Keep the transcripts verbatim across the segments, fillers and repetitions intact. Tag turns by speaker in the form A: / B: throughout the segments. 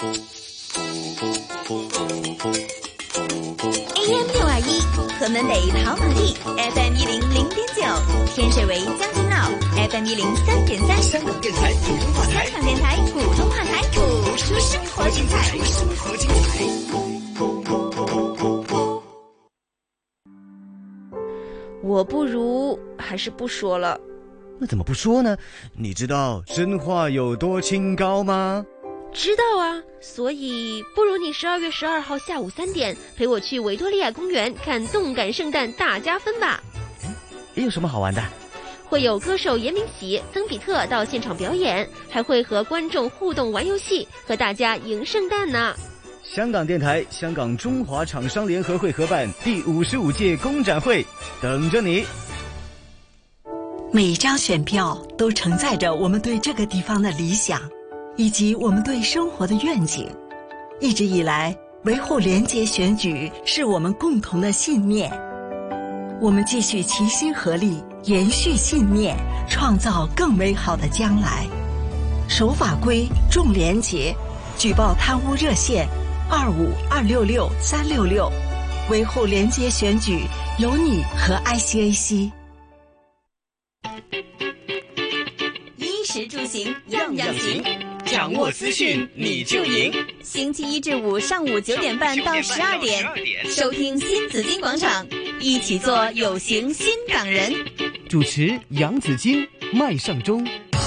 A: A M 六二一河门北跑马地 F M 一零零点九，天水围将军澳 F M 一零三点三，
B: 香港电台普通话台，
A: 香港电台普通话台，谱出生活精彩，
B: 生活精彩。
C: 我不如还是不说了。
D: 那怎么不说呢？你知道真话有多清高吗？
C: 知道啊，所以不如你十二月十二号下午三点陪我去维多利亚公园看动感圣诞大加分吧。
D: 有什么好玩的？
C: 会有歌手严明喜、曾比特到现场表演，还会和观众互动玩游戏，和大家迎圣诞呢。
D: 香港电台、香港中华厂商联合会合办第五十五届工展会，等着你。
E: 每一张选票都承载着我们对这个地方的理想，以及我们对生活的愿景。一直以来，维护廉洁选举是我们共同的信念。我们继续齐心合力，延续信念，创造更美好的将来。守法规，重廉洁，举报贪污热线二五二六六三六六，维护廉洁选举，有你和 I C A C。
A: 衣食住行样样行，
B: 掌握资讯你就赢。
A: 星期一至五上午九点半到十二点，收听新紫金广场，一起做有型新港人。
D: 主持杨紫金、麦尚中。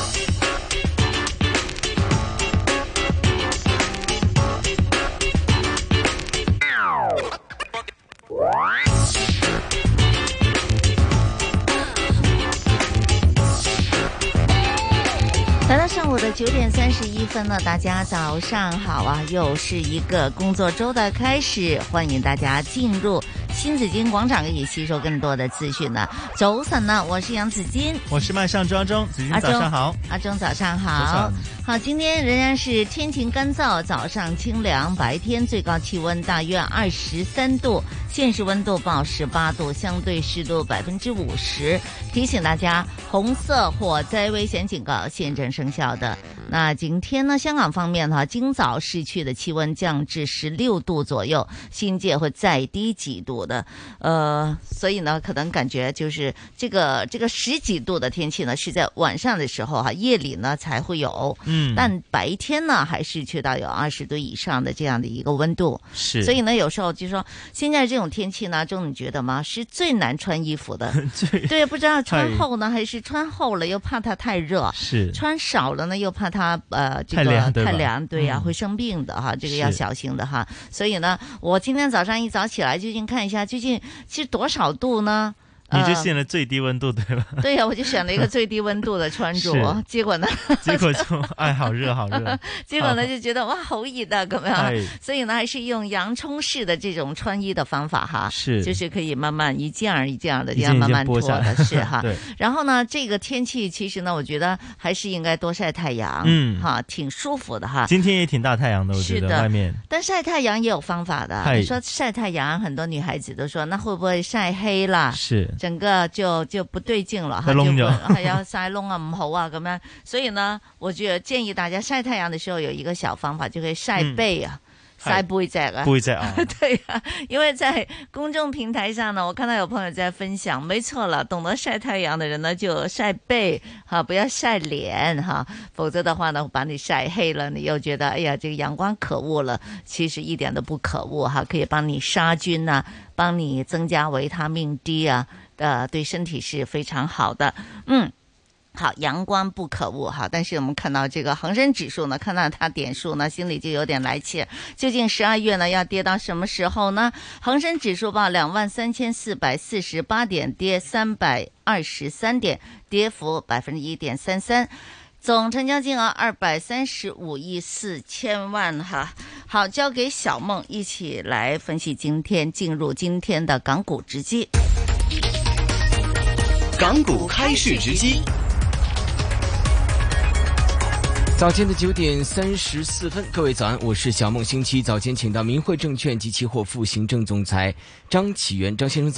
F: 来到上午的九点三十一分了，大家早上好啊！又是一个工作周的开始，欢迎大家进入新紫金广场，可以吸收更多的资讯呢。早晨呢，我是杨紫金，
G: 我是麦尚中阿中，紫金早上好，
F: 阿中早上好。好，今天仍然是天晴干燥，早上清凉，白天最高气温大约二十三度，现实温度报十八度，相对湿度百分之五十。提醒大家，红色火灾危险警告现正生效的。那今天呢，香港方面哈，今早市区的气温降至十六度左右，新界会再低几度的。呃，所以呢，可能感觉就是这个这个十几度的天气呢，是在晚上的时候哈，夜里呢才会有。嗯，但白天呢，还是去到有二十度以上的这样的一个温度。
G: 是，
F: 所以呢，有时候就说现在这种天气呢，中你觉得吗？是最难穿衣服的。对，不知道穿厚呢，还是穿厚了又怕它太热，
G: 是
F: 穿少了呢又怕它呃这个
G: 太凉，
F: 太凉，对呀、啊嗯，会生病的哈，这个要小心的哈。所以呢，我今天早上一早起来，究竟看一下究竟是多少度呢？
G: 你就选了最低温度对吧？
F: 对呀、啊，我就选了一个最低温度的穿着，结果呢？
G: 结果就哎，好热好热。
F: 结果呢，就觉得哇，好熱的咁樣，所以呢，還是用洋葱式的這種穿衣的方法哈，
G: 是，
F: 就是可以慢慢一件兒一件兒的這樣慢慢脱的，是哈。
G: 對。
F: 然後呢，這個天氣其實呢，我覺得還是應該多曬太陽，嗯，哈，挺舒服的哈。
G: 今天也挺大太陽的，我覺得外面。
F: 但曬太陽也有方法的。你說曬太陽，很多女孩子都說，那會不會曬黑啦？
G: 是。
F: 整個就就不對勁了，
G: 就窿咗，
F: 係啊，曬窿啊唔好啊咁樣。所以呢，我覺得建議大家曬太陽的時候有一個小方法，就可以曬背啊。嗯曬背脊啊，
G: 背脊啊，
F: 對啊，因為在公眾平台上呢，我看到有朋友在分享，沒錯了，懂得曬太陽的人呢就曬背哈，不要曬臉哈，否則的話呢，把你曬黑了，你又覺得哎呀，這個陽光可惡了，其實一點都不可惡哈，可以幫你殺菌啊，幫你增加維他命 D 啊，呃，對身體是非常好的，嗯。好，陽光不可惡哈，但是我們看到這個恒生指數呢，看到它點數呢，心裡就有點來氣。究竟十二月呢要跌到什麼時候呢？恒生指數報兩萬三千四百四十八點，跌三百二十三點，跌幅百分之一點三三。總成交金額二百三十五億四千萬哈。好，交給小夢一起來分析今天進入今天的港股直擊。
B: 港股開市直擊。
H: 早间的九点三十四分，各位早安，我是小梦。星期早间请到明汇证券及期货副行政总裁张启元，张先生早。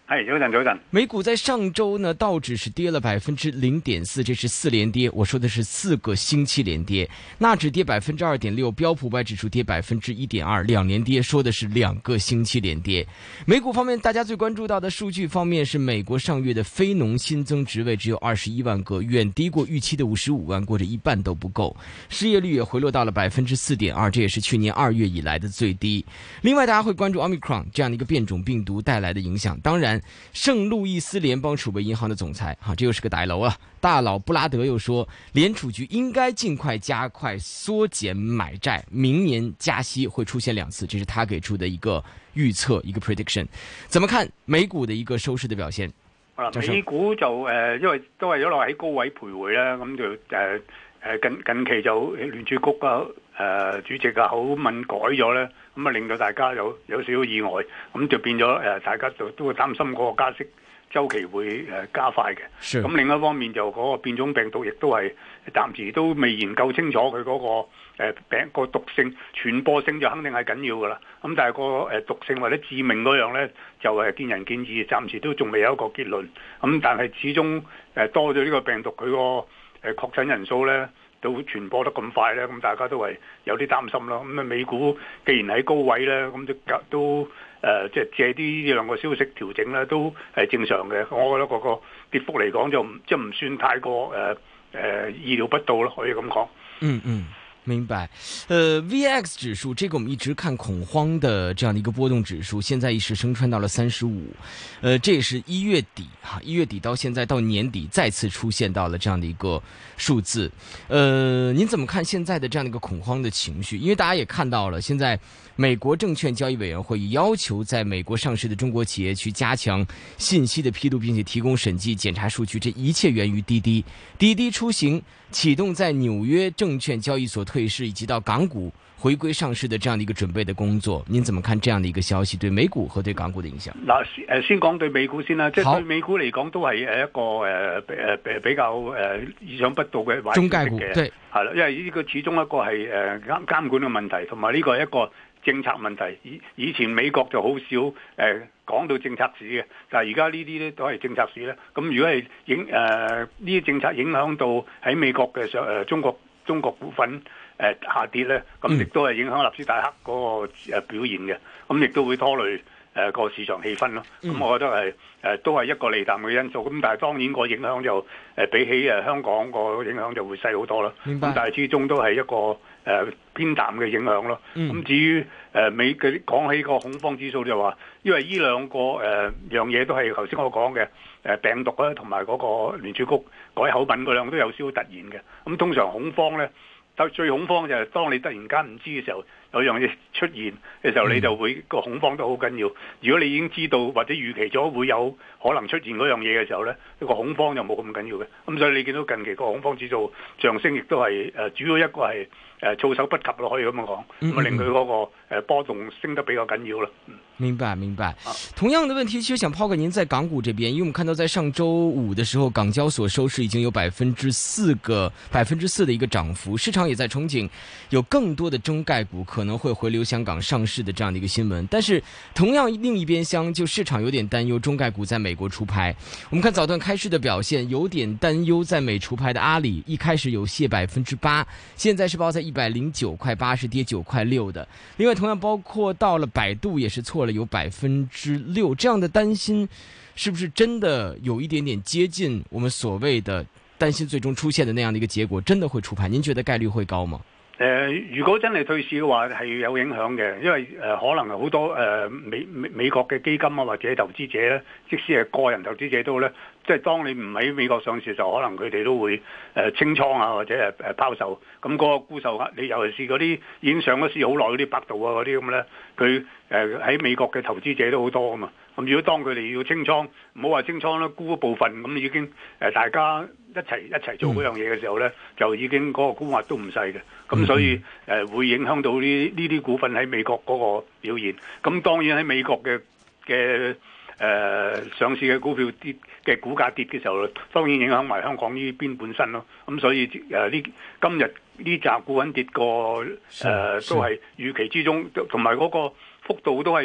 I: 係早晨，早晨。
H: 美股在上周呢，道指是跌了百分之零點四，這是四連跌。我說的是四個星期連跌。納指跌百分之二點六，標普五百指數跌百分之一點二，兩連跌，說的是兩個星期連跌。美股方面，大家最關注到的數據方面是美國上月的非農新增職位只有二十一萬個，遠低過預期的五十五萬，過着一半都不夠。失業率也回落到了百分之四點二，這也是去年二月以來的最低。另外，大家會關注 Omicron 這樣的一個變種病毒帶來的影響。當然，聖路易斯聯邦儲備銀行的總裁，哈，這又是個大佬啊！大佬布拉德又說，聯儲局應該盡快加快縮減買債，明年加息會出現兩次，這是他給出的一個預測，一個 prediction。怎麼看美股的一個收市的表現？
I: 美股就誒、呃，因為都係一路喺高位徘徊啦，咁就誒誒、呃、近近期就聯儲局嘅誒、呃、主席嘅口吻改咗咧。咁啊，令到大家有有少少意外，咁就變咗誒，大家就都會擔心嗰個加息周期會誒加快嘅。咁、sure. 另一方面就嗰個變種病毒亦都係暫時都未研究清楚佢嗰個誒病個毒性傳播性就肯定係緊要㗎啦。咁但係個誒毒性或者致命嗰樣咧，就係見仁見智，暫時都仲未有一個結論。咁但係始終誒多咗呢個病毒，佢個誒確診人數咧，都傳播得咁快咧，咁大家都係有啲擔心咯。咁啊，美股既然喺高位咧，咁都都誒，即係借啲呢兩個消息調整咧，都係正常嘅。我覺得嗰個跌幅嚟講就即係唔算太過誒誒、呃、意料不到咯，可以咁講。
H: 嗯嗯。明白，呃 V X 指數，這個我們一直看恐慌的這樣的一個波動指數，現在一時升穿到了三十五，呃，這也是一月底哈，一月底到現在到年底再次出現到了這樣的一個數字，呃，您怎麼看現在的這樣的一個恐慌的情緒？因為大家也看到了，現在美國證券交易委員會要求在美國上市的中國企業去加強信息的披露，並且提供審計檢查數據，這一切源於滴滴，滴滴出行啟動在紐約證券交易所退市，以及到港股回歸上市的這樣的一個準備的工作，您怎麼看這樣的一個消息對美股和對港股的影響？
I: 嗱，誒先講對美股先啦，即係對美股嚟講都係誒一個誒誒誒比較誒意想不到嘅壞消息嘅，中概股對，係啦，因為呢個始終一個係誒監監管嘅問題，同埋呢個係一個政策問題。以以前美國就好少誒講到政策市嘅，但係而家呢啲咧都係政策市咧。咁如果係影誒呢啲政策影響到喺美國嘅上誒中國中國股份誒、呃、下跌咧，咁亦都係影響納斯達克嗰個誒表現嘅，咁亦都會拖累誒個、呃、市場氣氛咯。咁、嗯、我覺得係誒、呃、都係一個利淡嘅因素。咁但係當然個影響就誒、呃、比起誒香港個影響就會細好多啦。咁但係始終都係一個誒、呃、偏淡嘅影響咯。咁、嗯、至於誒、呃、美嘅講起個恐慌指數就話，因為呢兩個誒、呃、樣嘢都係頭先我講嘅誒病毒啦，同埋嗰個聯儲局改口吻嗰兩個都有少少突然嘅。咁通常恐慌咧，最恐慌就係當你突然間唔知嘅時候，有樣嘢出現嘅時候，你就會個恐慌都好緊要。如果你已經知道或者預期咗會有可能出現嗰樣嘢嘅時候咧，個恐慌就冇咁緊要嘅。咁所以你見到近期個恐慌指數上升，亦都係誒主要一個係誒措手不及咯，可以咁樣講，咁啊令佢嗰個誒波動升得比較緊要啦。
H: 明白明白。同樣的問題，其實想拋給您在港股這邊，因為我們看到在上週五的時候，港交所收市已經有百分之四個百分之四的一個漲幅，市場也在憧憬有更多的中概股可能會回流香港上市的這樣的一個新聞。但是同樣另一邊廂，就市場有點擔憂中概股在美國出牌。我們看早段開市的表現，有點擔憂在美出牌的阿里，一開始有瀉百分之八，現在是報在一百零九塊八，是跌九塊六的。另外同樣包括到了百度也是錯了有百分之六，這樣的擔心是不是真的有一點點接近我們所謂的擔心最終出現的那樣的一個結果，真的會出牌？您覺得概率會高嗎？
I: 誒、呃，如果真係退市嘅話，係有影響嘅，因為誒、呃、可能好多誒、呃、美美美國嘅基金啊或者投資者咧，即使係個人投資者都咧，即係當你唔喺美國上市嘅時候，可能佢哋都會誒、呃、清倉啊或者誒誒拋售，咁嗰個沽售額，你尤其是嗰啲已經上咗市好耐嗰啲百度啊嗰啲咁咧，佢誒喺美國嘅投資者都好多啊嘛。咁如果當佢哋要清倉，唔好話清倉啦，沽一部分，咁已經誒、呃、大家一齊一齊做嗰樣嘢嘅時候咧、嗯，就已經嗰個沽額都唔細嘅。咁所以誒、呃、會影響到呢呢啲股份喺美國嗰個表現。咁當然喺美國嘅嘅誒上市嘅股票跌嘅股價跌嘅時候，當然影響埋香港呢邊本身咯。咁所以誒呢、呃、今日呢扎股份跌過誒、呃、都係預期之中，同埋嗰個幅度都係。誒、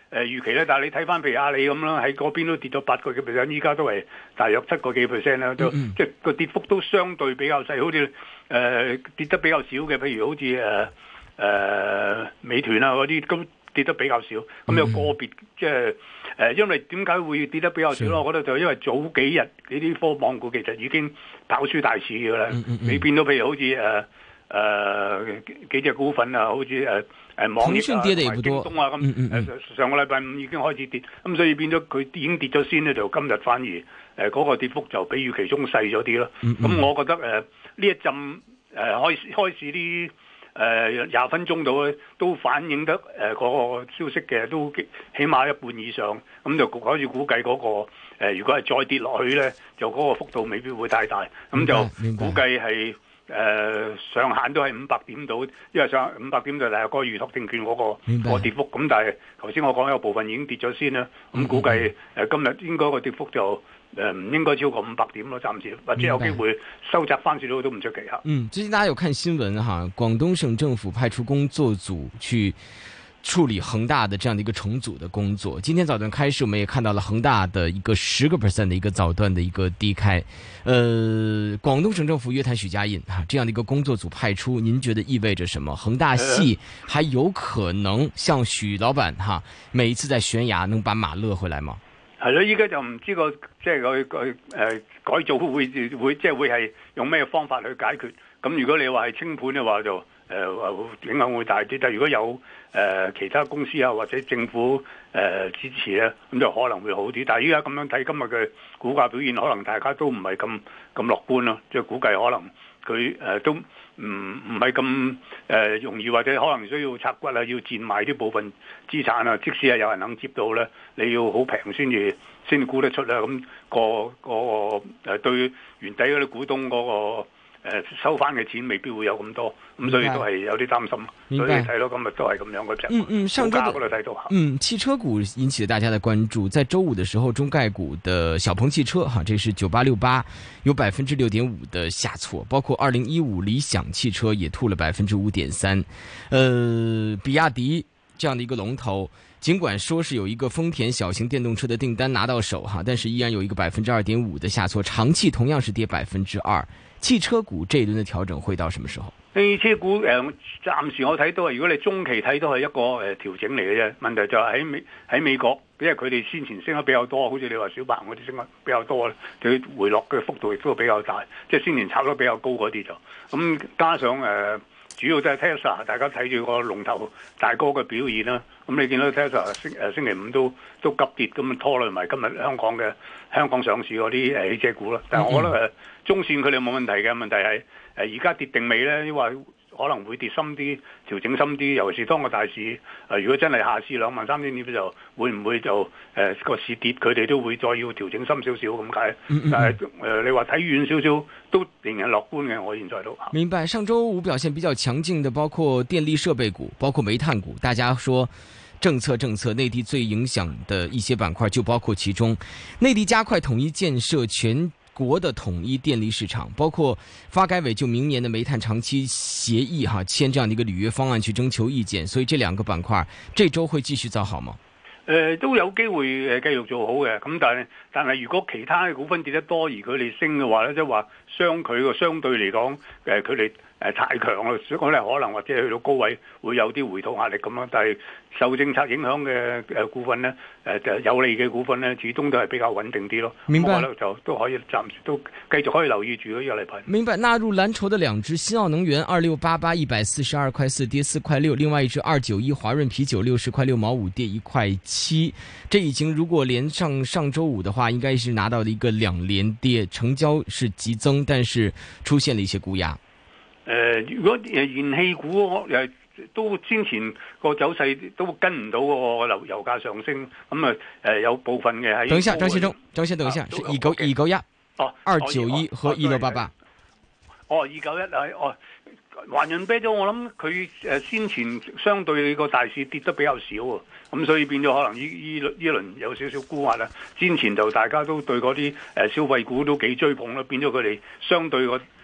I: 誒預期咧。但係你睇翻譬如阿里咁啦，喺嗰邊都跌咗八個幾 percent， 依家都係大約七個幾 percent 啦，都、嗯、即係個跌幅都相對比較細，好似誒、呃、跌得比較少嘅，譬如好似誒誒美團啊嗰啲咁。跌得比較少，咁有個別即係誒，因為點解會跌得比較少咯？我覺得就因為早幾日呢啲科網股其實已經跑輸大市嘅啦。嗯嗯嗯、你變到譬如好似誒誒幾隻股份啊，好似誒誒網易啊、京東啊咁，誒、嗯嗯嗯、上個禮拜五已經開始跌，咁所以變咗佢已經跌咗先咧，就今日反而誒嗰、呃那個跌幅就比預期中細咗啲咯。咁、嗯嗯、我覺得誒呢、呃、一陣誒、呃、開開始啲。誒廿、呃、分鐘到咧，都反映得誒嗰、呃那個消息嘅，都起碼一半以上，咁就可以估計嗰、那個、呃、如果係再跌落去咧，就嗰個幅度未必會太大，咁就估計係誒、呃、上限都係五百點到，因為上五百點就係個預託證券嗰、那個、那個跌幅，咁但係頭先我講有部分已經跌咗先啦，咁估計誒、呃、今日應該個跌幅就。誒，唔應該超過五百點咯，暫時或者有機會收窄翻少少都唔出奇吓。
H: 嗯，最近大家有看新聞哈，廣東省政府派出工作組去處理恒大的這樣的一個重組的工作。今天早段開市，我們也看到了恒大的一個十個 percent 的一個早段的一個低開。呃，廣東省政府約談許家印哈，這樣的一個工作組派出，您覺得意味着什麼？恒大系還有可能像許老闆哈，每一次在懸崖能把馬勒回來嗎？
I: 係咯，依家就唔知個即係佢佢誒改造會會即係會係用咩方法去解決？咁如果你話係清盤嘅話，就誒、呃、影響會大啲。但係如果有誒、呃、其他公司啊或者政府誒、呃、支持咧，咁就可能會好啲。但係依家咁樣睇今日嘅股價表現，可能大家都唔係咁咁樂觀咯。即係估計可能佢誒、呃、都。唔唔係咁誒容易，或者可能需要拆骨啊，要賤賣啲部分資產啊。即使係有人肯接到咧，你要好平先至先至估得出啦。咁、嗰個、嗰個誒對原底嗰啲股東嗰、嗰個。誒收翻嘅錢未必會有咁多，咁所以都係有啲擔心。所以睇到今日都係咁樣嘅啫。
H: 嗯嗯，上週嗰
I: 度睇到
H: 嗯，汽車股引起了大家的關注。在週五的時候，中概股的小鵬汽車哈，這是九八六八，有百分之六點五的下挫，包括二零一五理想汽車也吐了百分之五點三。呃，比亞迪這樣的一個龍頭。儘管說是有一個豐田小型電動車的訂單拿到手哈，但是依然有一個百分之二點五的下挫。長汽同樣是跌百分之二。汽車股這一輪的調整會到什麼時候？
I: 汽車股誒、呃，暫時我睇到係，如果你中期睇到係一個誒、呃、調整嚟嘅啫。問題就係喺美喺美國，因為佢哋先前升得比較多，好似你話小鵬嗰啲升得比較多咧，佢回落嘅幅度亦都比較大，即係先前炒得比較高嗰啲就咁、嗯，加上誒。呃主要都係 Tesla， 大家睇住個龍頭大哥嘅表現啦。咁你見到 Tesla 星誒星期五都都急跌，咁拖累埋今日香港嘅香港上市嗰啲誒汽車股啦。但係我覺得誒中線佢哋冇問題嘅，問題係誒而家跌定未咧？因為可能會跌深啲，調整深啲。尤其是當個大市誒、呃，如果真係下試兩萬三千點，就會唔會就誒個、呃、市跌，佢哋都會再要調整深少少咁解。嗯嗯但係誒、呃，你話睇遠少少都仍然樂觀嘅。我現在都
H: 明白。上週五表現比較強勁的，包括電力設備股，包括煤炭股。大家說政策政策，內地最影響的一些板塊就包括其中。內地加快統一建設全國的統一電力市場，包括發改委就明年的煤炭長期協議哈簽這樣的一個履約方案去徵求意見，所以這兩個板塊這周會繼續造好嗎？
I: 誒、呃、都有機會誒繼續做好嘅，咁但係但係如果其他嘅股份跌得多而佢哋升嘅話咧，即係話相佢個相對嚟講誒佢哋誒太強啦，所以可能或者去到高位會有啲回吐壓力咁樣，但係受政策影響嘅誒股份咧誒就有利嘅股份咧，始終都係比較穩定啲咯。
H: 明白，
I: 就都可以暫時都繼續可以留意住呢個禮拜。
H: 明白。納入藍籌的兩隻新奧能源二六八八一百四十二塊四跌四塊六，另外一隻二九一華潤啤酒六十塊六毛五跌一塊七。這已經如果連上上週五的話，應該是拿到了一個兩連跌，成交是急增，但是出現了一些沽壓。
I: 誒、呃，如果誒燃氣股誒都先前個走勢都跟唔到個油油價上升，咁啊誒有部分嘅喺。
H: 等一下，張先生，張先生，等一下，是二九二九一，哦，二九一和一六八八。
I: 哦，二九一係哦，華潤啤酒我諗佢誒先前相對個大市跌得比較少啊，咁所以變咗可能呢呢呢輪有少少沽壓啦。先前就大家都對嗰啲誒消費股都幾追捧啦，變咗佢哋相對個。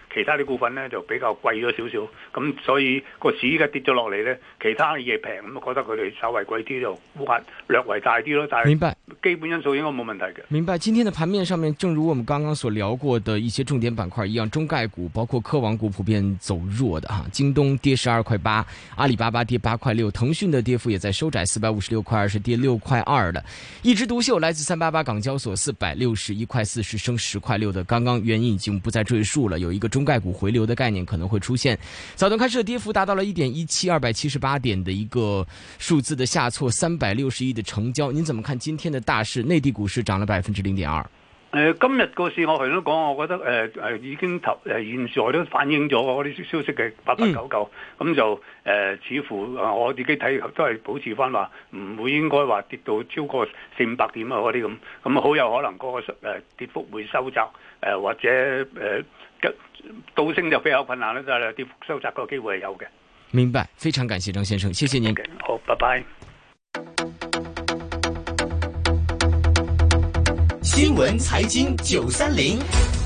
I: 其他啲股份咧就比較貴咗少少，咁所以個市依家跌咗落嚟咧，其他嘢平，咁覺得佢哋稍微貴啲就沽壓略為大啲咯。但係
H: 明白，
I: 基本因素應該冇問題嘅。
H: 明白。今天的盤面上面，正如我們剛剛所聊過的一些重點板塊一樣，中概股包括科網股普遍走弱的哈，京東跌十二塊八，阿里巴巴跌八塊六，騰訊的跌幅也在收窄，四百五十六塊二是跌六塊二的。一枝獨秀來自三八八港交所四百六十一塊四是升十塊六的，剛剛原因已經不再贅述了，有一個中概股回流的概念可能會出現。早段開市的跌幅達到了一點一七，二百七十八點的一個數字的下挫，三百六十億的成交。您怎麼看今天的大市？內地股市漲了百分之零點二。
I: 誒，今日個市我頭先都講，我覺得誒誒、呃、已經投誒現在都反映咗嗰啲消息嘅八八九九，咁就誒、呃、似乎啊我自己睇都係保持翻話唔會應該話跌到超過四五百點啊嗰啲咁，咁好有可能嗰、那個誒跌幅會收窄，誒、呃、或者誒倒升就比較困難啦，但係跌幅收窄個機會係有嘅。
H: 明白，非常感謝張先生，謝謝您。
I: Okay, 好，拜拜。
B: 新聞財經九三零，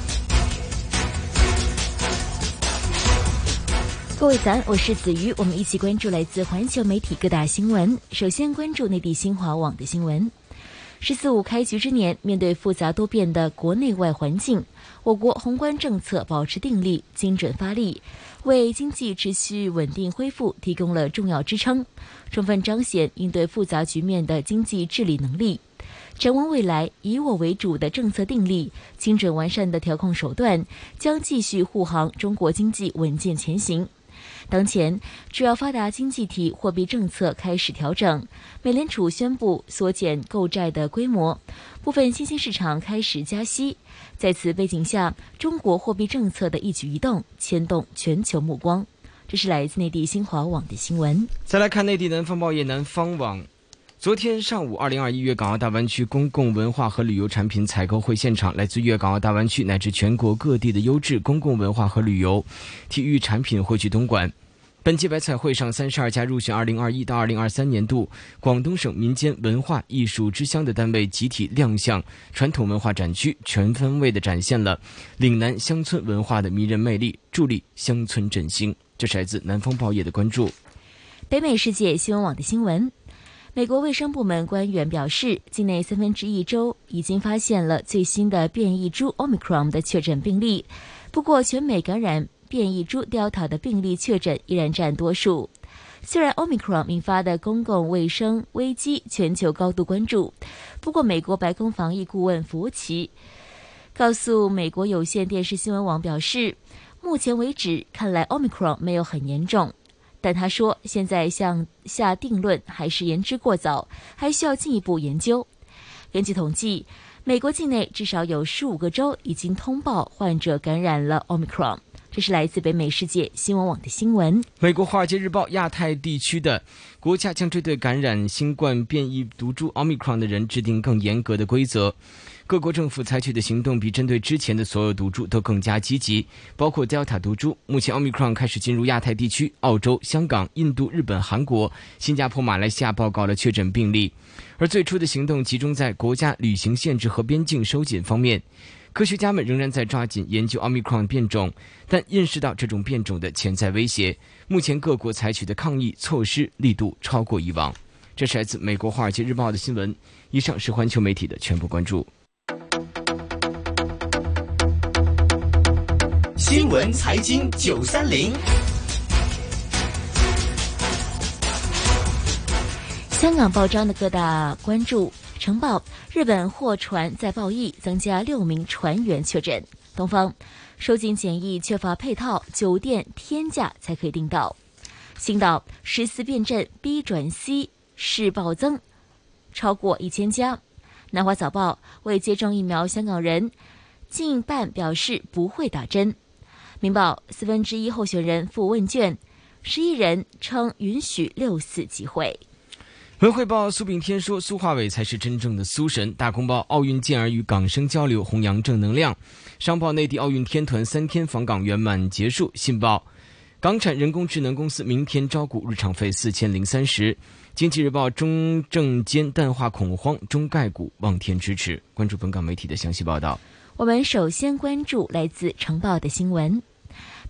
J: 各位早安，我是子瑜，我們一起關注來自環球媒體各大新聞。首先關注內地新華網的新聞。十四五開局之年，面對複雜多變的國內外環境，我國宏觀政策保持定力、精準發力，為經濟持續穩定恢復提供了重要支撐，充分彰顯應對複雜局面的經濟治理能力。展望未來，以我為主的政策定力、精準完善的調控手段，將繼續護航中國經濟穩健前行。當前，主要發達經濟體貨幣政策開始調整，美聯儲宣布縮減購債的規模，部分新興市場開始加息。在此背景下，中國貨幣政策的一舉一動牽動全球目光。這是來自內地新華網的新聞。
H: 再來看內地南方報業南方網。昨天上午，二零二一粵港澳大灣區公共文化和旅遊產品採購會現場，來自粵港澳大灣區乃至全國各地的優質公共文化和旅遊、體育產品匯聚東莞。本屆百彩會上，三十二家入選二零二一到二零二三年度廣東省民間文化藝術之鄉的單位集體亮相傳統文化展區，全方位地展現了嶺南鄉村文化的迷人魅力，助力鄉村振興。這是來自南方報業的關注。
J: 北美世界新聞網的新聞。美國衛生部門官員表示，境內三分之一州已經發現了最新的變異株 Omicron 的確診病例。不過，全美感染變異株 Delta 的病例確診依然佔多數。雖然 Omicron 引發的公共衛生危機全球高度關注，不過美國白宮防疫顧問福奇告訴美國有線電視新聞網表示，目前為止看來 Omicron 沒有很嚴重。但他說，現在向下定論還是言之過早，還需要進一步研究。根據統計，美國境內至少有十五個州已經通報患者感染了 Omicron。這是來自北美世界新聞網的新聞。
H: 美國《華爾街日報》亞太地區的國家將針對感染新冠變異毒株 Omicron 的人制定更嚴格的規則。各國政府採取的行動比針對之前的所有毒株都更加積極，包括 Delta 毒株。目前 Omicron 開始進入亞太地區，澳洲、香港、印度、日本、韓國、新加坡、馬來西亞報告了確診病例。而最初的行動集中在國家旅行限制和邊境收緊方面。科學家們仍然在抓緊研究 Omicron 變種，但認識到這種變種的潛在威脅。目前各國採取的抗疫措施力度超過以往。這是來自美國《華爾街日報》的新聞。以上是環球媒體的全部關注。
B: 新聞財經九三零，
J: 香港報章的各大關注。晨報：日本貨船再爆疫，增加六名船員確診。東方：收緊檢疫缺乏配套，酒店天價才可以訂到。星島：十四變陣 B 轉 C 市暴增，超過一千家。南華早報：未接種疫苗香港人近半表示不會打針。明報：四分之一候選人赴問卷，十一人稱允許六四集會。
H: 文匯報：蘇炳添說蘇樺偉才是真正的蘇神。大公報：奧運健兒與港生交流，弘揚正能量。商報：內地奧運天團三天訪港圓滿結束。信報：港產人工智能公司明天招股，入場費四千零三十。經濟日報：中證監淡化恐慌，中概股望天支持。關注本港媒體的詳細報道。
J: 我們首先關注來自晨報的新聞。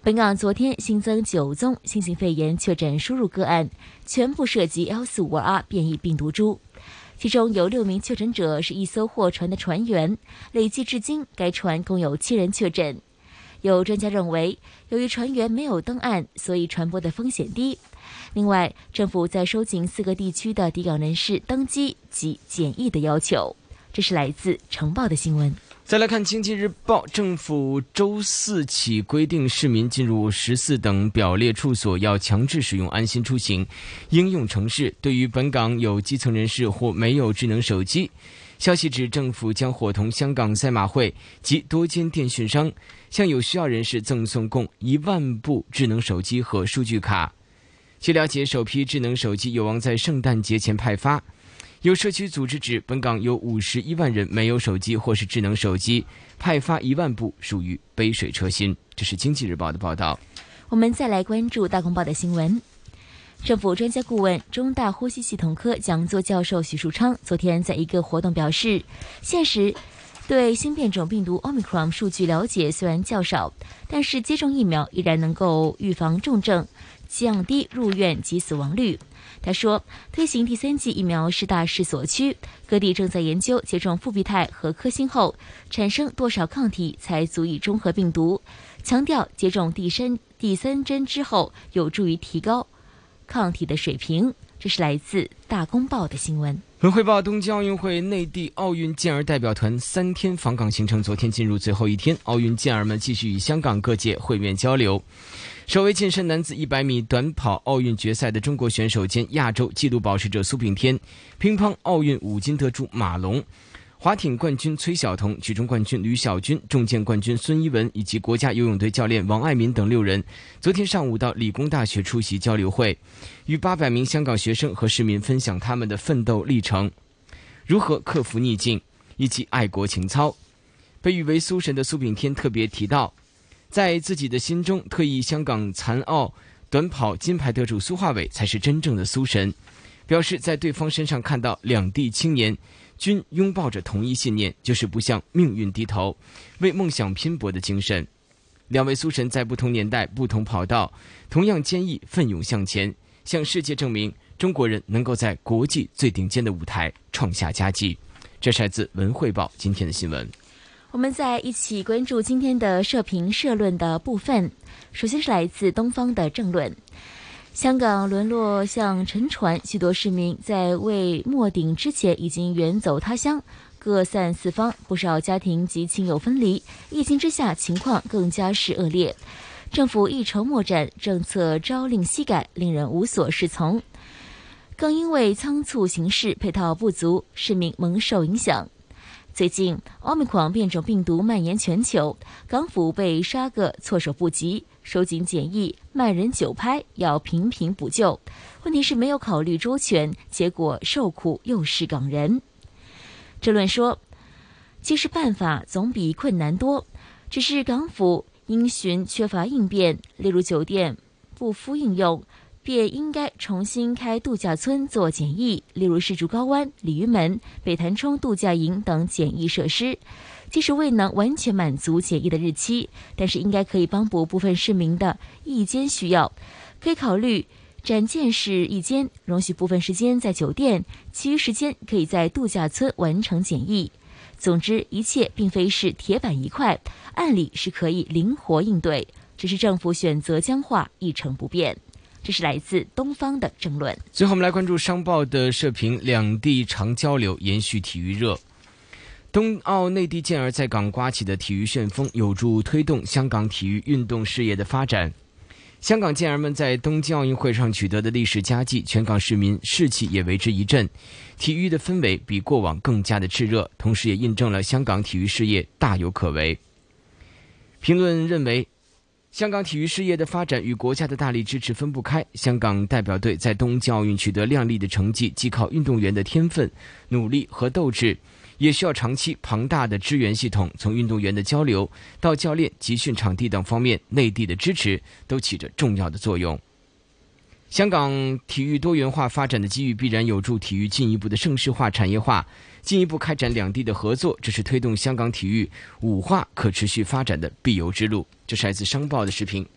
J: 本港昨天新增九宗新型肺炎确诊输入个案，全部涉及 L 四五二 R 变异病毒株，其中有六名确诊者是一艘货船的船员，累计至今该船共有七人确诊。有专家认为，由于船员没有登岸，所以传播的风险低。另外，政府在收紧四个地区的抵港人士登机及检疫的要求。这是来自晨报的新闻。
H: 再来看《经济日报》，政府周四起规定市民进入十四等表列处所要强制使用安心出行应用程式。对于本港有基层人士或没有智能手机，消息指政府将伙同香港赛马会及多间电讯商，向有需要人士赠送共一万部智能手机和数据卡。据了解，首批智能手机有望在圣诞节前派发。有社区组织指，本港有五十一万人没有手机或是智能手机，派发一万部属于杯水车薪。这是经济日报的报道。
J: 我们再来关注大公报的新闻。政府专家顾问、中大呼吸系统科讲座教授许树昌昨天在一个活动表示，现时对新变种病毒 Omicron 数据了解虽然较少，但是接种疫苗依然能够预防重症，降低入院及死亡率。他说，推行第三剂疫苗是大势所趋，各地正在研究接种复必泰和科兴后产生多少抗体才足以中和病毒，强调接种第三第三针之后有助于提高抗体的水平。这是来自大公报的新闻。
H: 文汇报，东京奥运会内地奥运健儿代表团三天访港行程昨天进入最后一天，奥运健儿们继续与香港各界会面交流。首位晋身男子一百米短跑奥运决赛的中国选手兼亚洲纪录保持者苏炳添，乒乓奥运五金得主马龙，划艇冠军崔晓彤、举重冠军吕小军、重剑冠军孙一文以及国家游泳队教练王爱民等六人，昨天上午到理工大学出席交流会，与八百名香港学生和市民分享他们的奋斗历程，如何克服逆境以及爱国情操。被誉为苏神的苏炳添特别提到，在自己的心中，特意香港残奥短跑金牌得主苏樺伟才是真正的苏神，表示在对方身上看到两地青年均拥抱着同一信念，就是不向命运低头，为梦想拼搏的精神。两位苏神在不同年代、不同跑道，同样坚毅奋勇向前，向世界证明中国人能够在国际最顶尖的舞台创下佳绩。这是来自文汇报今天的新闻。
J: 我们再一起关注今天的社评社论的部分。首先是来自东方的政论。香港沦落向沉船，许多市民在未没顶之前已经远走他乡，各散四方，不少家庭及亲友分离。疫情之下，情况更加是恶劣。政府一筹莫展，政策朝令夕改，令人无所适从。更因为仓促行事，配套不足，市民蒙受影响。最近 Omicron 变种病毒蔓延全球，港府被杀个措手不及，收紧检疫，慢人九拍，要频频补救。问题是没有考虑周全，结果受苦又是港人。政论说，其实办法总比困难多，只是港府因循缺乏应变，例如酒店不敷应用，便应该重新开度假村做检疫，例如是竹篙湾、鲤鱼门、北潭冲度假营等检疫设施。即使未能完全满足检疫的日期，但是应该可以帮补部分市民的疫间需要，可以考虑展件式疫间，容许部分时间在酒店，其余时间可以在度假村完成检疫。总之，一切并非是铁板一块，按理是可以灵活应对，只是政府选择僵化，一成不变。这是来自东方的政论。
H: 最后我们来关注商报的社评，两地常交流，延续体育热。冬奥内地健儿在港刮起的体育旋风，有助推动香港体育运动事业的发展。香港健儿们在东京奥运会上取得的历史佳绩，全港市民士气也为之一振，体育的氛围比过往更加的炽热，同时也印证了香港体育事业大有可为。评论认为，香港体育事业的发展与国家的大力支持分不开。香港代表队在东京奥运取得亮丽的成绩，既靠运动员的天分、努力和斗志，也需要长期庞大的支援系统。从运动员的交流到教练、集训场地等方面，内地的支持都起着重要的作用。香港体育多元化发展的机遇，必然有助体育进一步的盛世化、产业化，进一步开展两地的合作，这是推动香港体育五化可持续发展的必由之路。这是来自商报的视频。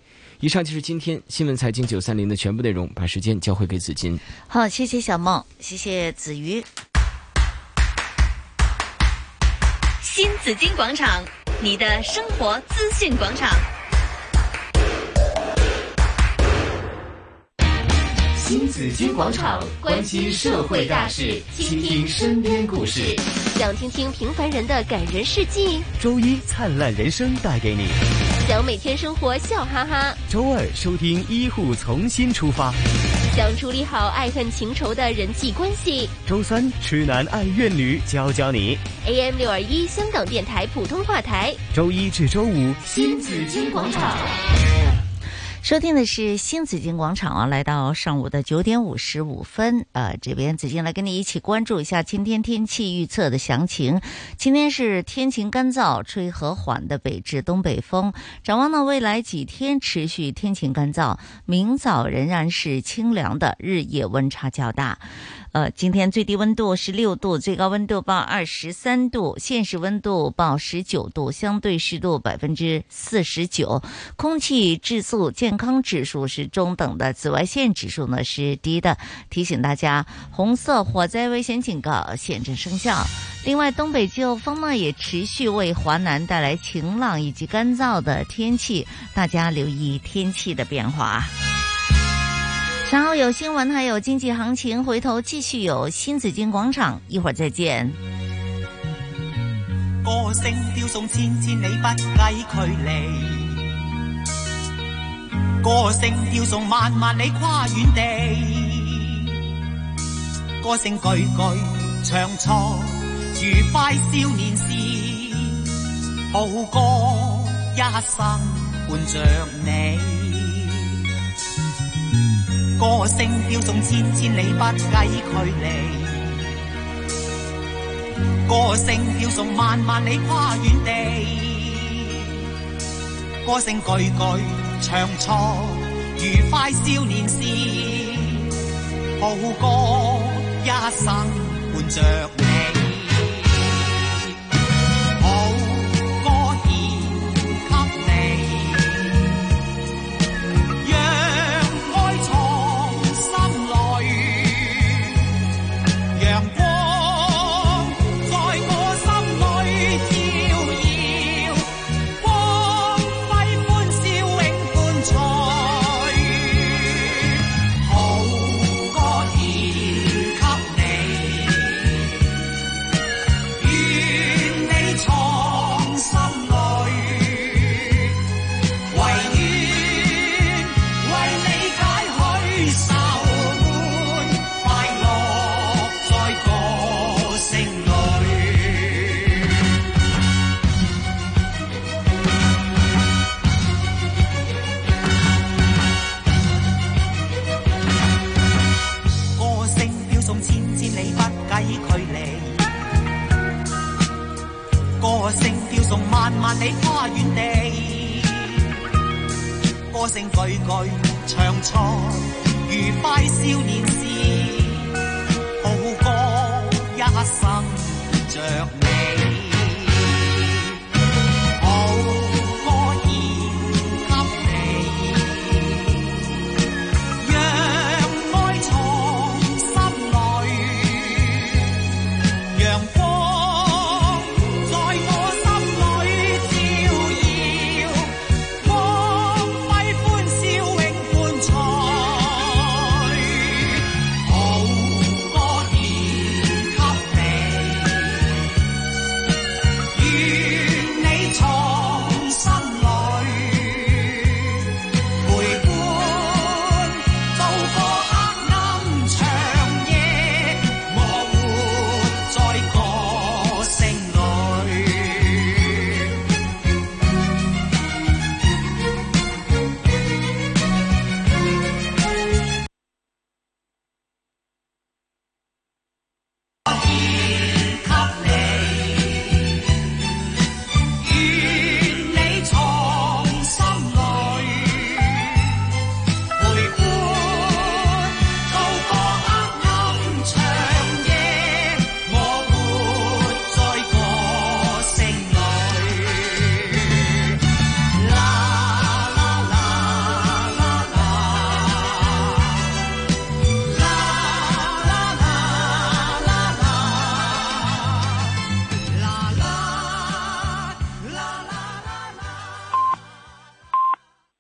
H: 以上就是今天新闻财经九三零的全部内容，把时间交回给子金。
F: 好，谢谢小梦，谢谢子瑜。
A: 新紫金广场，你的生活资讯广场。
B: 新紫金广场，关心社会大事，倾听身边故事。
C: 想听听平凡人的感人事迹？
D: 周一灿烂人生带给你。
C: 想每天生活笑哈哈？
D: 周二收听医护重新出发。
C: 想处理好爱恨情仇的人际关系？
D: 周三痴男爱怨女教教你。
C: A M 六二一香港电台普通话台。
D: 周一至周五
B: 新紫金广场。
F: 收听的是新紫金广场啊，来到上午的九点五十五分，呃，这边紫金来跟你一起关注一下今天天气预测的详情。今天是天晴干燥，吹和缓的北至东北风。展望呢，未来几天持续天晴干燥，明早仍然是清凉的，日夜温差较大。呃，今天最低温度十六度，最高温度报二十三度，现时温度报十九度，相对湿度百分之四十九，空气质素健康指数是中等的，紫外线指数呢是低的。提醒大家，红色火灾危险警告现正生效。另外，东北季候风呢也持续为华南带来晴朗以及干燥的天气，大家留意天气的变化。然后有新闻，还有经济行情，回頭繼續有新紫荊廣場，一會兒再見。
K: 歌聲飄送千千里不計距離，歌聲飄送萬萬里跨遠地，歌聲句句唱錯愉快少年時，好歌一生伴着你。歌聲飄送千千里不計距離，歌聲飄送萬萬里跨遠地，歌聲句句唱錯愉快少年時，好歌一生伴着你。萬里跨遠地，歌聲句句唱錯愉快少年時，好歌一生着你。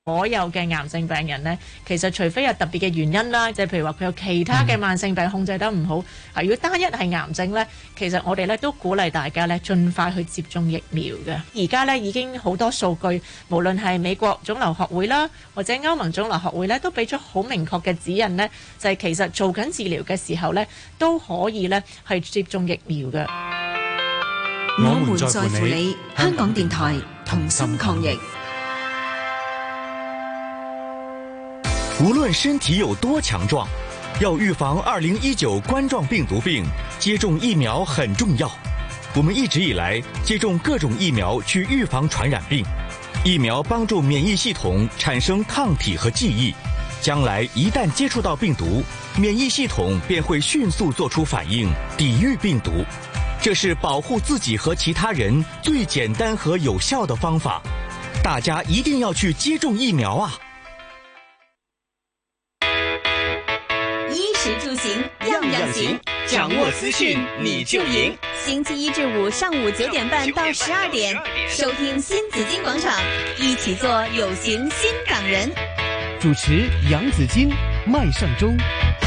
L: 所有嘅癌症病人呢，其實除非有特別嘅原因啦，即係譬如話佢有其他嘅慢性病控制得唔好，啊，如果單一係癌症呢，其實我哋咧都鼓勵大家咧盡快去接種疫苗嘅。而家咧已經好多數據，無論係美國腫瘤學會啦，或者歐盟腫瘤學會咧，都俾咗好明確嘅指引呢，就係其實做緊治療嘅時候咧，都可以咧係接種疫苗嘅。
M: 我們在乎你，香港電台同心抗疫。
N: 無論身體有多強壯，要預防二零一九冠狀病毒病，接種疫苗很重要。我們一直以來接種各種疫苗去預防傳染病，疫苗幫助免疫系統產生抗體和記憶，將來一旦接觸到病毒，免疫系統便會迅速做出反應，抵禦病毒。這是保護自己和其他人最簡單和有效的方法，大家一定要去接種疫苗啊！
A: 衣食住行樣樣行，
B: 掌握資訊你就贏。
A: 星期一至五上午九點半到十二點，收聽新紫荊廣場，一起做有型新港人。
D: 主持楊紫荊、麥尚中。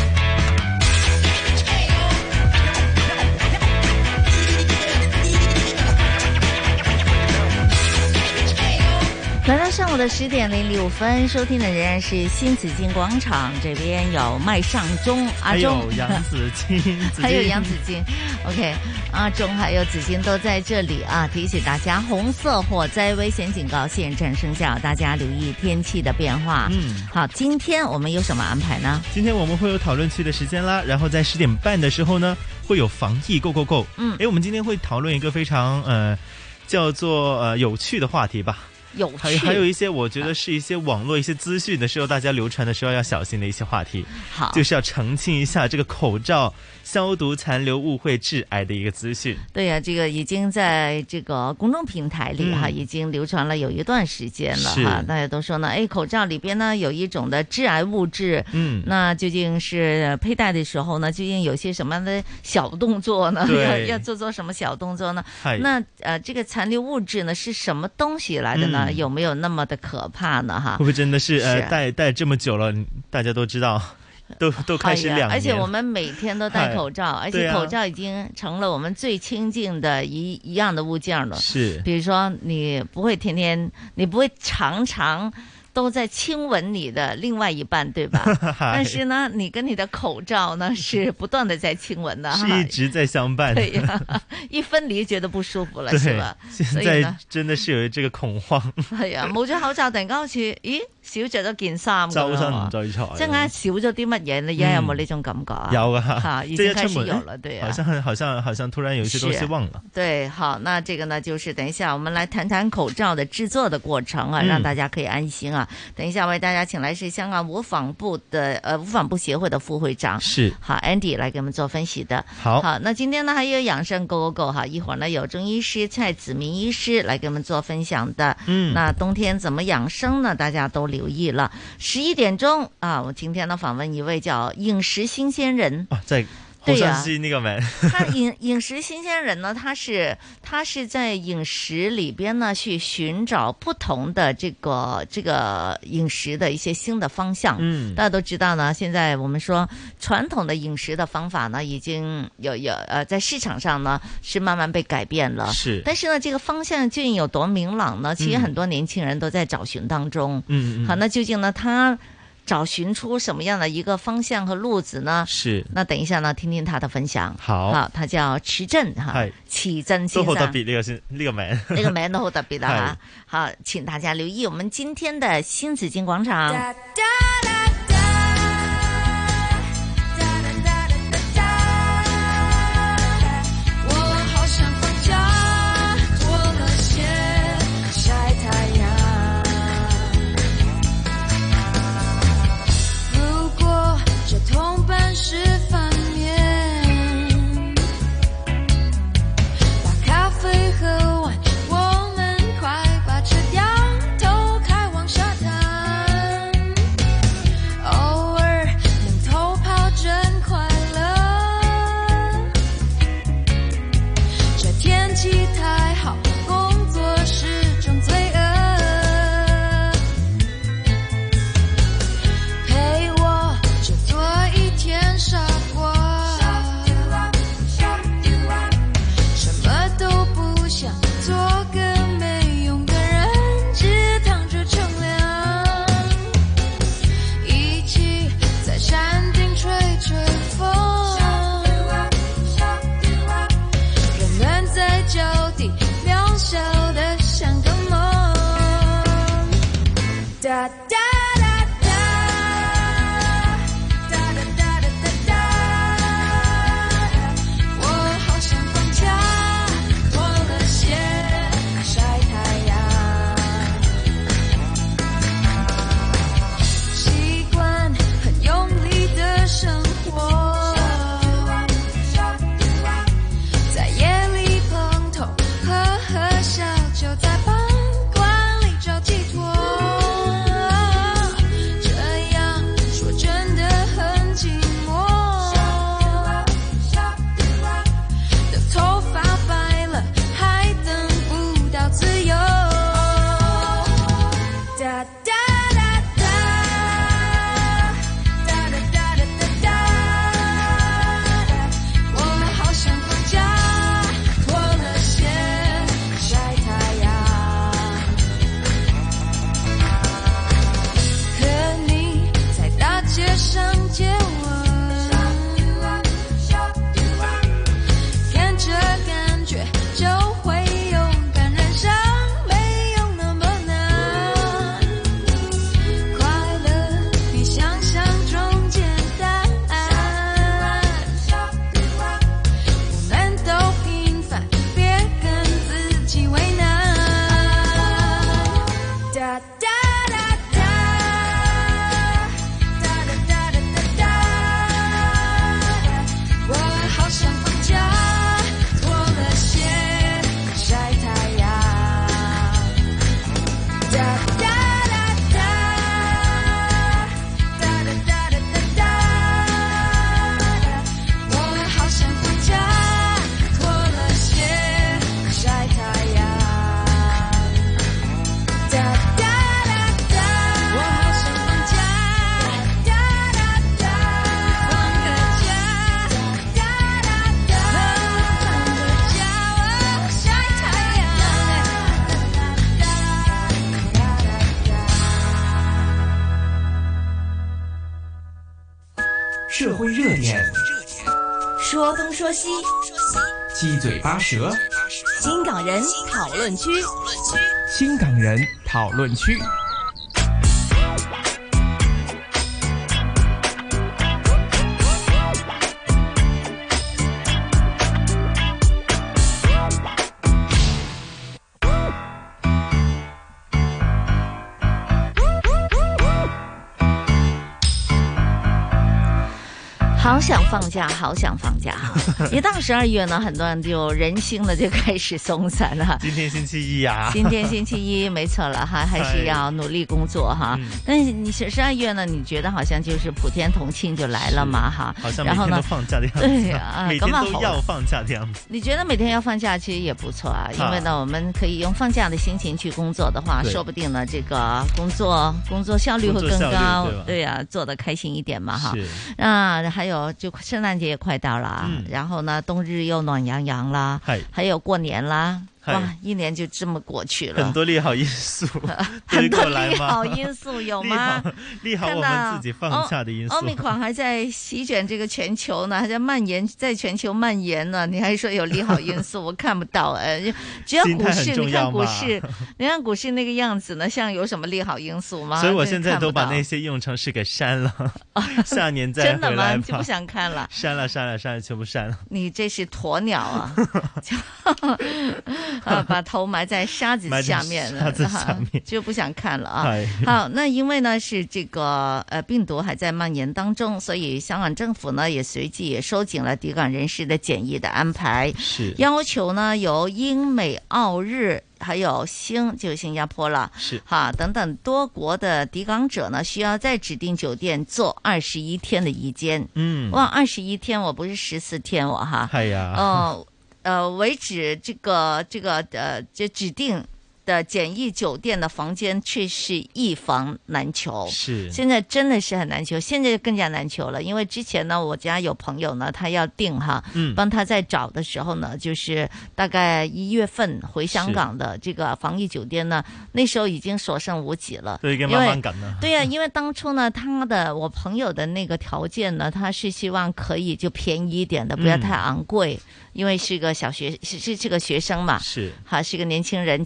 F: 来到上午的十點零六分，收聽的仍然是新紫荊廣場，這邊有麥尚中、阿中，
G: 還有楊紫荊，
F: 還有楊紫荊 ，OK， 阿中還有紫荊都在這裡啊！提醒大家，紅色火災危險警告現正生效，大家留意天氣的變化。嗯，好，今天我們有什麼安排呢？
G: 今天我們會有討論區的時間啦，然後在十點半的時候呢，會有防疫 Go Go Go。嗯，誒，我們今天會討論一個非常呃叫做呃有趣的話題吧。
F: 有趣，
G: 還還有一些我覺得是一些網絡一些資訊的時候，大家流傳的時候要小心的一些話題。好，就是要澄清一下這個口罩消毒殘留物會致癌的一個資訊。
F: 對呀、啊，這個已經在這個公眾平台裏哈、嗯，已經流傳了有一段時間了哈。大家都說呢，哎，口罩裏邊呢有一種的致癌物質。嗯，那究竟是佩戴的時候呢，究竟有些什麼樣的小動作呢？要要做做什麼小動作呢？那呃，這個殘留物質呢是什麼東西來的呢？嗯、有沒有那麼的可怕呢？哈，會
G: 不會真的是呃戴戴這麼久了，大家都知道，都都開始兩年、啊，
F: 而且我們每天都戴口罩，而且口罩已經成了我們最親近的一一樣的物件了。是，比如說你不會天天，你不會常常都在親吻你的另外一半，對吧？但是呢，你跟你的口罩呢是不斷的在親吻的，
G: 是一直在相伴的。對呀、
F: 啊，一分離覺得不舒服了，是吧？
G: 現在真的是有這個恐慌。
F: 係啊，冇咗口罩突然間好似，咦，少着咗件衫，
G: 周身唔聚財，
F: 即係少咗啲乜嘢？你而家有冇呢種感覺啊？
G: 有啊，
F: 哈，已經開始有了，對啊，
G: 好像好像好像突然有一些東西忘了。
F: 對，好，那這個呢，就是等一下我們來談談口罩的製作的過程啊，讓大家可以安心啊。等一下為大家請來是香港無紡部的呃無紡部協會的副會長，是好 Andy 來給我們做分析的。好，好，那今天呢還有養生 Go Go Go 哈，一會兒呢有中醫師蔡子明醫師來給我們做分享的。嗯，那冬天怎麼養生呢？大家都留意了。十一點鐘啊，我今天呢訪問一位叫飲食新鮮人
G: 啊，在。對呀、啊，那個門。
F: 他飲飲食新鮮人呢，他是他是在飲食裏邊呢去尋找不同的這個這個飲食的一些新的方向。嗯，大家都知道呢，現在我們說傳統的飲食的方法呢，已經有有呃在市場上呢是慢慢被改變了。是，但是呢，這個方向究竟有多明朗呢？其實很多年輕人都在找尋當中。嗯，好，那究竟呢，他找尋出什麼樣的一個方向和路子呢？是，那等一下呢，聽聽他的分享。好，好，他叫池振哈，池振先生。
G: 都好特別呢個先呢個名，
F: 呢個名都好特別啊！好，請大家留意我們今天的新紫荊廣場。噠噠
O: 哒哒哒哒，哒哒哒哒哒哒，我好想放假，脱了鞋晒太阳，习惯很用力的生活。
P: 社会热点，
A: 说东说西，
P: 七嘴八舌，
A: 新港人讨论区，
P: 新港人讨论区。
F: 好想放假，好想放假哈！一到十二月呢，很多人就人心呢就开始松散了。
G: 今天星期一啊，
F: 今天星期一，没错了哈，还是要努力工作哈。嗯、但是你十十二月呢，你觉得好像就是普天同庆就来了嘛哈？
G: 好像每天都放假的样子。
F: 对啊，
G: 每天都要放假的样子。
F: 你觉得每天要放假其实也不错啊，因为呢，我们可以用放假的心情去工作的话，说不定呢，这个工作工作效率会更高。对呀、啊，做得开心一点嘛哈。那还有就圣诞节也快到了，嗯、然后呢，冬日又暖洋洋啦，还有过年啦。哇，一年就这么过去了，
G: 很多利好因素，
F: 很多利好因素有吗？
G: 利好我们自己放假的因素。
F: 奥密克戎还在席卷这个全球呢，还在蔓延，在全球蔓延呢。你还说有利好因素，我看不到哎。只要股市，你看股市，你看股市那个样子呢，像有什么利好因素吗？
G: 所以我现在都把那些应用程式给删了，下年再回来吧。
F: 真的吗？就不想看了？
G: 删了，删了，删了，全部删了。
F: 你这是鸵鸟啊！啊，把头埋在沙子下面了，
G: 沙子下面
F: 就不想看了啊。好，那因为呢是这个呃病毒还在蔓延当中，所以香港政府呢也随即也收紧了抵港人士的检疫的安排，
G: 是
F: 要求呢由英美澳日。还有新就是新加坡了，
G: 是
F: 哈等等多国的抵港者呢，需要在指定酒店做二十一天的移监。嗯，哇，二十一天，我不是十四天我哈。
G: 哎呀，
F: 哦。呃，为止这个这个呃，这指定的检疫酒店的房间却是一房难求，
G: 是
F: 现在真的是很难求，现在更加难求了。因为之前呢，我家有朋友呢，他要订哈，嗯，帮他在找的时候呢，就是大概一月份回香港的这个防疫酒店呢，那时候已经所剩无几了。
G: 对，慢慢赶呢。
F: 对呀、啊，因为当初呢，他的我朋友的那个条件呢，他是希望可以就便宜一点的，不要太昂贵。嗯，因为是个小学是是这个学生嘛，
G: 是，
F: 哈，是个年轻人，经济能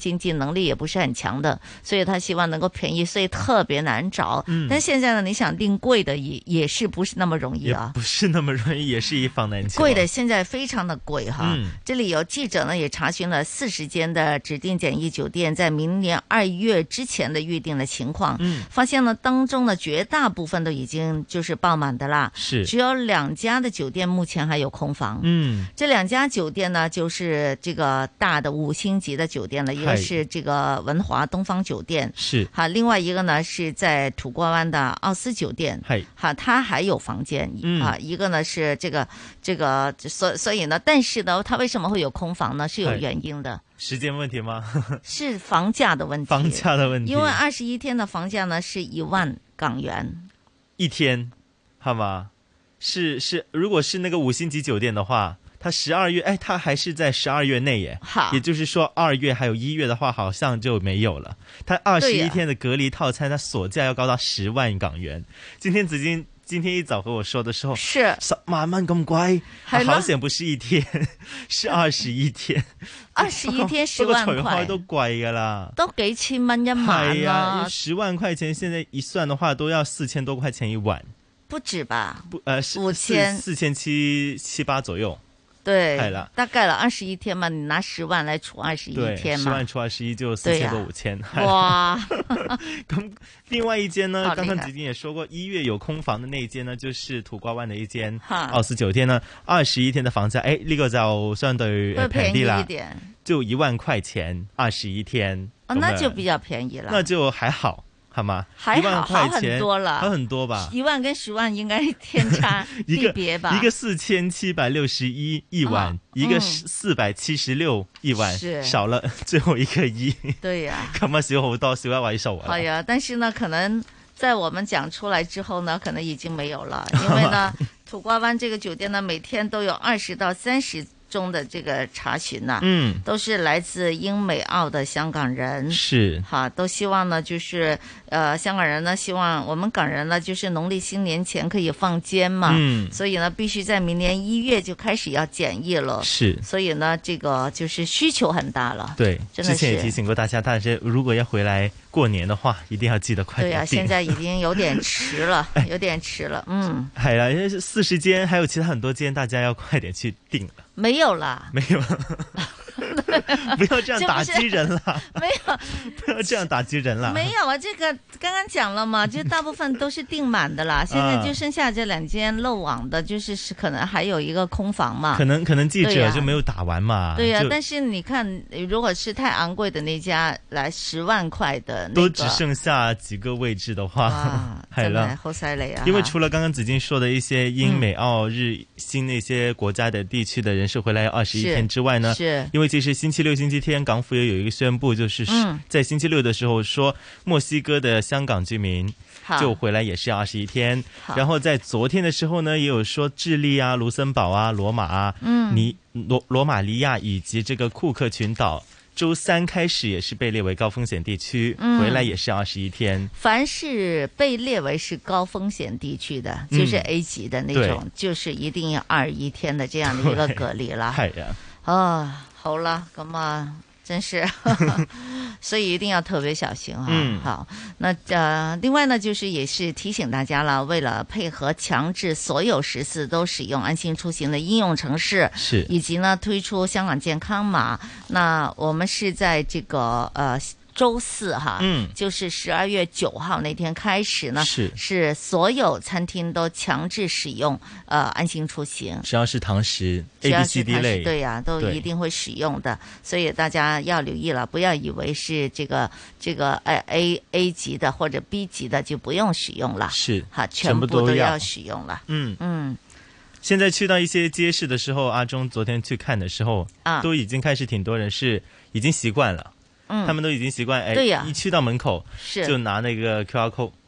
F: 能力也不是很强的，所以他希望能够便宜，所以特别难找。嗯，但现在呢，你想订贵的也也是不是那么容易啊？
G: 也不是那么容易，也是一房难求。
F: 贵的现在非常的贵哈。
G: 嗯，
F: 这里有记者呢也查询了四十间的指定检疫酒店在明年二月之前的预定的情况，嗯，发现呢当中的绝大部分都已经就是爆满的啦，
G: 是
F: 只有两家的酒店目前还有空房。
G: 嗯，
F: 这两家酒店呢就是这个大的五星级的酒店了，一个是这个文华东方酒店，
G: 是
F: 哈，另外一个呢是在土瓜湾的奥斯酒店，哈，它还有房间，嗯啊，一个呢是这个这个所所以呢，但是呢，它为什么会有空房呢？是有原因的。
G: 时间问题吗？
F: 是房价的问题。
G: 房价的问题。
F: 因为二十一天的房价呢是一万港元
G: 一天，好吗？是是，如果是那个五星级酒店的话，它十二月，哎，它还是在十二月内耶。
F: 好，
G: 也就是说二月还有一月的话，好像就没有了。它二十一天的隔离套餐，它所价要高到十万港元。今天紫金。今天一早和我說的時候，
F: 是
G: 十萬蚊咁貴，好險不是一天，是二十一天，
F: 二十一天十萬塊，
G: 不過除開都貴噶啦，
F: 都幾千蚊一晚啦，
G: 十萬塊錢現在一算的話，都要四千多塊錢一晚，
F: 不止吧？
G: 不，呃，
F: 五千
G: 四千七七八左右。
F: 對，大概了二十一天嘛，你拿十萬來除二十一天嘛，
G: 十萬除二十一就四千多五千。
F: 哇！
G: 咁另外一間呢，剛剛子金也說過，一月有空房的那一間呢，就是土瓜灣的一間奧斯酒店呢，二十一天的房價，誒，呢個就相對平啲啦，就一萬塊錢二十一天。
F: 哦，那就比較便宜了，
G: 那就還好。好嗎？
F: 還好，好很多了，
G: 好很多吧？
F: 一萬跟十萬應該天差地別吧？
G: 一個四千七百六十一一晚，一個四百七十六一晚，少了最後一個一。
F: 對呀，
G: 咁啊少好多，少一位數啊。
F: 係啊，但是呢，可能在我們講出來之後呢，可能已經沒有了，因為呢，土瓜灣這個酒店呢，每天都有二十到三十。中的這個查詢呐、啊，嗯，都是來自英美澳的香港人，
G: 是，
F: 哈，都希望呢，就是，呃，香港人呢，希望我們港人呢，就是農曆新年前可以放監嘛，嗯，所以呢，必須在明年一月就開始要檢疫了，
G: 是，
F: 所以呢，這個就是需求很大了，
G: 對，
F: 真的是，
G: 之前也提醒過大家，大家如果要回來過年的話，一定要記得快點訂。
F: 對啊，現在已經有點遲了，有點遲了，嗯，
G: 係啦，因為四十間，還有其他很多間，大家要快點去訂了。
F: 沒有啦，
G: 沒有，不要這樣打擊人了。
F: 沒有，
G: 不要這樣打擊人了。
F: 沒有啊，這個剛剛講了嘛，就大部分都是訂滿的啦。現在就剩下這兩間漏網的，就是可能還有一個空房嘛。
G: 可能可能記者就沒有打完嘛。
F: 對呀、啊，但是你看，如果是太昂貴的那家，來十萬塊的、那個，
G: 都只剩下幾個位置的話，
F: 真係好犀利啊！
G: 因為除了剛剛子金說的一些英美澳日新那些國家的地區的人士回來二十一天之外呢，
F: 是
G: 因為其實星期六、星期天港府也有一個宣布，就是在星期六的時候說，墨西哥的香港居民就回來也是要二十一天。然後在昨天的時候呢，也有說智利啊、盧森堡啊、羅馬啊、嗯、尼羅羅馬尼亞以及這個庫克群島，周三開始也是被列為高風險地區，嗯、回來也是二十一天。
F: 凡是被列為是高風險地區的，就是 A 級的那種，嗯、就是一定要二十一天的這樣的一個隔離啦。
G: 係啊，
F: 啊，好啦，咁啊，真是，所以一定要特別小心啊。
G: 嗯，
F: 好，那呃，另外呢，就是也是提醒大家了，為了配合強制所有十四都使用安心出行的應用程式，
G: 是，
F: 以及呢推出香港健康碼，那我們是在這個呃。周四哈，嗯，就是十二月九號那天開始呢，
G: 是
F: 是所有餐廳都強制使用呃安心出行，
G: 只要是堂食
F: A
G: B C D 類，
F: 對呀、啊，都一定會使用的，所以大家要留意了，不要以為是這個這個呃 A A 級的或者 B 級的就不用使用了，
G: 是
F: 哈，全部都要使用了，
G: 嗯
F: 嗯。
G: 現在去到一些街市的時候，阿中昨天去看的時候，啊，都已經開始挺多人是已經習慣了。嗯，他們都已經習慣，哎，對呀，一去到門口就拿那個 Q R code，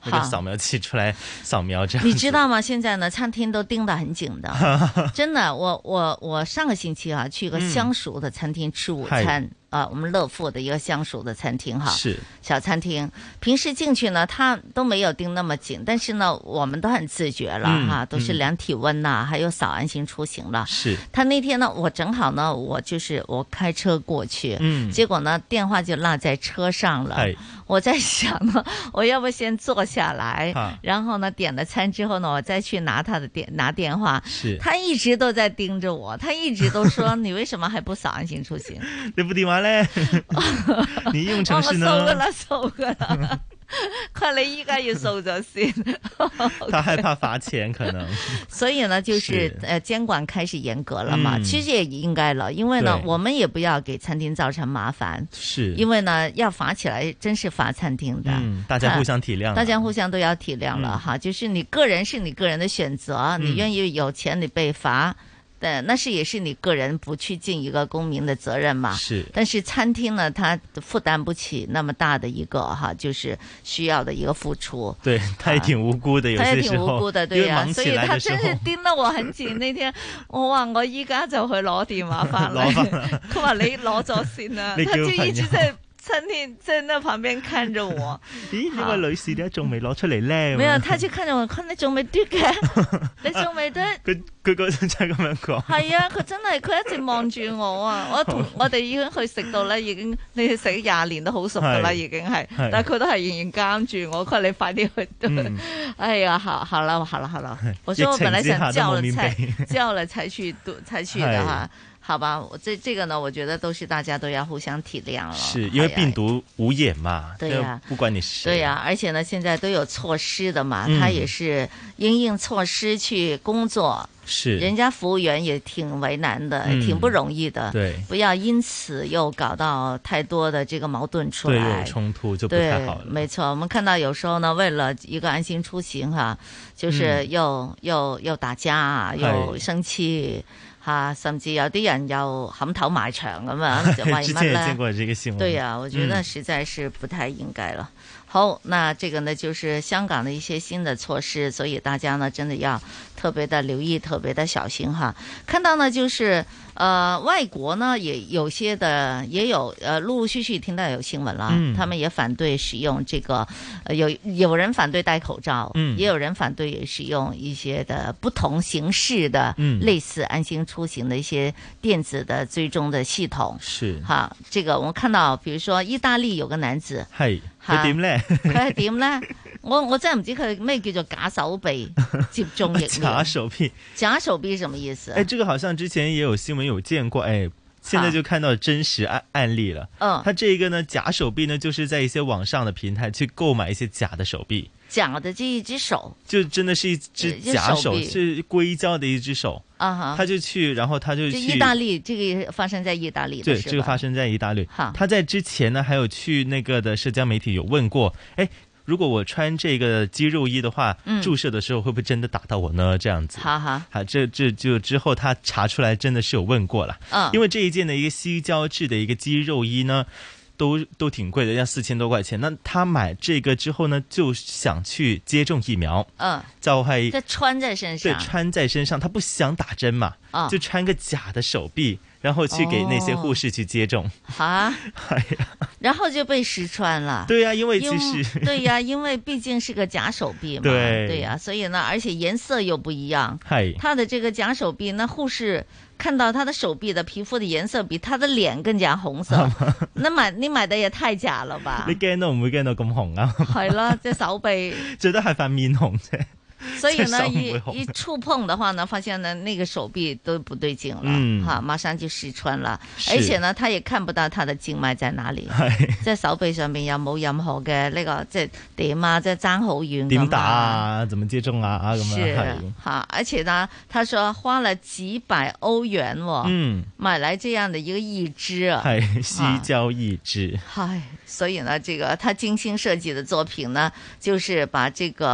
G: 那个扫描器出来扫描这样。
F: 你知道吗？现在呢，餐厅都盯得很紧的，真的。我我我上个星期啊，去一个相熟的餐厅吃午餐。嗯啊，我们乐富的一个相熟的餐厅哈，
G: 是
F: 小餐厅。平时进去呢，它都没有盯那么紧，但是呢，我们都很自觉了、嗯、哈，都是量体温呐、嗯，还有扫安心出行了。
G: 是。
F: 他那天呢，我正好呢，我就是我开车过去，嗯，结果呢，电话就落在车上了。我在想呢，我要不先坐下来，然后呢，點了餐之後呢，我再去拿他的電拿電話。
G: 是。
F: 他一直都在盯着我，他一直都說你為什麼還不掃安心出行？
G: 你部電話咧？你用城市呢？
F: 我掃噶啦，掃噶啦。佢話你依家要掃咗先。
G: 他害怕罰錢可能。
F: 所以呢，就是呃監管開始嚴格了嘛、嗯，其實也應該了，因為呢，我們也不要給餐廳造成麻煩。
G: 是。因
F: 為呢，要罰起來，真是罰餐廳的。
G: 嗯，大家互相體諒。
F: 大家互相都要體諒了、嗯、哈，就是你個人是你個人的選擇，你願意有錢你被罰。對，那是也是你個人不去盡一個公民的責任嘛。
G: 是。
F: 但是餐廳呢，它負擔不起那麼大的一個哈，就是需要的一個付出。
G: 對，他也挺無辜的，有些時候。他也挺無辜
F: 的，對呀、啊。所以他真是盯得我很緊。那天我話我依家就去攞電話翻嚟，佢話你攞咗先啦，他就一直在餐廳在那旁邊看着我。
G: 咦，呢位女士點解仲未攞出嚟咧？
F: 沒有，他就看着我，看你仲未嘟嘅，你仲未嘟。
G: 佢佢嗰陣真係咁樣講。
F: 係啊，佢真係佢一直望住我啊！我同我哋已經去食到咧，已經你食廿年都好熟噶啦，已經係。但係佢都係仍然監住我，佢話你快啲去嘟。嗯、哎呀，好好啦，好啦，好啦。我說我本來想叫了才叫了才去嘟才去的哈。好吧，我這這個呢，我覺得都是大家都要互相體諒了。
G: 是因為病毒無眼嘛，
F: 對呀、啊，
G: 不管你是
F: 對呀、啊，而且呢，現在都有措施的嘛，他、嗯、也是因應措施去工作。
G: 是，
F: 人家服務員也挺為難的，嗯、挺不容易的。
G: 對，
F: 不要因此又搞到太多的這個矛盾出來，
G: 對，有衝突就不太好了。
F: 沒錯，我們看到有時候呢，為了一個安心出行哈，就是又、嗯、又又打架，又生氣。哈，甚至有啲人又冚頭埋牆咁樣，就為乜咧？
G: 之前也見過這個新聞。
F: 對呀、啊，我覺得實在是不太應該了。嗯、好，那這個呢，就是香港的一些新的措施，所以大家呢，真的要特別的留意，特別的小心哈。看到呢，就是呃，外國呢也有些的，也有呃，陸陸續續聽到有新聞啦、嗯，他們也反對使用這個，呃、有有人反對戴口罩，嗯，也有人反對使用一些的不同形式的，嗯，類似安心出行的一些電子的追蹤的系統，
G: 是
F: 哈，這個我們看到，比如說意大利有個男子，
G: 係佢點咧？
F: 佢係點咧？我我真係唔知佢咩叫做假手臂接種疫苗。
G: 假手臂，
F: 假手臂什麼意思？
G: 哎，這個好像之前也有新聞有見過，哎，現在就看到真實案案例了。嗯，他這個呢，假手臂呢，就是在一些網上的平台去購買一些假的手臂。
F: 假的這一隻手，
G: 就真的是一隻假手，是硅膠的一隻手。啊哈，他就去，然後他就去。
F: 意大利，這個發生在意大利的。
G: 對，這個發生在意大利。好，他在之前呢，還有去那個的社交媒體有問過，哎。如果我穿這個肌肉衣的話，嗯、注射的時候會不會真的打到我呢？這樣子，
F: 好好，
G: 好，這這就之後他查出來真的是有問過了，嗯，因為這一件的一個矽膠製的一個肌肉衣呢，都都挺貴的，要四千多塊錢。那他買這個之後呢，就想去接種疫苗，嗯，就係
F: 就穿在身上，
G: 對，穿在身上，他不想打針嘛，嗯，就穿個假的手臂。然後去給那些護士去接種
F: 啊，然後就被試穿了。
G: 對呀、啊，因為其實
F: 對呀、啊，因為畢竟是個假手臂嘛。
G: 對
F: 對呀、啊，所以呢，而且顏色又不一樣。係，他的這個假手臂，那護士看到他的手臂的皮膚的顏色比他的臉更加紅色，那買你買的也太假了吧？
G: 你驚到唔會驚到咁紅啊？
F: 係啦，隻手臂
G: 最多係塊面紅啫。
F: 所以呢，一一觸碰的話呢，發現呢那個手臂都不對勁了，嗯，哈，馬上就試穿了，而且呢，他也看不到他的靜脈在哪裏，即係手臂上面有冇任何嘅呢個即係點啊，即係爭好遠，
G: 點打啊，怎麼接種啊，咁樣係，
F: 哈，而且呢，他說花了幾百歐元，嗯，買來這樣的一個義肢，
G: 係矽膠義肢，
F: 係，所以呢，這個他精心設計的作品呢，就是把這個。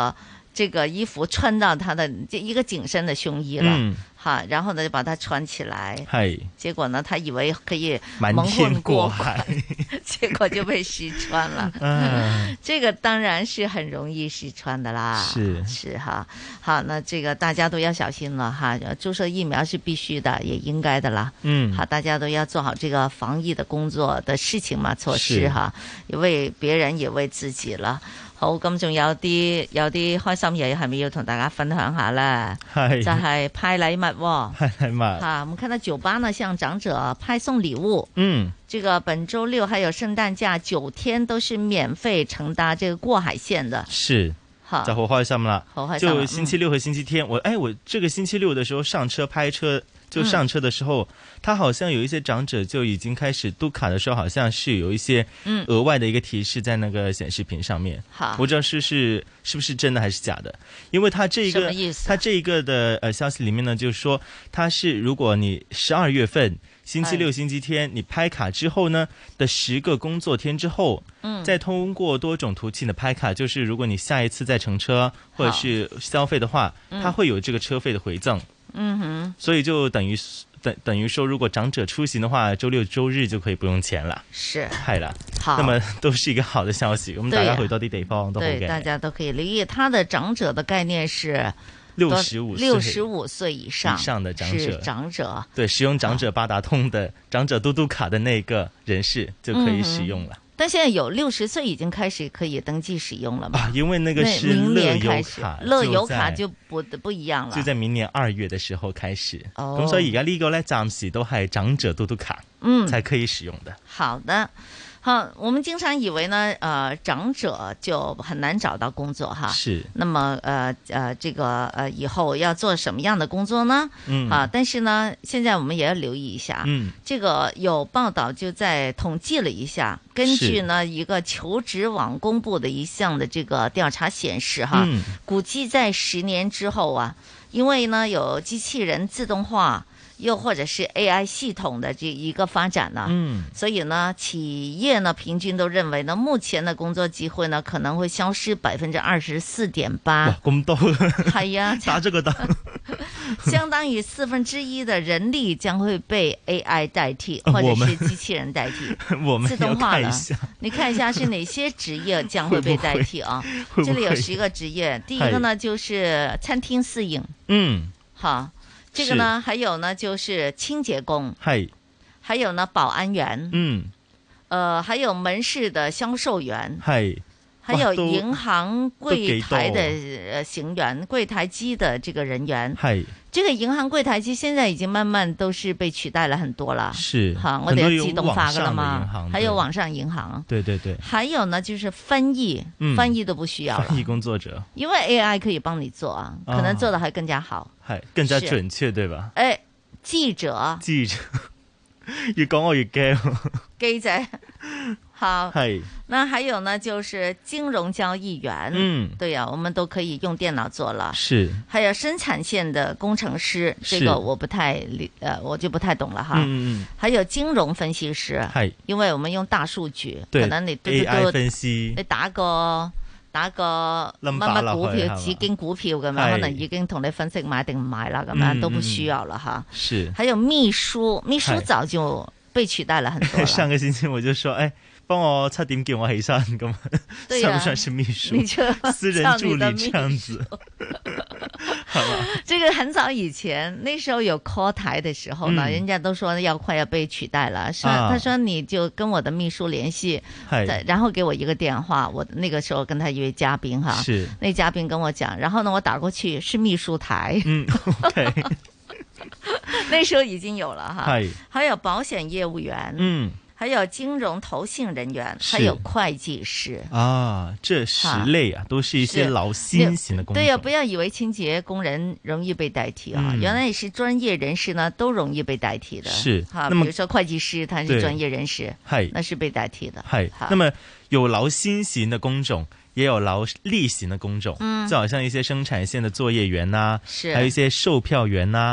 F: 这个衣服穿到他的这一个紧身的胸衣了，嗯，哈，然后呢就把它穿起来，结果呢他以为可以蒙混过海，结果就被试穿了。嗯，这个当然是很容易试穿的啦，
G: 是
F: 是哈。好，那这个大家都要小心了哈，注射疫苗是必须的，也应该的啦。嗯，好，大家都要做好这个防疫的工作的事情嘛，措施哈，也为別人也為自己啦。好，咁仲有啲有啲開心嘢，係咪要同大家分享下咧？係就係派禮物、哦，派禮物。哈，我們看到酒吧呢向長者派送禮物。嗯，這個本週六還有聖誕假九天都是免費乘搭這個過海線的。是。好，就好開心啦。好開心。就星期六和星期天，嗯、我哎，我這個星期六的時候上車拍車。就上車的時候、嗯、他好像有一些長者就已經開始嘟卡的時候好像是有一些額外的一個提示在那個顯示屏上面。好、嗯，我不知道是是是不是真的還是假的，因為他這一個他這一個的呃消息裡面呢就是說他是如果你十二月份星期六星期天你拍卡之後呢的十個工作天之後，嗯，再通過多種途徑的拍卡，就是如果你下一次再乘車或者是消費的話，它會有這個車費的回贈。嗯哼，所以就等於等等於說，如果長者出行的話，周六周日就可以不用錢了。是，係啦，好，那麼都是一個好的消息。我們大家去多啲地方都好嘅，對，大家都可以留意。他的長者的概念是六十五六十五歲以上以上的長者，長者對，使用長者八達通的長者嘟嘟卡的那個人士就可以使用了。嗯，但現在有六十歲已經開始可以登記使用了嘛？啊，因為那個是樂悠卡，樂悠卡就不不一樣了，就在明年二月的時候開始。哦，咁所以而家呢個呢，暫時都係長者嘟嘟卡，嗯，才可以使用的。好的。好，我們經常以為呢，呃，長者就很難找到工作哈。是。那麼，呃，呃，這個，呃，以後要做什麼樣的工作呢？嗯。啊，但是呢，現在我們也要留意一下。嗯。這個有報道就在統計了一下，根據呢一個求職網公布的一項的這個調查顯示哈，嗯，估計在十年之後啊，因為呢有機器人自動化。又或者是 A I 系統的這一個發展呢，嗯，所以呢，企業呢平均都認為呢，目前的工作機會呢可能會消失百分之二十四點八。哇，咁多！係呀，打這個打，相當於四分之一的人力將會被 A I 代替，或者是機器人代替，我們自動化了。你看一下是哪些職業將會被代替啊？會會這裡有十個職業，第一個呢就是餐廳侍應，嗯，好。這個呢，還有呢，就是清潔工，係，還有呢，保安員，嗯，呃，還有門市的銷售員，係，還有銀行櫃台的呃行員，櫃台機的這個人員，係，這個銀行櫃台機現在已經慢慢都是被取代了很多了，是，好，我哋自動化噶啦嘛，還有網上銀行，對對對，還有呢，就是翻譯，嗯，翻譯都不需要了，翻譯工作者，因為 A I 可以幫你做啊，可能做得還更加好。係更加準確，對吧？誒，記者，記者，越講我越驚。記者，好，係。那還有呢，就是金融交易員，嗯，對呀、啊，我們都可以用電腦做了。是。還有生產線的工程師，這個我不太理，呃，我就不太懂了哈。嗯嗯。還有金融分析師，係，因為我們用大數據，可能你都 A I 分析，你打個。打個乜乜股票，紫荊股票咁樣，可能已經同你分析買定唔買啦，咁樣都不需要了哈。是，還有秘書，秘書早就被取代了很多了。上個星期我就說，哎，幫我七點叫我起身咁，算不算是秘書？你就私人助理這樣子。好吧，這個很早以前，那時候有 call 台的時候呢，嗯、人家都說要快要被取代了。說、啊、他說你就跟我的秘書聯繫，然後給我一個電話。我那個時候跟他一位嘉賓哈，是那嘉賓跟我講，然後呢我打過去是秘書台。嗯，OK，那時候已經有了哈。還有保險業務員。嗯。還有金融投信人員，還有會計師啊，這十類啊，都是一些勞心型的工作。對呀、啊，不要以為清潔工人容易被代替啊，嗯、原來也是專業人士呢，都容易被代替的。是，哈，比如說會計師，他是專業人士，係，那是被代替的。係，那麼有勞心型的工種，也有勞力型的工種，嗯，就好像一些生產線的作業員呐、啊，是，還有一些售票員呐、啊。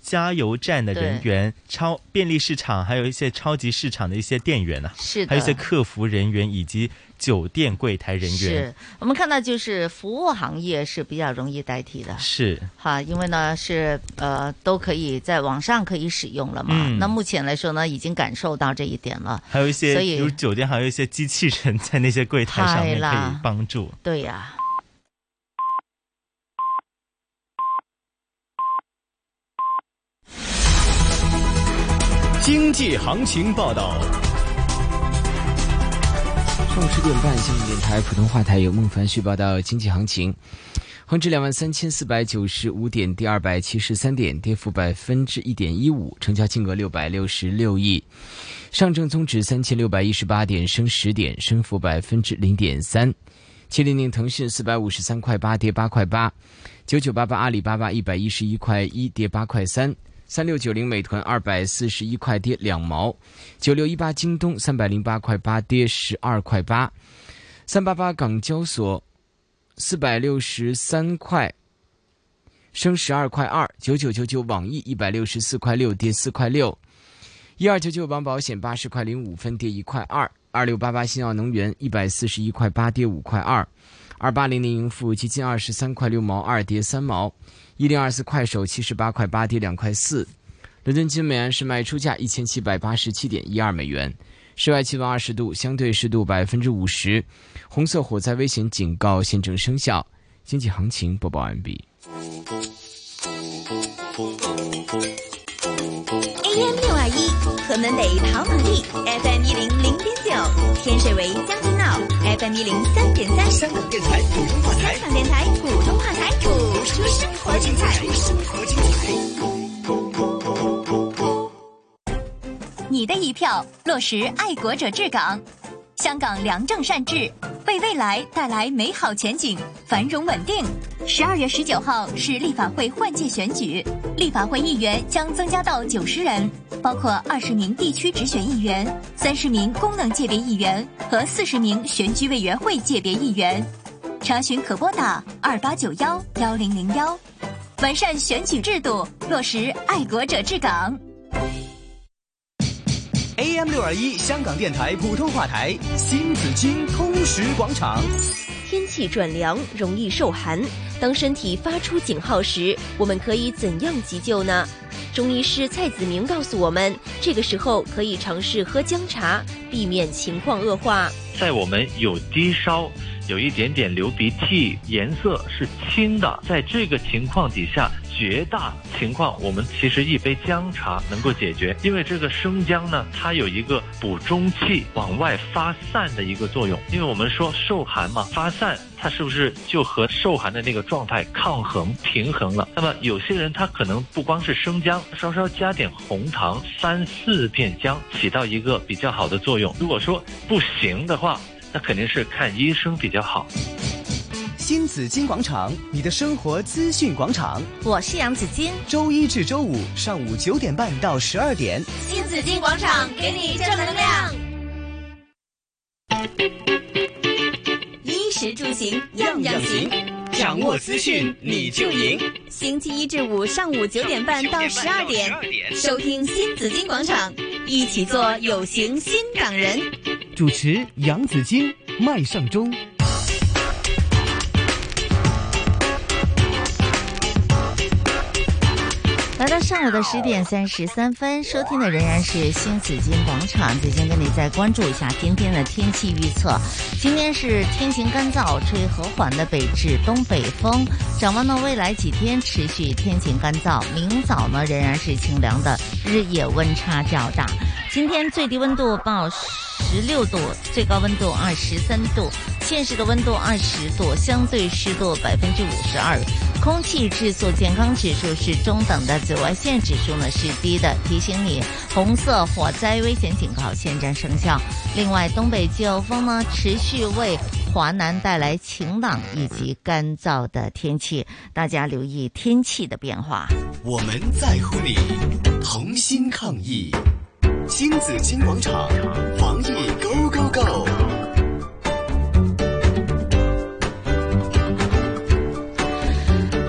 G: 加油站的人员、超便利市场，还有一些超级市场的一些店员啊，
F: 是的，
G: 还有一些客服人员以及酒店柜台人员。
F: 是我们看到就是服务行业是比较容易代替的，
G: 是
F: 哈，因为呢是呃都可以在网上可以使用了嘛。嗯、那目前来说呢，已经感受到这一点了。
G: 还有一些，比如酒店还有一些机器人在那些柜台上面可以帮助。
F: 对呀、啊。
D: 经济行情报道。
H: 上午十点半，香港电台普通话台由孟凡旭报道经济行情。恒指两万三千四百九十五点，跌二百七十三点，跌幅百分之一点一五，成交金额六百六十六亿。上证综指三千六百一十八点，升十点，升幅百分之零点三。七零零腾讯四百五十三块八，跌八块八。九九八八阿里巴巴一百一十一块一，跌八块三。三六九零美团二百四十一块，跌两毛。九六一八京东三百零八块八，跌十二块八。三八八港交所四百六十三块，升十二块二。九九九九网易一百六十四块六，跌四块六。一二九九王保险八十块零五分，跌一块二。二六八八新奥能源一百四十一块八，跌五块二。二八零零盈富基金二十三块六毛二，跌三毛。一零二四快手七十八块八，跌两块四。伦敦金每安士卖出价一千七百八十七点一二美元。室外气温二十度，相对湿度百分之五十。红色火灾危险警告现正生效。经济行情播报完毕。
A: A M 六二一，河门北跑马地 ，F M 一零零点九，天水围将军澳 ，F M 一零三点三，
B: 香港电台普通话台，
A: 香港电台普通话台，谱出生活精彩，
B: 生活精彩。
Q: 你的一票，落实爱国者治港，香港良政善治，为未来带来美好前景，繁荣稳定。十二月十九号是立法会换届选举，立法会议员将增加到九十人，包括二十名地区直选议员、三十名功能界别议员和四十名选举委员会界别议员。查询可拨打二八九幺幺零零幺。完善选举制度，落实爱国者治港。
D: A M 六二一香港电台普通话台，新紫金通识广场。
C: 天气转凉，容易受寒。当身体发出警号时，我们可以怎样急救呢？中医师蔡子明告诉我们，这个时候可以尝试喝姜茶，避免情况恶化。
R: 在我们有低烧，有一点点流鼻涕，颜色是青的，在这个情况底下，绝大情况我们其实一杯姜茶能够解决，因为这个生姜呢，它有一个补中气、往外发散的一个作用。因为我们说受寒嘛，发散，它是不是就和受寒的那个状态抗衡、平衡了？那么有些人他可能不光是生姜，稍稍加点红糖，三四片姜，起到一个比较好的作用。如果说不行的话，那肯定是看医生比较好。
D: 新紫金广场，你的生活资讯广场。
Q: 我是杨子金，
D: 周一至周五上午九点半到十二点，
Q: 新紫金广场给你正能量。衣食住行样样行，
B: 掌握资讯你就赢。
Q: 星期一至五上午九点半到十二点，收听新紫金广场，一起做有型新港人。
D: 主持杨子金、麦尚中。
F: 来到上午的十点三十三分，收听的仍然是新紫金广场。最先跟你再关注一下今天的天气预测。今天是天晴干燥，吹和缓的北至东北风。展望呢，未来几天持续天晴干燥，明早呢仍然是清凉的，日夜温差较大。今天最低温度报十六度，最高温度二十三度，现时的温度二十度，相对湿度百分之五十二。空气质素健康指数是中等的，紫外线指数呢是低的，提醒你红色火灾危险警告现正生效。另外，东北季候风呢持续为华南带来晴朗以及干燥的天气，大家留意天气的变化。
B: 我们在乎你，同心抗疫。新紫金广场，防疫 Go Go Go！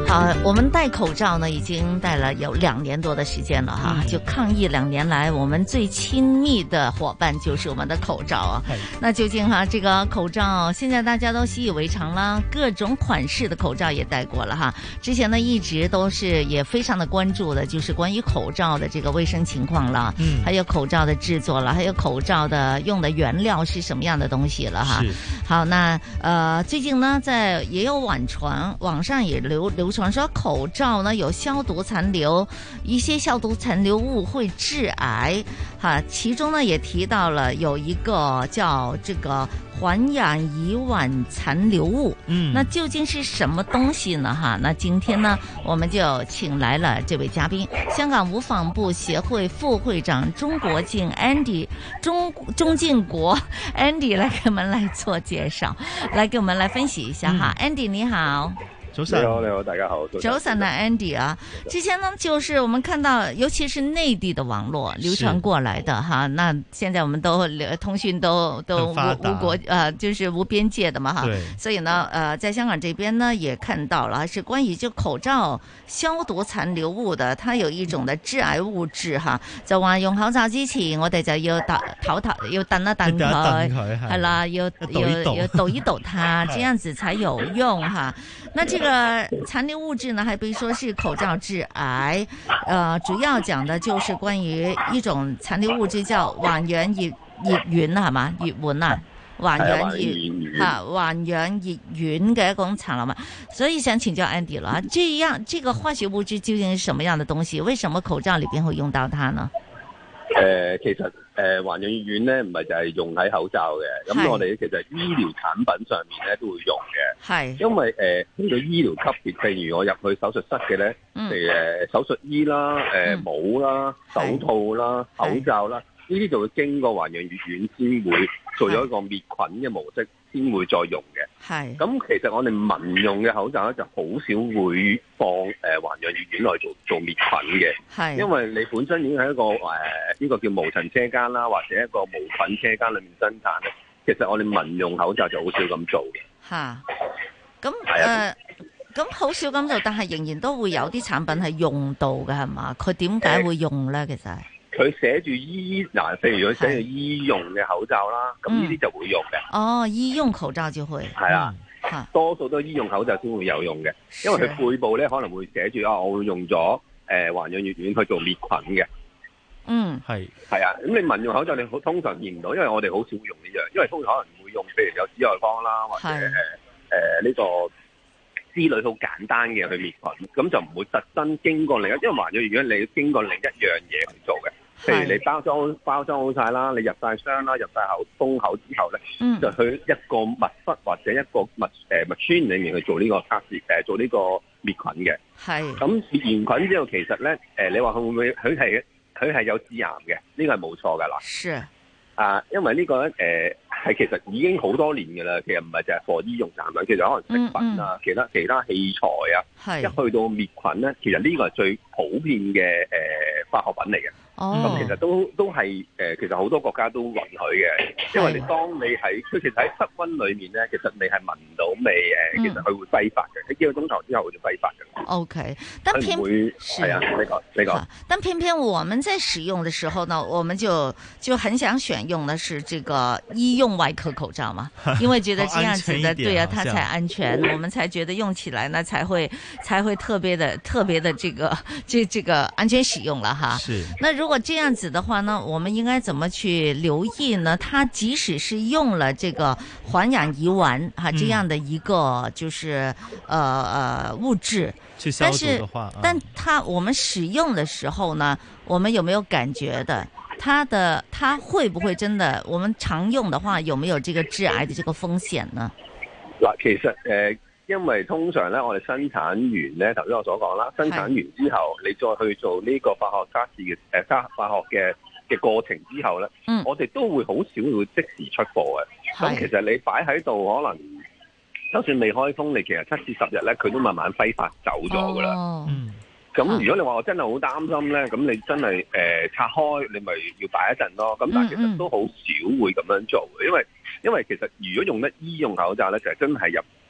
F: 好，我们戴口罩呢，已经戴了有两年多的时间了哈。就抗疫两年来，我们最亲密的伙伴就是我们的口罩啊。那究竟哈，这个口罩现在大家都习以为常啦，各种款式的口罩也戴过了哈。之前呢，一直都是也非常的关注的，就是关于口罩的这个卫生情况了，嗯，还有口罩的制作了，还有口罩的用的原料是什么样的东西了哈。好，那呃，最近呢，在也有网传，网上也流流传说口罩呢有消毒残留，一些消毒残留物会致癌，哈，其中呢也提到了有一个叫这个环氧乙烷残留物，嗯，那究竟是什么东西呢？哈，那今天呢，我们就请来了这位嘉宾，香港无纺布协会副会长钟国敬 Andy 钟钟敬国 Andy 来给我们来做介绍，来给我们来分析一下哈、嗯、，Andy 你好。
S: 早晨，你好，你好，大家好。
F: 早晨啊 ，Andy 啊，之前呢，就是我们看到，尤其是内地的网络流传过来的哈，那现在我们都通讯都都无无国呃，就是无边界的嘛哈，所以呢，呃，在香港这邊呢也看到了，是關於就口罩消毒殘留物的，它有一種的致癌物質哈，就話用口罩之前，我哋就要唞唞，要燉一燉佢，係啦，要要要倒一倒它，這樣子才有用哈。那這個殘留物質呢，還比如說是口罩致癌，呃，主要講的就是關於一種殘留物質叫環氧乙乙烷係嘛？乙烷啊，環氧乙嚇環氧乙烷嘅一種殘留物，所以想請教 Andy 啦，這樣這個化學物質究竟是什麼樣的東西？為什麼口罩裏邊會用到它呢？
S: 誒、呃，其實誒環氧乙烷咧，唔係就係用喺口罩嘅，咁我哋其實醫療產品上面咧都會用嘅。係，因為誒呢個醫療級別，譬如我入去手術室嘅咧，譬如誒手術衣啦、誒、呃、帽啦、手套啦、口罩啦，呢啲就會經過環氧乙烷先會做咗一個滅菌嘅模式，先會再用嘅。係，咁其實我哋民用嘅口罩咧就好少會放誒環氧乙烷來做做滅菌嘅。係，因為你本身已經喺一個誒呢、呃這個叫無塵車間啦，或者一個無菌車間裏面生產咧，其實我哋民用口罩就好少咁做嘅。嚇，咁誒，咁好少咁做，但係仍然都會有啲產品係用到嘅，係嘛？佢點解會用咧？其實佢寫住醫嗱，譬如佢寫住醫用嘅口罩啦，咁呢啲就會用嘅。哦，醫用口罩就會係啦，嗯、多數都醫用口罩先會有用嘅，因為佢背部咧可能會寫住啊，我會用咗誒環氧乙烷去做滅菌嘅。嗯，係係啊，咁你民用口罩你好通常見唔到，因為我哋好少會用呢樣，因為通常可能會用譬如有紫外光啦，或者誒誒呢個之類好簡單嘅去滅菌，咁就唔會特登經過另一，因為環氧乙烷你要經過另一樣嘢去做嘅。譬如你包裝包裝好晒啦，你入晒箱啦，入晒口封口之後咧、嗯，就去一個密室或者一個密誒密圈裏面去做呢個測試，誒、呃、做呢個滅菌嘅。係。咁滅完菌之後，其實咧誒、呃，你話佢會唔會佢係佢係有致癌嘅？呢、這個係冇錯㗎啦。是。啊，因為呢個咧誒係其實已經好多年㗎啦，其實唔係淨係貨醫用產品，其實可能食品啊、嗯嗯、其他其他器材啊，一去到滅菌咧，其實呢個係最普遍嘅誒、呃、化學品嚟嘅。哦，咁其實都都係誒、呃，其實好多國家都允許嘅，因為你當你喺佢其實喺室溫裏面咧，其實你係聞唔到味誒、嗯，其實佢會揮發嘅，喺幾個鐘頭之後就揮發嘅。O、okay, K， 但偏係啊，呢個呢個。但偏偏我們在使用的時候呢，我們就就很想選用的是這個醫用外科口罩嘛，因為覺得這樣子的對啊，它才安全，我們才覺得用起來呢才會才會特別的特別的這個這這個安全使用了哈。是。那如果如果這樣子的話呢，我們應該怎麼去留意呢？它即使是用了這個環氧乙烷哈這樣的一個就是呃呃物質，但是但它我們使用的時候呢，我們有沒有感覺的？它的它會不會真的？我們常用的話，有沒有這個致癌的這個風險呢？嗱，其實誒。呃因為通常咧，我哋生產完咧，頭先我所講啦，生產完之後，你再去做呢個化學測試嘅誒化化學嘅嘅過程之後咧、嗯，我哋都會好少會即時出貨嘅。咁其實你擺喺度，可能就算未開封，你其實七至十日咧，佢都慢慢揮發走咗噶啦。咁、哦、如果你話我真係好擔心咧，咁你真係誒、呃、拆開，你咪要擺一陣咯。咁但係其實都好少會咁樣做嘅，因為因為其實如果用得醫用口罩咧，就係真係入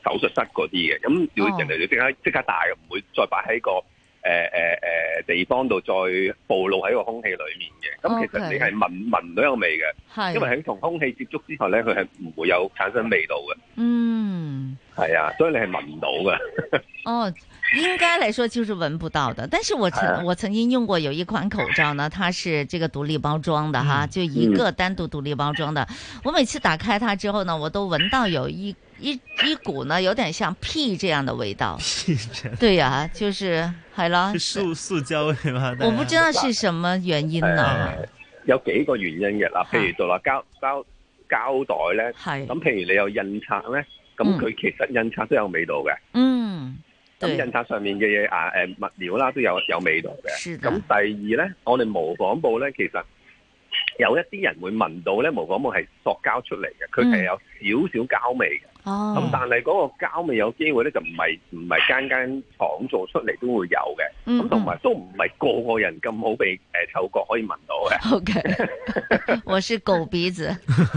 S: 手術室嗰啲嘅，咁要人哋要即刻即刻戴嘅，唔會再擺喺個誒誒誒地方度再暴露喺個空氣裡面嘅。咁其實你係聞聞到有味嘅，因為喺同空氣接觸之後咧，佢係唔會有產生味道嘅。嗯，係啊，所以你係聞唔到嘅。
F: 哦。應該來說就是聞不到的，但是我曾我曾經用過有一款口罩呢，它是這個獨立包裝的哈，就一個單獨獨立包裝的。我每次打開它之後呢，我都聞到有一一一股呢，有點像屁這樣的味道。對呀、啊，就是係啦，
G: 是塑塑膠味嗎？
F: 我不知道是什麼原因呢、啊
S: 呃。有幾個原因嘅嗱，譬如就話膠膠膠袋咧，咁譬如你有印刷咧，咁佢其實印刷都有味道嘅。嗯。咁印刷上面嘅嘢啊，誒物料啦都有有味道嘅。咁第二咧，我哋模仿布咧，其實有一啲人會聞到咧，模仿布係塑膠出嚟嘅，佢係有少少膠味嘅。哦。咁但係嗰個膠味有機會咧，就唔係唔係間間廠做出嚟都會有嘅。咁同埋都唔係個個人咁好鼻誒嗅覺可以聞到嘅。
F: OK， 我是狗鼻子。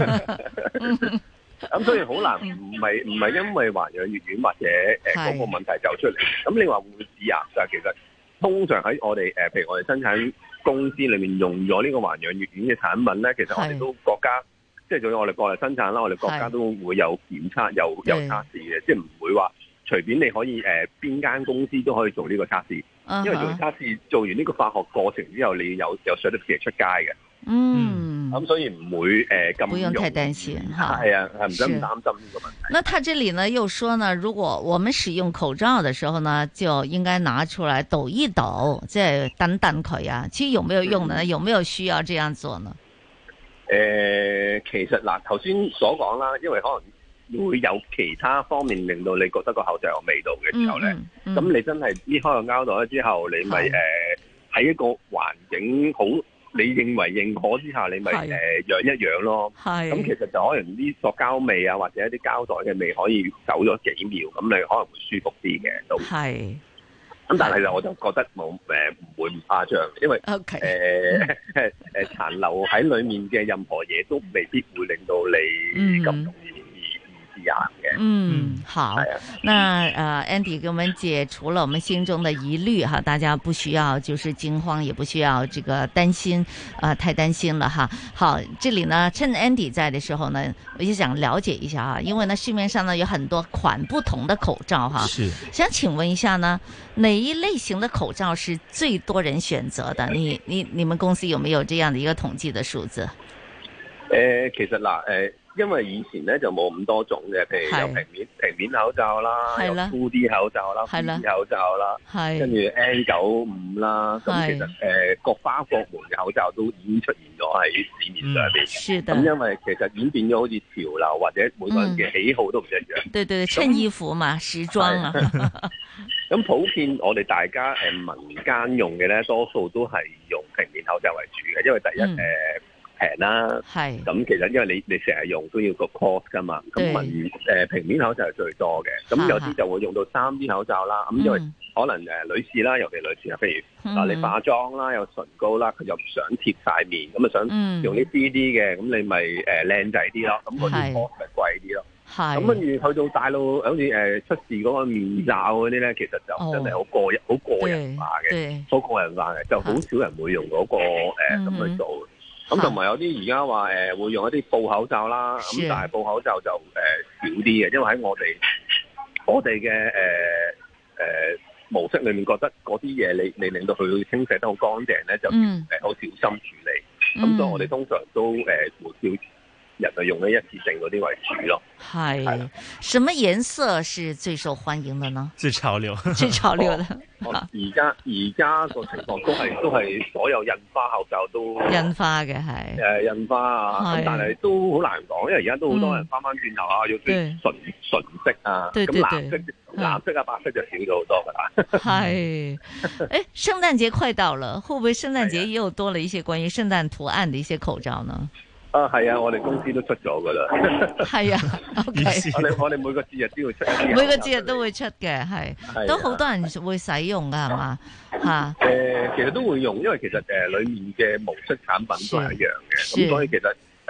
S: 咁所以好難，唔係唔係因為環氧乙烷或者誒嗰個問題走出嚟。咁你話會唔會致癌？就係其實通常喺我哋誒，譬如我哋生產公司裏面用咗呢個環氧乙烷嘅產品咧，其實我哋都國家即係仲有我哋國內生產啦，我哋國家都會有檢測、有有測試嘅，即係唔會話隨便你可以誒邊間公司都可以做呢個測試，因為做測試做完呢個化學過程之後，你有有 certificate出街嘅。嗯，咁、嗯、所以唔會誒咁、呃、
F: 不用太擔心哈。
S: 係啊，係唔使咁擔心呢個問題。
F: 那他這裡呢又說呢，如果我們使用口罩的時候呢，就應該拿出來抖一抖，即係等等佢啊。其實有沒有用呢？嗯、有沒有需要這樣做呢？
S: 誒、呃，其實嗱，頭先所講啦，因為可能會有其他方面令到你覺得個口罩有味道嘅時候咧，咁、嗯嗯嗯、你真係搣開個膠袋之後，你咪誒喺一個環境好。你認為認可之下，你咪誒養一養咯。係。咁其實就可能啲塑膠味啊，或者一啲膠袋嘅味可以走咗幾秒，咁你可能會舒服啲嘅都。係。咁但係就我就覺得冇誒唔會唔誇張，因為誒誒誒殘留喺裡面嘅任何嘢都未必會令到你咁容易。
F: 嗯，好。那呃 Andy 給我們解除了我們心中的疑慮哈，大家不需要就是驚慌，也不需要這個擔心啊、呃，太擔心了哈。好，這裡呢趁 Andy 在的時候呢，我就想了解一下哈，因為呢市面上呢有很多款不同的口罩哈，是想請問一下呢，哪一類型的口罩是最多人選擇的？你你你們公司有沒有這樣的一個統計的數字？
S: 誒、呃，其實嗱，誒、呃。因為以前咧就冇咁多種嘅，譬如有平面平面口罩啦，有 two D 口罩啦 three D 口罩啦，跟住 N 九五啦，咁其實誒、呃、各花各門嘅口罩都已經出現咗喺市面上邊。咁、嗯、因為其實演變咗好似潮流或者每個人嘅喜好都唔一樣。嗯、對對對，襯衣服嘛，時裝啊。咁普遍我哋大家誒民間用嘅咧，多數都係用平面口罩為主嘅，因為第一誒。嗯呃平啦，係咁其實因為你你成日用都要個 cost 噶嘛，咁民誒平面口罩係最多嘅，咁有啲就會用到三 D 口罩啦，咁因為可能誒女士啦，尤其女士啊，譬如嗱你化妝啦，有唇膏啦，佢就唔想貼晒面，咁啊想用啲 three D 嘅，咁你咪誒靚仔啲咯，咁嗰啲 cost 咪貴啲咯，係咁跟住去到大陸好似誒出示嗰個面罩嗰啲咧，其實就真係好個人好個人化嘅，好個人化嘅，就好少人會用嗰個誒咁去做。咁同埋有啲而家話誒會用一啲布口罩啦，咁但係布口罩就誒、呃、少啲嘅，因為喺我哋我哋嘅誒誒模式裏面覺得嗰啲嘢你你令到佢清洗得好乾淨咧，就誒好小心處理。咁、嗯、所以我哋通常都誒會叫人去用一次性嗰啲為主咯。係，
F: 什麼顏色是最受歡迎的呢？
G: 最潮流，
F: 最潮流的。
S: 而家而家個情況都係都係所有印花口罩都
F: 印花嘅係
S: 誒印花啊，咁但係都好難講，因為而家都好多人翻翻轉頭啊，要啲純純色啊，咁藍色藍色啊白色就少咗好多噶啦。係，
F: 誒，聖誕節快到了，會唔會聖誕節又多了一些關於聖誕圖案的一些口罩呢？
S: 啊，係啊，我哋公司都出咗噶啦。係
F: 啊 ，OK。
S: 我哋我哋每個節日都會出一啲。
F: 每個節日都會出嘅，係都好多人會使用噶，係嘛嚇？誒，
S: 其實都會用，因為其實誒裡面嘅模式產品都係一樣嘅，咁所以其實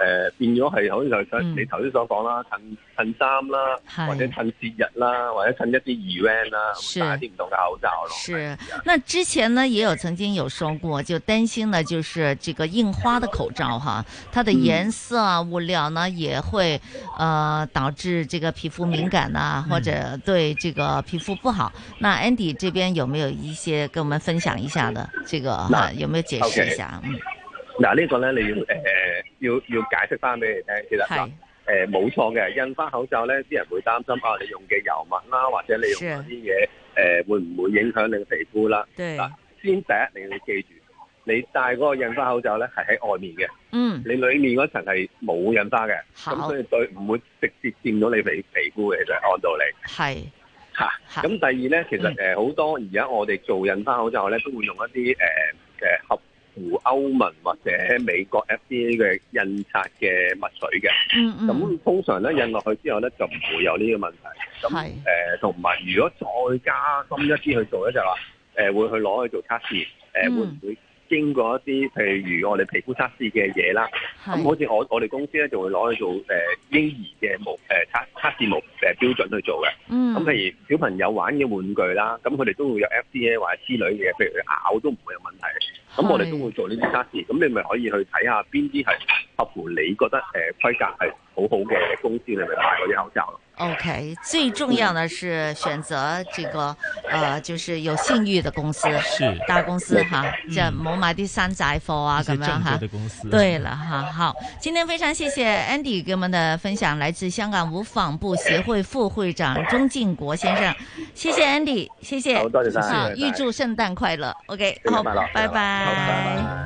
S: 呃、變咗係好似就你頭先所講啦，襯襯衫啦，或者襯節日啦，或者襯一啲 event 啦，戴啲唔同嘅口罩咯。
F: 是，那之前呢也有曾經有說過，就擔心呢，就是這個印花的口罩哈，它的顏色啊、物料呢也會呃導致這個皮膚敏感啊，或者對這個皮膚不好。那 Andy 這邊有沒有一些跟我們分享一下的這個哈？有沒有解釋一下？嗯。
S: 嗱呢個咧你要誒、呃、要要解釋翻俾你聽，其實嗱誒冇錯嘅，印花口罩咧，啲人會擔心啊，你用嘅油墨啦，或者你用嗰啲嘢誒會唔會影響你嘅皮膚啦？嗱，先第一你要記住，你戴嗰個印花口罩咧係喺外面嘅，嗯，你裡面嗰層係冇印花嘅，咁所以對唔會直接掂到你皮皮膚嘅，其實按道理係嚇。咁、啊、第二咧，其實誒好、呃、多而家我哋做印花口罩咧，都會用一啲誒誒合乎歐盟或者美國 F D A 嘅印刷嘅墨水嘅，咁、嗯嗯、通常咧印落去之後咧就唔會有呢個問題。咁誒同埋如果再加深一啲去做咧，就話、是、誒、呃、會去攞去做測試，誒、呃嗯、會唔會經過一啲譬如我哋皮膚測試嘅嘢啦？咁好似我我哋公司咧就會攞去做誒、呃、嬰兒嘅模誒測測試模誒標準去做嘅。咁、嗯、譬如小朋友玩嘅玩具啦，咁佢哋都會有 F D A 或者之類嘅嘢，譬如佢咬都唔會有問題。咁我哋都會做呢啲測試，咁你咪可以去睇下邊啲係合乎你覺得誒、呃、規格係好好嘅公司，你咪買嗰啲口罩咯。OK， 最重要的是選擇這個，呃，就是有信譽的公司，是大公司哈，就唔好買啲山寨貨啊咁樣哈。對了哈，好，今天非常謝謝 Andy 給我們的分享，來自香港無紡布協會副會長鍾敬國先生，謝謝 Andy， 謝謝，好多謝晒，好，預祝聖誕快樂 ，OK， 好，拜拜。拜拜。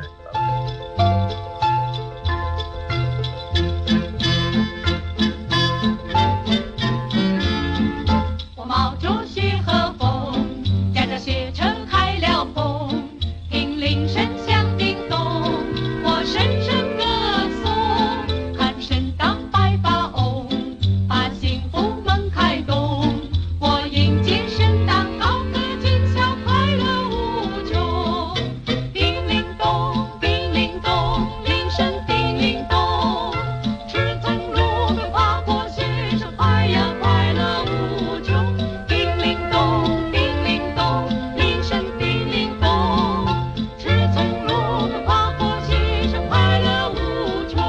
O: 我冒着雪和风，驾着雪车开了封，听铃声响叮咚，我声声歌颂，看圣诞百花红，把幸福门开动，我迎接圣诞高歌今宵快乐无穷。叮铃咚，叮铃咚，铃声叮铃咚，赤橙路边花果雪上快呀快乐无穷。叮铃咚，叮铃咚，铃声叮铃咚，赤橙路边花果雪上快乐无穷。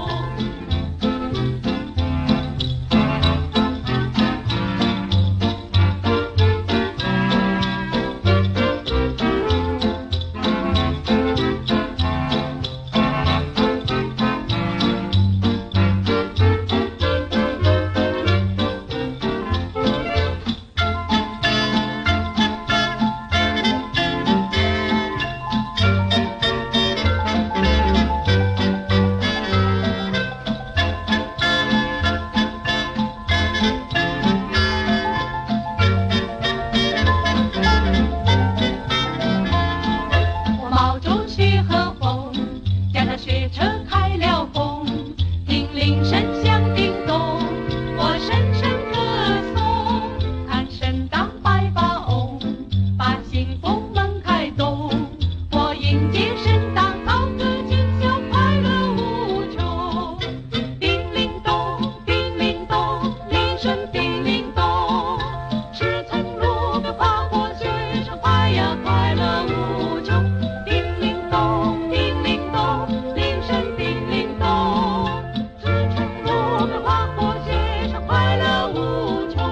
O: 我冒着雪和风，驾着雪车开了封，听铃声响叮咚，我声声歌颂，看圣诞百花红，把幸福门开动，我迎接圣诞高歌今宵快乐无穷。叮铃咚，叮铃咚，铃声叮铃咚，赤橙路边花果雪上快呀快乐无穷。叮铃咚，叮铃咚，铃声叮铃咚，赤橙路边花果雪上快乐无穷。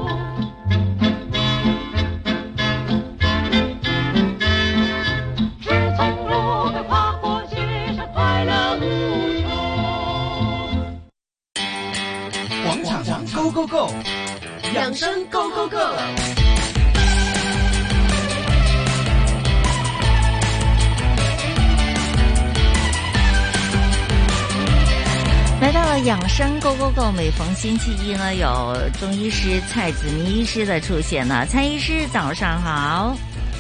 O: 赤橙路边花果雪上快乐无穷。
P: 广场上 Go Go Go， 养生 Go Go Go。
F: 来到了養生 Go Go Go， 每逢星期一呢，有中醫師蔡子明醫師的出現呢。蔡醫師早上好。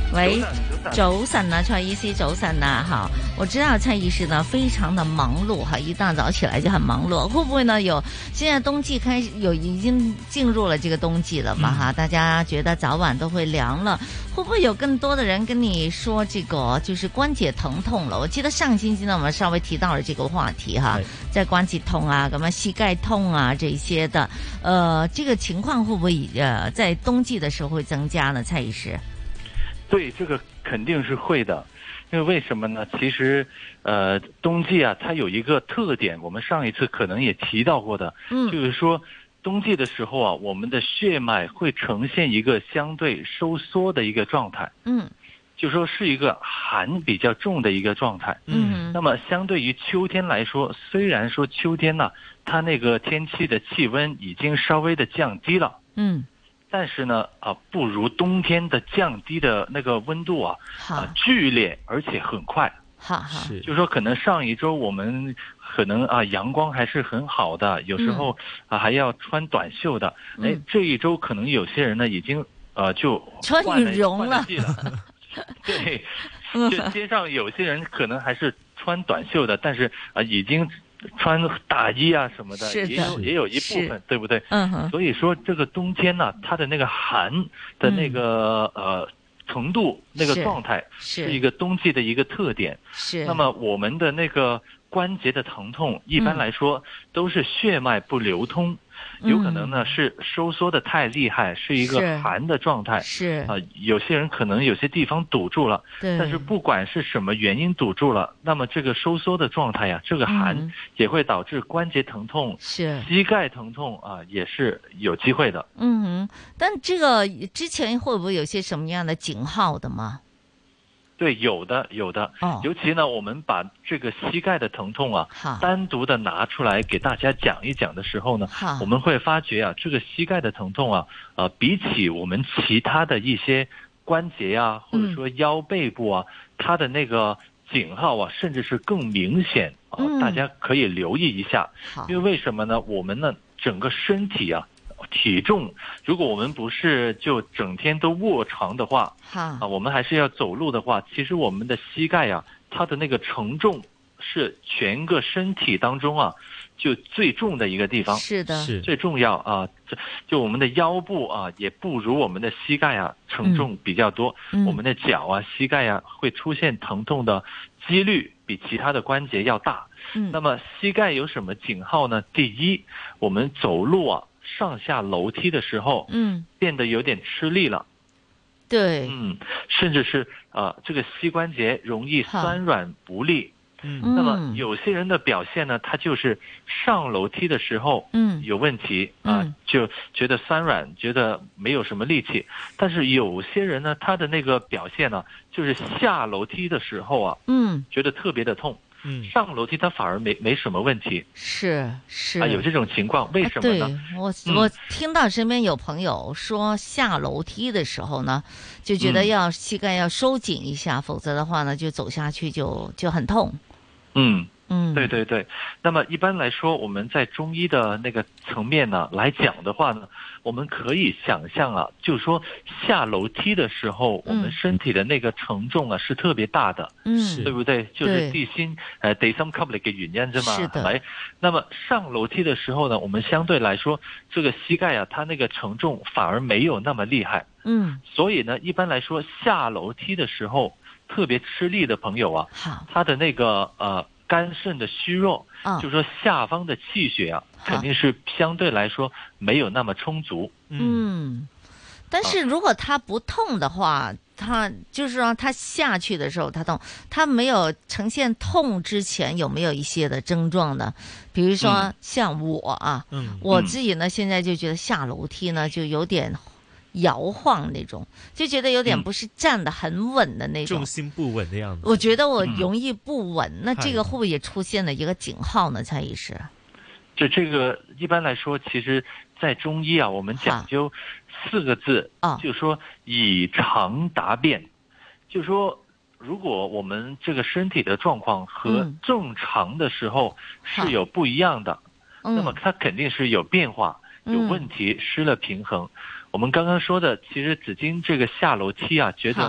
F: 喂，早晨啊，蔡醫師，早晨啊，好，我知道蔡醫師呢非常的忙碌哈，一大早起來就很忙碌，會不會呢有現在冬季開始有已經進入了這個冬季了嘛哈、嗯，大家覺得早晚都會涼了，會不會有更多的人跟你說這個就是關節疼痛了？我記得上星期呢我們稍微提到了這個話題哈，在關節痛啊，咁啊膝蓋痛啊這些的，呃，這個情況會不會呃在冬季的時候會增加呢？蔡醫師？
R: 对，这个肯定是会的，因为为什么呢？其实，呃，冬季啊，它有一个特点，我们上一次可能也提到过的，嗯，就是说，冬季的时候啊，我们的血脉会呈现一个相对收缩的一个状态，嗯，就说是一个寒比较重的一个状态，嗯，那么相对于秋天来说，虽然说秋天呢、啊，它那个天气的气温已经稍微的降低了，嗯。但是呢，啊，不如冬天的降低的那个温度啊，啊剧烈而且很快。
F: 好好，
R: 就是说可能上一周我们可能啊阳光还是很好的，有时候啊还要穿短袖的。哎、嗯，这一周可能有些人呢已经呃就
F: 穿羽绒了。
R: 对，就街上有些人可能还是穿短袖的，但是啊已经。穿大衣啊什么的，的也有也有一部分，对不对？嗯哼。所以说这个冬天呢、啊，它的那个寒的那个、嗯、呃程度、那个状态，是一个冬季的一个特点。是。那么我们的那个关节的疼痛，一般来说、嗯、都是血脉不流通。有可能呢是收缩的太厉害，是一个寒的状态。是啊、呃，有些人可能有些地方堵住了，对。但是不管是什么原因堵住了，那么这个收缩的状态呀、啊，这个寒也会导致关节疼痛，是膝盖疼痛啊、呃，也是有机会的。
F: 嗯，但这个之前会不会有些什么样的警号的吗？
R: 对，有的有的、哦，尤其呢，我们把这个膝盖的疼痛啊，单独的拿出来给大家讲一讲的时候呢，我们会发觉啊，这个膝盖的疼痛啊，呃，比起我们其他的一些关节啊，或者说腰背部啊，嗯、它的那个警号啊，甚至是更明显啊、呃嗯，大家可以留意一下。因为为什么呢？我们呢，整个身体啊。体重，如果我们不是就整天都卧床的话，啊，我们还是要走路的话，其实我们的膝盖啊，它的那个承重是全个身体当中啊，就最重的一个地方。是的，是最重要啊。就我们的腰部啊，也不如我们的膝盖啊承重比较多。嗯、我们的脚啊、膝盖啊会出现疼痛的几率比其他的关节要大。嗯，那么膝盖有什么警号呢？第一，我们走路啊。上下楼梯的时候，嗯，变得有点吃力了，
F: 对，
R: 嗯，甚至是呃，这个膝关节容易酸软不利，嗯，那么有些人的表现呢，他就是上楼梯的时候，嗯，有问题啊、呃，就觉得酸软，觉得没有什么力气，但是有些人呢，他的那个表现呢，就是下楼梯的时候啊，嗯，觉得特别的痛。嗯，上楼梯它反而没没什么问题，
F: 是是
R: 啊，有这种情况，为什么呢？
F: 啊、对我、嗯、我听到身边有朋友说，下楼梯的时候呢，就觉得要膝盖要收紧一下，嗯、否则的话呢，就走下去就就很痛。
R: 嗯嗯，对对对。那么一般来说，我们在中医的那个层面呢来讲的话呢，我们可以想象啊，就是说下楼梯的时候，我们身体的那个承重啊、嗯、是特别大的，嗯，对不对？就是地心呃地心吸力嘅原因啫嘛，係咪？那麼上樓梯的時候呢，我們相對來說，這個膝蓋啊，它那個承重反而沒有那麼厲害，嗯，所以呢，一般來說下樓梯的時候特別吃力的朋友啊，他的那個呃。肝腎的虛弱，哦、就是說下方的氣血啊，肯定是相對來說沒有那麼充足。
F: 嗯，但是如果他不痛的話，他就是說他下去的時候他痛，他沒有呈現痛之前有沒有一些的症狀呢？比如說像我啊，嗯、我自己呢、嗯、現在就覺得下樓梯呢就有點搖晃那種，就覺得有點不是站得很穩的那種，
G: 重心不穩的樣子。
F: 我覺得我容易不穩，嗯、那這個會不會也出現了一個警號呢？蔡醫師？
R: 就這個一般來說，其實在中醫啊，我們講究四個字，啊、就說以常答變，就說如果我們這個身體的狀況和正常的時候是有不一樣的，嗯、那麼它肯定是有變化、有問題、失了平衡。嗯我們剛剛說的，其實紫荊這個下樓梯啊，覺得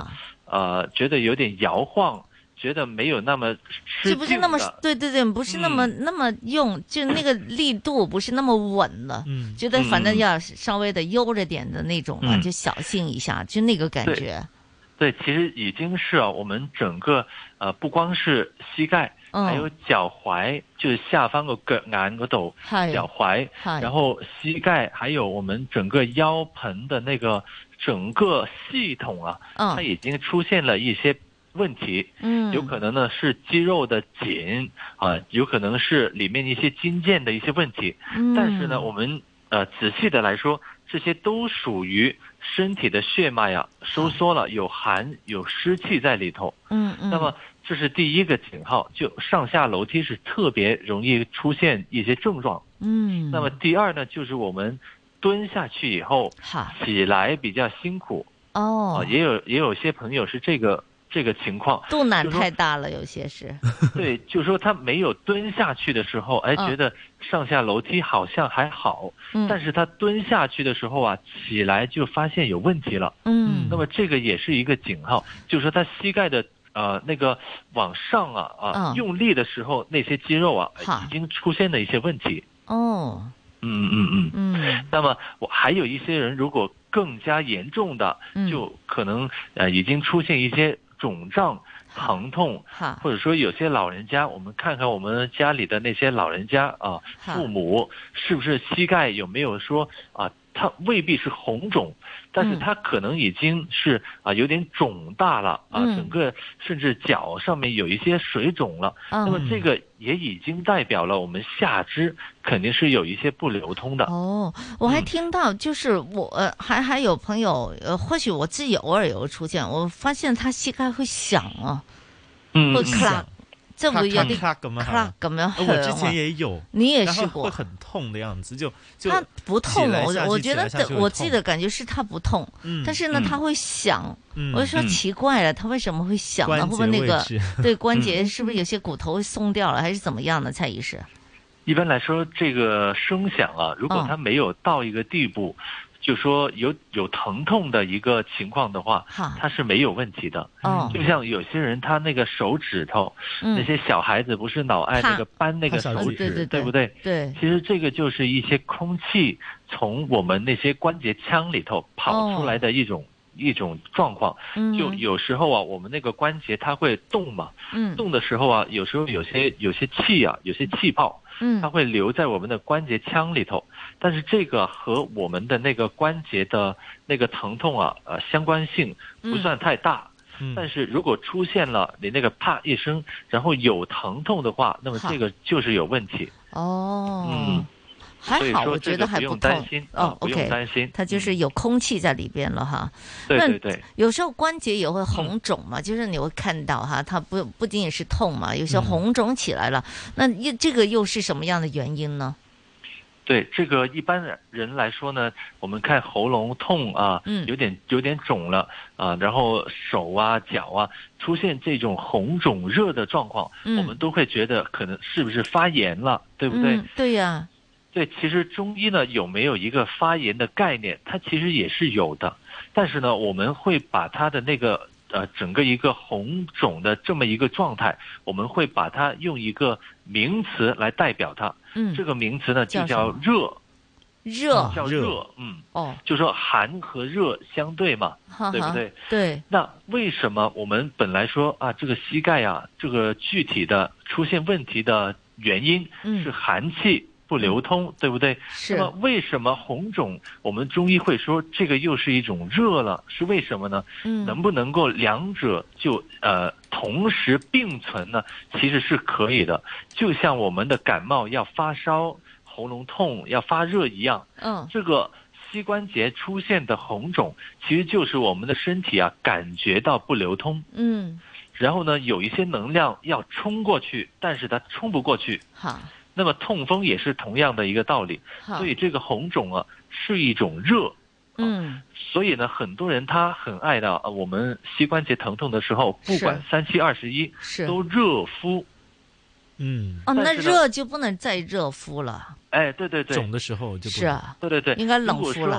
R: 呃觉得有点摇晃，觉得没有那么吃
F: 就不是那么对对对，不是那么、嗯、那么用，就那个力度不是那么稳了，嗯，觉得反正要稍微的悠着点的那种啊、嗯，就小心一下，就那个感觉。
R: 对，对其实已经是啊，我们整个呃不光是膝盖。還有腳踝，就是下方個腳眼嗰度，腳踝，然後膝蓋，還有我們整個腰盆的那個整個系統啊，它已經出現了一些問題。嗯，有可能呢是肌肉的緊啊，有可能是裡面一些筋腱的一些問題。嗯，但是呢，我們呃仔細的來說，這些都屬於身體的血脈啊收縮了，有寒有濕氣在裡頭。嗯嗯，那麼。這是第一個警號，就上下樓梯是特別容易出現一些症狀。嗯，那麼第二呢，就是我們蹲下去以後，起來比較辛苦。哦，也有也有些朋友是這個這個情況，
F: 肚腩太大了，有些是。
R: 對，就是說他沒有蹲下去的時候，哎，覺得上下樓梯好像還好，嗯，但是他蹲下去的時候啊，起來就發現有問題了。嗯，那麼這個也是一個警號，就是說他膝蓋的。呃，那個往上啊啊、嗯、用力的時候，那些肌肉啊已經出現了一些問題。哦，嗯嗯嗯嗯。那麼我還有一些人，如果更加嚴重的，嗯、就可能呃已經出現一些腫脹、疼痛，或者說有些老人家，我們看看我們家裏的那些老人家啊，父母是不是膝蓋有沒有說啊？它未必是紅腫，但是它可能已經是啊有點腫大了啊，整個甚至腳上面有一些水腫了。那麼這個也已經代表了我們下肢肯定是有一些不流通的。
F: 哦，我還聽到就是我呃還還有朋友呃或許我自己偶爾有出現，我發現他膝蓋會響啊，
R: 嗯，
F: 會咔。這不有點
G: 咔咁樣，
F: 咔咁樣。
G: 我之前也有，
F: 你也試過，
G: 會很痛的樣子，就就
F: 它不痛，我我覺得我自己的感覺是它不痛，
G: 嗯、
F: 但是呢，它會響。
G: 嗯、
F: 我就說奇怪了，它為什麼會響呢？會不會那個對關節是不是有些骨頭鬆掉了，還是怎麼樣呢？蔡醫師，
R: 一般來說，這個聲響啊，如果它沒有到一個地步。嗯就說有有疼痛的一個情況的話，它是沒有問題的。哦，就像有些人他那個手指頭，嗯、那些小孩子不是老愛那個扳那個手指，對，對，對，對不對？
F: 對。
R: 其實這個就是一些空氣從我們那些關節腔裏頭跑出來的一種、哦、一種狀況。嗯。就有時候啊，我們那個關節它會動嘛。嗯。動的時候啊，有時候有些有些氣啊，有些氣泡。嗯，它會留在我們的關節腔裏頭，但是這個和我們的那個關節的那個疼痛啊，呃，相關性不算太大。嗯，但是如果出現了你那個啪一聲，然後有疼痛的話，那麼這個就是有問題。
F: 哦，
R: 嗯。
F: 還好，我覺得還不痛。
R: 哦，不用擔心，
F: 它就是有空氣在裏邊了哈。
R: 對對對。
F: 有時候關節也會紅腫嘛，就是你會看到哈，它不不僅僅是痛嘛，有些紅腫起來了。那又這個又是什麼樣的原因呢？
R: 對，這個一般人來說呢，我們看喉嚨痛啊，有點有點腫了啊，然後手啊腳啊出現這種紅腫熱的狀況，我們都會覺得可能是不是發炎了，對不對？
F: 對呀。
R: 對，其實中醫呢有沒有一個發炎的概念？它其實也是有的，但是呢，我們會把它的那個呃整個一個紅腫的這麼一個狀態，我們會把它用一個名詞來代表它。嗯，這個名詞呢就叫熱，
F: 熱
R: 叫熱，嗯，哦，就說寒和熱相對嘛，
F: 哈哈
R: 對不對？
F: 對。
R: 那為什麼我們本來說啊，這個膝蓋啊，這個具體的出現問題的原因是寒氣不流通，嗯、對不對？
F: 是。
R: 那麼為什麼紅腫，我們中醫會說這個又是一種熱了？是為什麼呢？嗯。能不能夠兩者就呃同時並存呢？其實是可以的。就像我們的感冒要發燒、喉嚨痛要發熱一樣。嗯。這個膝關節出現的紅腫，其實就是我們的身體啊感覺到不流通。嗯。然後呢，有一些能量要衝過去，但是它衝不過去。
F: 好。
R: 那麼痛風也是同樣的一個道理，所以這個紅腫啊是一種熱，嗯，所以呢，很多人他很愛的，我們膝關節疼痛的時候，不管三七二十一，都熱敷，
G: 嗯，
F: 哦，那熱就不能再熱敷了，
R: 哎，對對對，
G: 腫的時候就不
F: 是啊，
R: 對對對，
F: 應該冷敷了。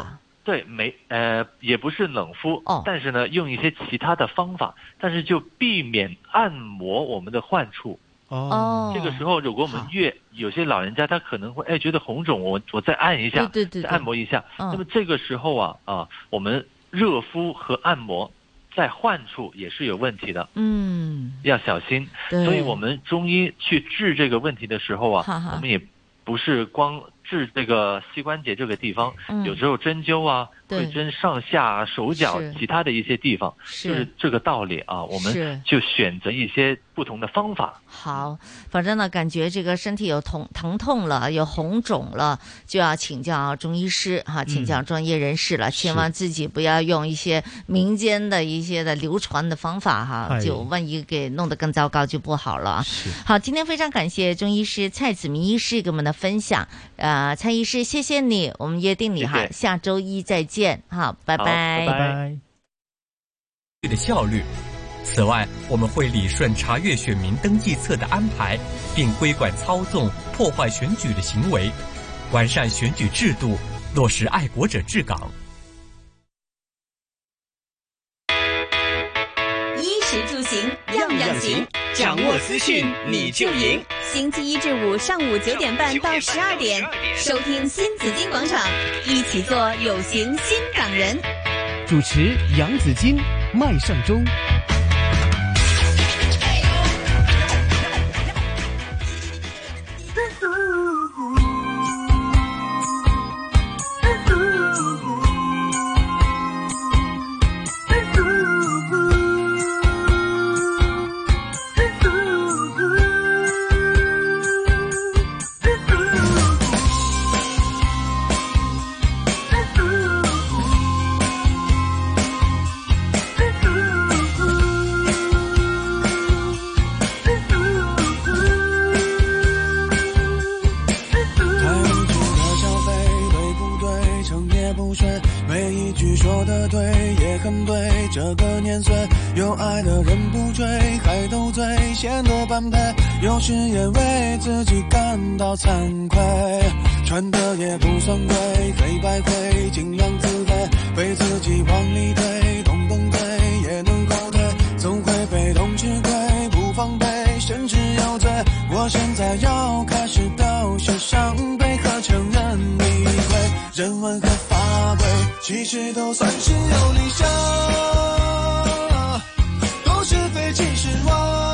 R: 对，没呃也不是冷敷，
F: 哦，
R: 但是呢用一些其他的方法，但是就避免按摩我们的患处。
F: 哦，
R: 这个时候如果我们越有些老人家他可能会哎觉得红肿，我我再按一下，
F: 对对 对, 对，
R: 再按摩一下，
F: 嗯，
R: 那么这个时候啊啊我们热敷和按摩在患处也是有问题的，
F: 嗯，
R: 要小心。所以我们中医去治这个问题的时候啊，哈哈，我们也不是光治这个膝关节这个地方，嗯，有时候针灸啊会针上下手脚其他的一些地方，就是这个道理啊，我们就选择一些不同的方法。
F: 好，反正呢感觉这个身体有疼疼痛了，有红肿了，就要请教中医师哈，请教专业人士了，嗯，千万自己不要用一些民间的一些的流传的方法哈，就万一给弄得更糟糕就不好了。好，今天非常感谢中医师蔡子明医师给我们的分享，呃，蔡医师谢谢你，我们约定你哈，谢谢，下周一再见，好，拜拜，
R: 拜拜。
T: 的效率。此外，我们会理顺查阅选民登记册的安排，并规管操纵、破坏选举的行为，完善选举制度，落实爱国者治港。
A: 衣食住行样样行，掌握资讯你就赢。星期一至五上午九点半到十二点，收听新紫金广场，一起做有型新港人。
D: 主持杨紫金、麦尚中。
U: 有时也为自己感到惭愧，穿的也不算贵，黑白灰，尽量自卑，被自己往里推，动动腿也能后退，总会被动吃亏，不防备，甚至有罪。我现在要开始表现伤悲和承认理亏，人文和法规，其实都算是有理想，都是非其实我。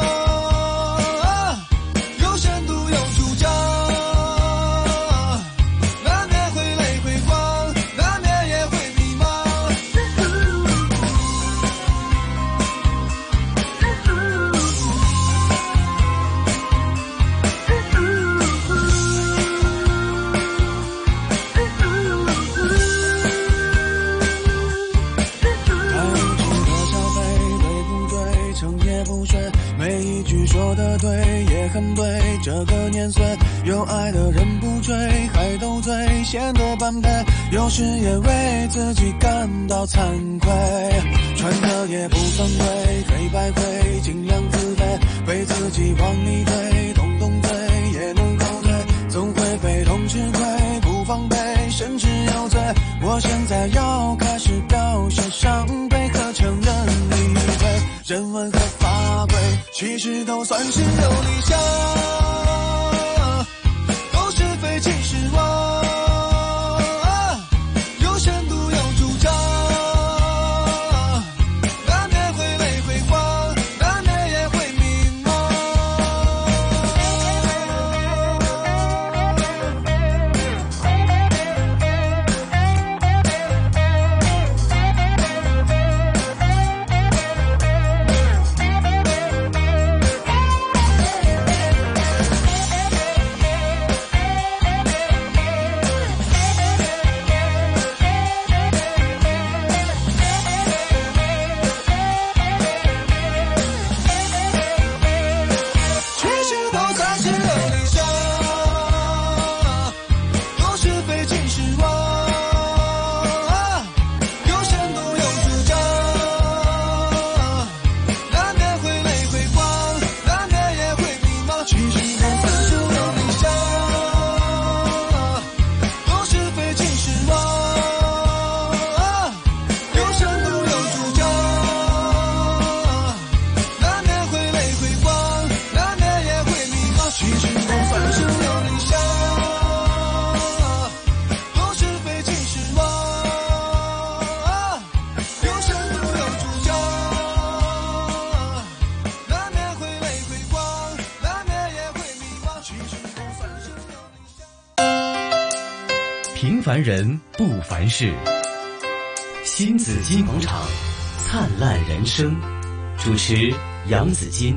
U: 这个年岁有爱的人不追，还斗嘴显得般配，有时也为自己感到惭愧，穿的也不算贵，黑白灰，尽量自卑，被自己往里推，动动腿也能后退，总会被动吃亏，不防备，甚至有罪。我现在要开始表现伤悲和承认理亏，人文和法规，其实都算是有理想，都是非其实我，有深度有主张，难免会泪会慌，难免也会迷茫。
B: 凡人不凡事，新紫金广场，灿烂人生。主持杨紫金。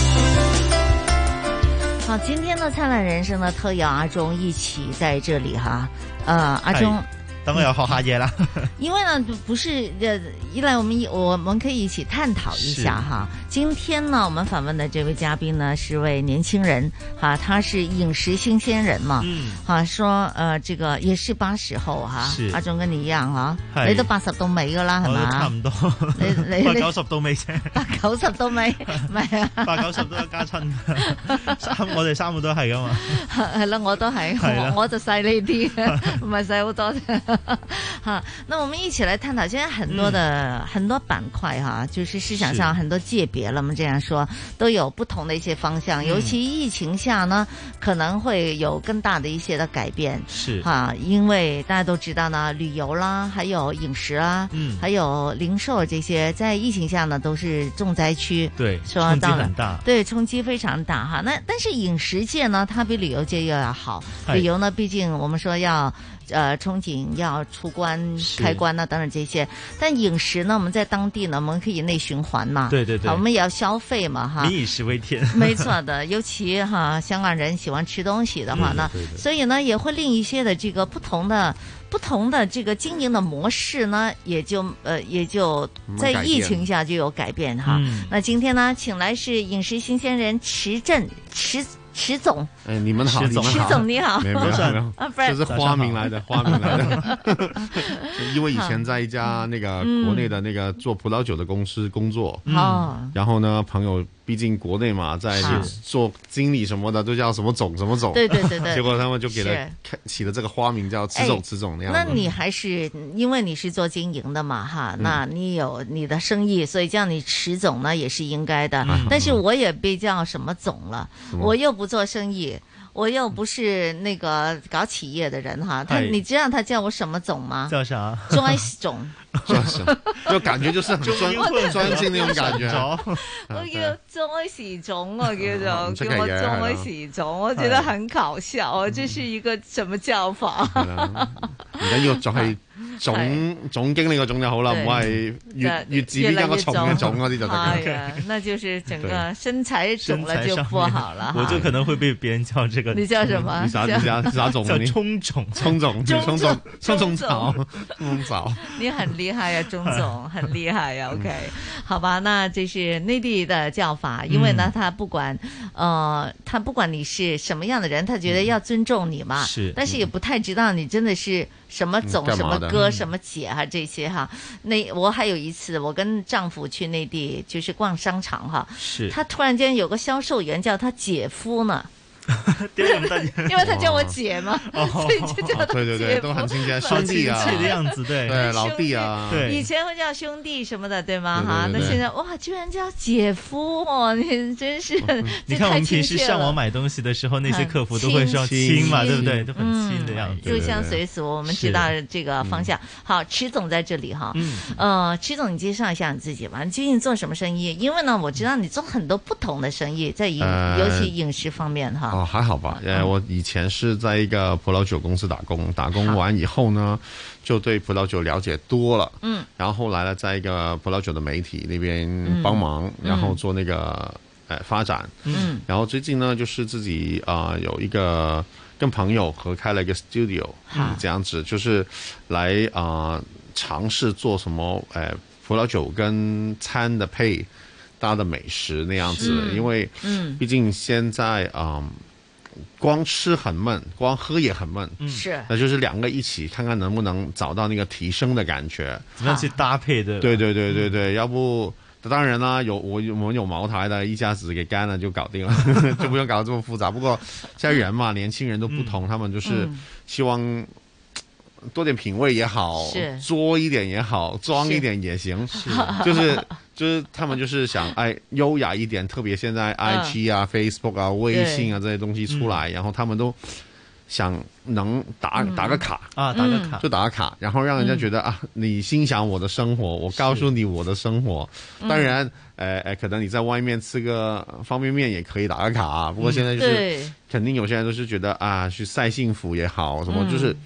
F: 好，今天的灿烂人生呢，特邀阿忠一起在这里哈。呃，阿忠。
G: 當然要學下嘢啦，
F: 因為呢，不是呃，一來我們我們可以一起探討一下哈。今天呢，我們訪問的這位嘉賓呢，是位年輕人哈，他是飲食新鮮人嘛，嗯，哈，說呃，這個也是八十後哈，阿忠跟你一樣哈，你都八十到尾噶啦，係嘛？差唔多，你你八九十到尾啫，八九十到尾，唔係啊，八九十都有加親，三我哋三個都係噶嘛，係啦，我都係，我我就細呢啲，唔係細好多啫。好，那我們一起來探討，現在很多的、嗯、很多板塊哈，就是市場上很多界別了，我們這樣說都有不同的一些方向，尤其疫情下呢，可能會有更大的一些的改變。是哈，因為大家都知道呢，旅遊啦，還有飲食啦，嗯，還有零售這些，在疫情下呢都是重災區。對，衝擊很大。對，衝擊非常大哈。那但是飲食界呢，它比旅遊界又要好。旅遊呢，畢竟我們說要。呃，憧憬要出關、開關啊，等等這些。但飲食呢，我們在當地呢，我們可以內循環嘛。對對對。我們也要消費嘛，哈。民以食為天。沒錯的，尤其哈，香港人喜歡吃東西的話呢，對對對對，所以呢，也會令一些的這個不同的、不同的這個經營的模式呢，也就呃，也就在疫情下就有改變哈。嗯、那今天呢，請來是飲食新鮮人池振池。池總，
E: 哎，你們好，
F: 池總，池總你好，
E: 沒有沒有沒有，這是花名來的，花名來的。因為以前在一家那個國內的那個做葡萄酒的公司工作，嗯，然後呢，朋友畢竟國內嘛，在做經理什麼的都叫什麼總什麼總，對對對對，結果他們就給了起了這個花名叫池總池總那樣。
F: 那你還是因為你是做經營的嘛，哈，那你有你的生意，所以叫你池總呢也是應該的。但是我也被叫什麼總了，我又不做生意，我又不是那個搞企業的人哈。他，你知道他叫我什麼總嗎？
G: 叫啥
F: ？Joyce 總。
E: 就感覺就是很專專心那種感覺。
F: 我叫 Joyce 總啊，叫做叫我 Joyce 總，我覺得很搞笑。這是一個什麼叫法？
E: 唔緊要，就係總總經理個總就好啦，唔係月月字邊加個重嘅總嗰啲就得。
F: 係，那就是整個身材腫了就不好了。
G: 我就可能會被別人叫這個。
F: 你叫什麼？
E: 你啥你啥啥總？
G: 叫蔥總，
E: 蔥總，蔥總，蔥總草，蔥草。
F: 你很厲害呀，鍾總，很厲害呀。OK，好吧，那這是內地的叫法，因為呢，他不管，呃，他不管你是什麼樣的人，他覺得要尊重你嘛。是，但是也不太知道你真的是什麼總、什麼哥、什麼姐哈這些哈。那我還有一次，我跟丈夫去內地，就是逛商場哈，是，他突然間有個銷售員叫他姐夫呢。因為他叫我姐嘛，所以就叫他姐夫。對對對，
E: 都很親切，兄弟啊
G: 的樣子，對
E: 對，老弟啊，對。
F: 以前會叫兄弟什麼的，對嗎？哈，那現在哇，居然叫姐夫哦，你真是，
G: 你看我們平時上網買東西的時候，那些客服都會說親嘛，對不對？都很親的樣子，
F: 入鄉隨俗。我們知道這個方向。好，池總在這裡哈，呃，池總，你介紹一下你自己吧。你究竟做什麼生意？因為呢，我知道你做很多不同的生意，在飲，尤其飲食方面哈。
E: 哦，還好吧。呃，我以前是在一個葡萄酒公司打工，打工完以後呢，就對葡萄酒了解多了。嗯，然後後來呢，在一個葡萄酒的媒體那邊幫忙，嗯、然後做那個呃發展。嗯，然後最近呢，就是自己啊、呃、有一個跟朋友合開了一個 studio，嗯，這樣子就是來啊、呃、嘗試做什麼呃葡萄酒跟餐的配搭的美食那樣子，因為嗯，畢竟現在啊。呃光吃很悶，光喝也很悶，是，那就是兩個一起看看能不能找到那個提升的感覺，
G: 怎麼樣去搭配的？
E: 對對對對對，要不當然啦，有我我們有茅台的，一下子給乾了就搞定了，就不用搞得這麼複雜。不過現在人嘛，年輕人都不同，他們就是希望多點品味也好，作一點也好，裝一點也行，就是就是他們就是想哎優雅一點，特別現在 I G 啊、Facebook 啊、微信啊這些東西出來，然後他們都想能打打個卡
G: 啊，打個卡
E: 就打個卡，然後讓人家覺得啊，你欣賞我的生活，我告訴你我的生活。當然，呃呃，可能你在外面吃個方便麵也可以打個卡，不過現在就是肯定有些人都是覺得啊，去曬幸福也好，什麼就是。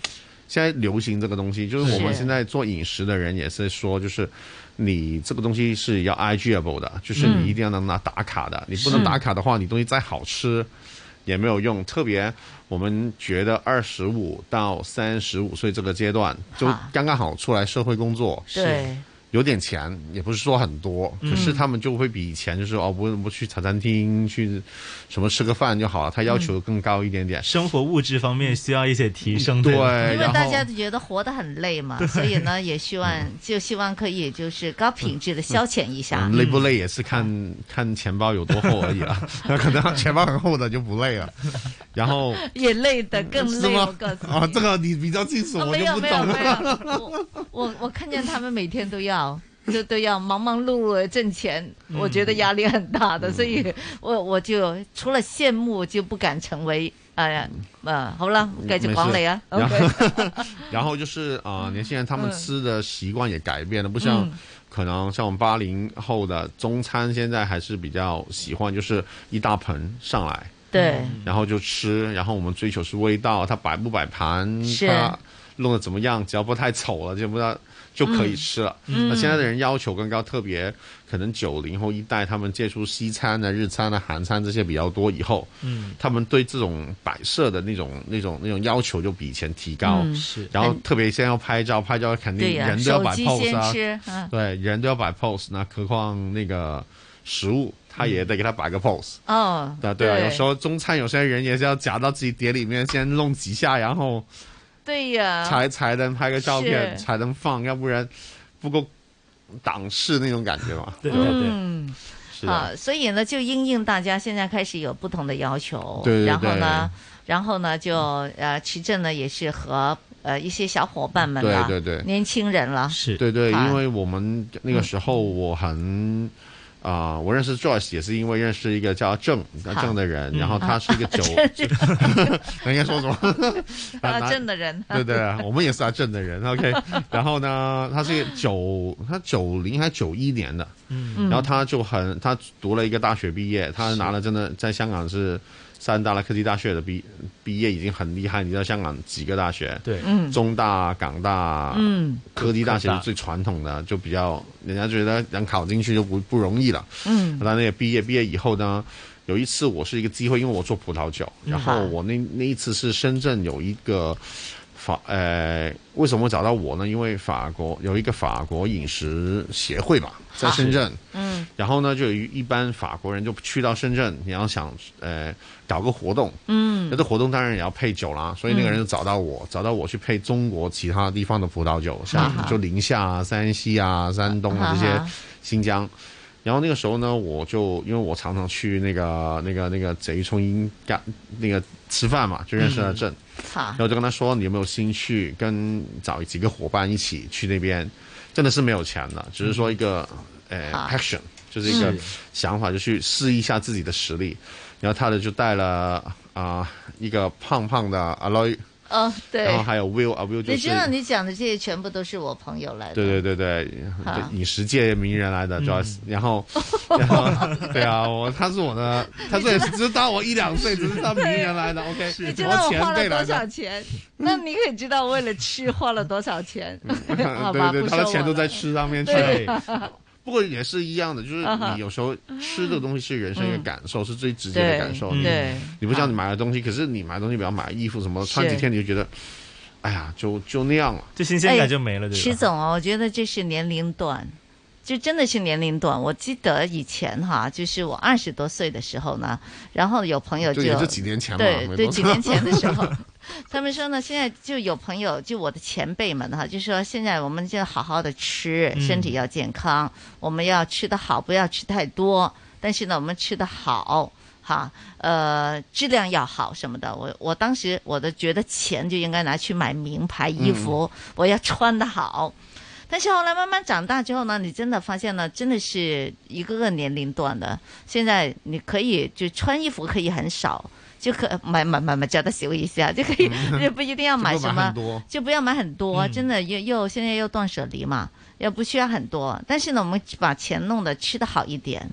E: 现在流行这个东西，就是我们现在做饮食的人也是说，就是你这个东西是要 achievable 的，就是你一定要能拿打卡的，嗯、你不能打卡的话，你东西再好吃也没有用。特别我们觉得二十五到三十五岁这个阶段，就刚刚好出来社会工作，
F: 对。
E: 有点钱，也不是说很多，
F: 嗯、
E: 可是他们就会比以前就是哦，不不去茶餐厅去什么吃个饭就好了，他要求更高一点点，
G: 嗯、生活物质方面需要一些提升。
E: 对，
F: 因为大家觉得活得很累嘛，所以呢也希望就希望可以就是高品质的消遣一下。
E: 嗯、累不累也是看、嗯、看钱包有多厚而已了，可能钱包很厚的就不累了，然后
F: 也累的更累。我告诉你，
E: 哦，这个你比较清楚，
F: 啊、
E: 我就不懂
F: 了。我我我看见他们每天都要。就都要忙忙碌碌挣钱，嗯、我觉得压力很大的，嗯、所以我我就除了羡慕，就不敢成为。哎呀，呃，好啦，繼續講你啊。
E: 然後，
F: okay
E: 然後就是啊、呃，年輕人他們吃的習慣也改變了，嗯、不像可能像我們八零後的中餐，現在還是比較喜歡，就是一大盆上來，
F: 對，
E: 然後就吃，然後我們追求是味道，它擺不擺盤，它弄得怎麼樣，只要不太醜了，就不知道。就可以吃了。嗯，那現在的人要求更高，特別可能九零後一代，他們接觸西餐啊、日餐啊、韓餐這些比較多以後，嗯，他們對這種擺設的那種、那種、那種要求就比以前提高。
F: 嗯，
E: 是。然後特別現在要拍照，拍照肯定人都要擺 pose 啊，啊對，人都要擺 pose，那何況那個食物，他也得給他擺個 pose。
F: 哦，
E: 對對啊，有時候中餐有些人也是要夾到自己碟裡面，先弄幾下，然後。
F: 對呀，
E: 才才能拍個照片，才能放，要不然不夠檔次那種感覺嘛。
G: 對對對，
F: 嗯，
E: 是
F: 啊，所以呢，就因應大家現在開始有不同的要求，
E: 對對對，
F: 然後呢，然後呢，就呃，池正呢也是和呃一些小伙伴們啦，
E: 對對對，
F: 年輕人啦，
E: 是，對對，因為我們那個時候我很。啊、呃，我認識 Joyce 也是因為認識一個叫鄭鄭的人，然後他是一個酒，人家說什麼？
F: 啊，鄭的人，
E: 對對，我們也是他鄭的人。OK，然後呢，他是九，他九零還九一年的，嗯，然後他就很，他讀了一個大學畢業，他拿了真的在香港是三大科技大學的畢畢業已經很厲害。你知道香港幾個大學？
G: 對，
F: 嗯，
E: 中大、港大，
F: 嗯，
E: 科技大學是最傳統的，就比較人家覺得能考進去就不不容易了。嗯，他那個畢業畢業以後呢，有一次我是一個機會，因為我做葡萄酒，然後我那那一次是深圳有一個法，呃，為什麼會找到我呢？因為法國有一個法國飲食協會吧，在深圳，嗯，然後呢就有一般法國人就去到深圳，你要想呃搞個活動，嗯，那這活動當然也要配酒啦，所以那個人就找到我，嗯、找到我去配中國其他地方的葡萄酒，像就寧夏啊、山西啊、山東啊這些新疆。然後那個時候呢，我就因為我常常去那個那個那個賊沖英幹那個吃飯嘛，就認識了鄭，嗯、然後就跟他說，你有沒有興趣跟找幾個夥伴一起去那邊？真的是沒有錢的，只是說一個、嗯、呃 passion，就是一個想法，就去試一下自己的實力。然後他的就帶了啊、呃、一個胖胖的阿雷。
F: 哦，對，
E: 然後還有 Will 啊 Will，就是，你知道
F: 你講的這些全部都是我朋友來的，
E: 對對對對，飲食界名人來的 Joyce，然後然後對啊，我他是我的，他是只大我一兩歲，只是他名人來的，OK，
F: 你知道我花了多少錢？那你可以知道我為了吃花了多少錢，好吧？
E: 對對，他的錢都在吃上面去。不過也是一樣的，就是你有時候吃的東西是人生一個感受，嗯、是最直接的感受。
F: 對，對
E: 你不像你買的東西，可是你買的東西，比方買衣服什麼，穿幾天你就覺得，哎呀，就就那樣了，
G: 就新鮮感就沒了。對吧？
F: 池總啊，我覺得這是年齡段，就真的是年齡段。我記得以前哈，就是我二十多歲的時候呢，然後有朋友就，
E: 就也是幾年前嘛，
F: 對對，幾年前的時候。他們說呢，現在就有朋友，就我的前輩們哈，就說現在我們就好好的吃，身體要健康，嗯、我們要吃得好，不要吃太多。但是呢，我們吃得好，哈，呃，質量要好什麼的。我我當時我都覺得錢就應該拿去買名牌衣服，嗯、我要穿得好。但是後來慢慢長大之後呢，你真的發現呢，真的是一個個年齡段的。現在你可以就穿衣服可以很少。就可買買買買，叫得少一下就可以，就不一定要買什麼，就, 就不要買很多，嗯、真的又又現在又斷捨離嘛，又不需要很多。但是呢，我們把錢弄得吃得好一點，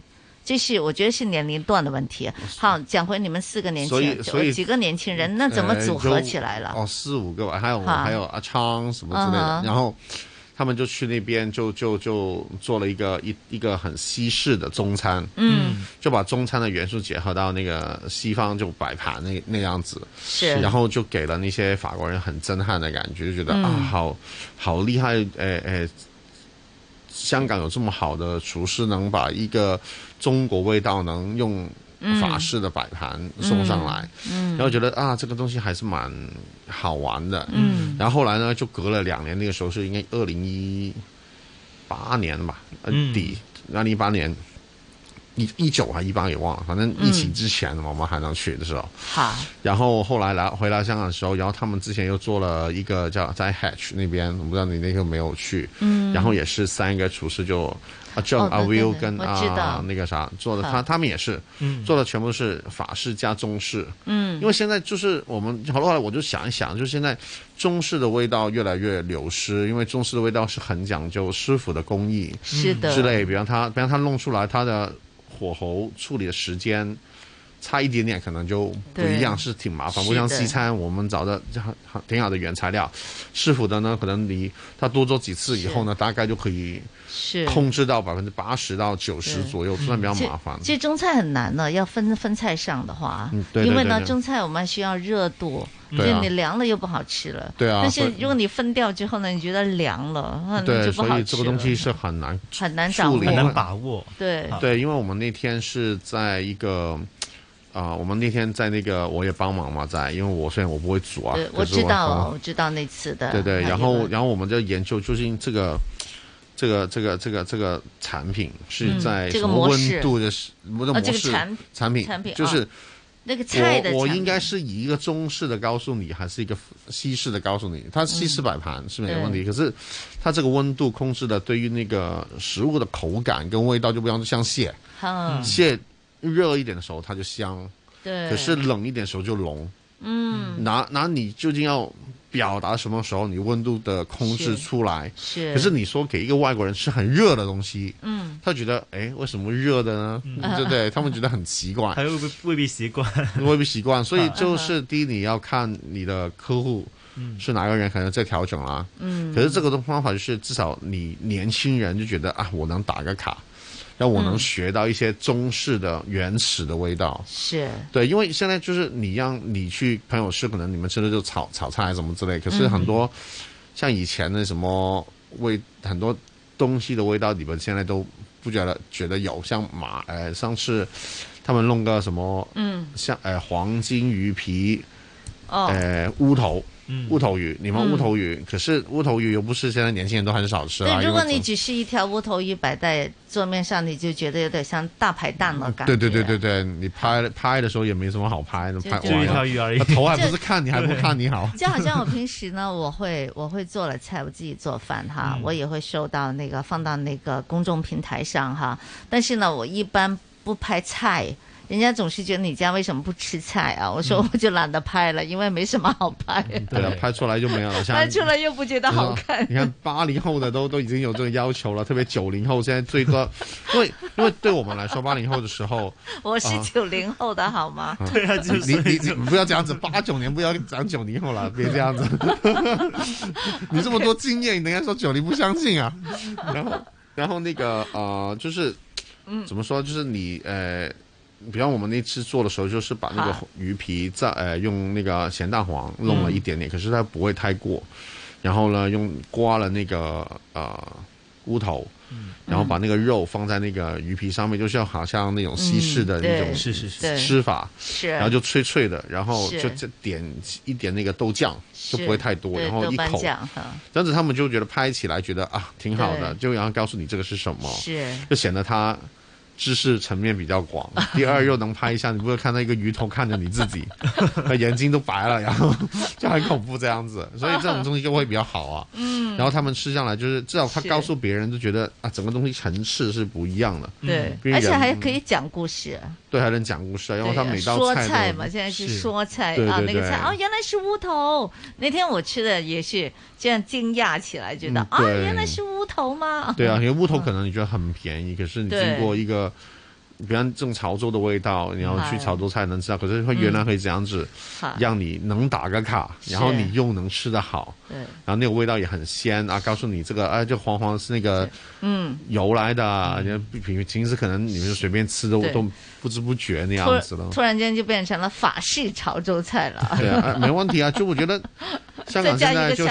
F: 这是我觉得是年龄段的问题。好，讲回你们四个年轻人，
E: 所以
F: 几个年轻人，那怎么组合起来了？
E: 呃、哦，四五个吧，还有还有阿昌什么之类的，嗯、然后他们就去那边就就就做了一个一一个很西式的中餐，嗯，就把中餐的元素结合到那个西方就摆盘那那样子，
F: 是，
E: 然后就给了那些法国人很震撼的感觉，就觉得、嗯、啊，好好厉害，诶诶。香港有这么好的厨师，能把一个中国味道能用法式的摆盘送上来，嗯嗯、然后觉得啊，这个东西还是蛮好玩的。嗯，然后后来呢，就隔了两年，那个时候是应该二零一八年吧，嗯、底二零一八年。一一九还一八也忘了，反正疫情之前我们还能去的时候。好、嗯，然后后来来回来香港的时候，然后他们之前又做了一个叫在 Hatch 那边，我不知道你那个没有去。嗯，然后也是三个厨师就阿 John、阿 Will 跟啊那个啥做的，他他们也是、嗯、做的全部是法式加中式。嗯，因为现在就是我们后来我就想一想，就现在中式的味道越来越流失，因为中式的味道是很讲究师傅的工艺，
F: 是的之
E: 类，比方他比方他弄出来他的。火候处理的时间差一点点，可能就不一样，是挺麻烦。不像西餐，我们找的挺好的原材料，师傅的呢，可能你他多做几次以后呢，大概就可以控制到百分之八十到九十左右，算比较麻烦。
F: 其实中菜很难的，要分分菜上的话，
E: 嗯、对对对对
F: 因为呢，中菜我们需要热度。就你凉了又不好吃了，
E: 对啊。
F: 但是如果你分掉之后呢，你觉得凉了，那就不好吃了。
E: 所以这个东西是很难
F: 很难掌握，
G: 很难把握。
F: 对
E: 对，因为我们那天是在一个啊、呃，我们那天在那个我也帮忙嘛，在，因为我虽然我不会煮啊，
F: 我知道，我知道那次的。
E: 对对，然后然后我们在研究究竟这个这个这个这个这个产品是在什么温度的什么的模式产品
F: 产品
E: 就是。
F: 那个菜的
E: 我我应该是以一个中式的告诉你，还是一个西式的告诉你？它西式摆盘是没有问题，嗯、可是它这个温度控制的，对于那个食物的口感跟味道就不一样，就像蟹，嗯、蟹热一点的时候它就香，
F: 对，
E: 可是冷一点的时候就浓。嗯，那那你究竟要表达什么时候你温度的控制出来？
F: 是，
E: 可是你说给一个外国人吃很热的东西，嗯，他觉得哎，为什么热的呢？嗯、对不对？他们觉得很奇怪，
G: 还未必未必习惯，
E: 未必习惯。所以就是第一，你要看你的客户是哪个人，可能在调整啦。嗯，可是这个方法就是至少你年轻人就觉得啊，我能打个卡。让我能学到一些中式的原始的味道，
F: 是
E: 对，因为现在就是你让你去朋友吃，可能你们吃的就炒炒菜什么之类，可是很多、嗯、像以前的什么味，很多东西的味道，你们现在都不觉得觉得有，像马呃上次他们弄个什么，嗯，像呃黄金鱼皮，哦，呃乌头。乌头鱼，你们乌头鱼、嗯，可是乌头鱼又不是现在年轻人都很少吃啊。
F: 对，如果你只是一条乌头鱼摆在桌面上，你就觉得有点像大排档的感觉。
E: 对对对对对，你拍拍的时候也没什么好拍的，拍
G: 就一条鱼而已。
E: 头还不是看你还不看你好。
F: 就好像我平时呢，我会我会做了菜，我自己做饭哈，嗯、我也会收到那个放到那个公众平台上哈，但是呢，我一般不拍菜。人家总是觉得你家为什么不吃菜啊？我说我就懒得拍了，嗯、因为没什么好拍。
E: 对啊，拍出来就没有了。
F: 拍出来又不觉得好看。
E: 你看八零后的都都已经有这个要求了，特别九零后现在最多，因为因为对我们来说，八零后的时候，
F: 我是九零后的、啊、好吗？
G: 对啊，就是
E: 你你你不要这样子，八九年不要讲九零后了，别这样子。你这么多经验，你人家说九零不相信啊？然后然后那个呃，就是怎么说？就是你呃。比方我们那次做的时候，就是把那个鱼皮在呃用那个咸蛋黄弄了一点点，嗯、可是它不会太过。然后呢，用刮了那个呃乌头，嗯、然后把那个肉放在那个鱼皮上面，就是好像那种西式的那种
G: 是是是
E: 吃法，
F: 是，
E: 然后就脆脆的，然后就就点一点那个豆酱，就不会太多，然后一口，这样子他们就觉得拍起来觉得啊挺好的，就然后告诉你这个是什么，
F: 是，
E: 就显得它。知识层面比较广，第二又能拍一下，你不会看到一个鱼头看着你自己，眼睛都白了，然后就很恐怖这样子，所以这种东西就会比较好啊。嗯，然后他们吃上来就是至少他告诉别人就觉得啊，整个东西层次是不一样的。
F: 对，而且还可以讲故事。
E: 对，还能讲故事啊，然后他每道
F: 菜说菜嘛，现在是说菜啊，那个菜哦，原来是乌头。那天我吃的也是这样惊讶起来，觉得啊，原来是乌头吗？
E: 对啊，因为乌头可能你觉得很便宜，可是你经过一个。 比方这种潮州的味道，你要去潮州菜能知道，可是会原来可以这样子，嗯、让你能打个卡，然后你又能吃得好，
F: 对，
E: 然后那个味道也很鲜啊，告诉你这个哎，这黄黄是那个
F: 嗯
E: 油来的，嗯、平平时可能你们随便吃都都不知不觉那样子了，
F: 突然间就变成了法式潮州菜了。
E: 对啊，没问题啊，就我觉得香港现在就是，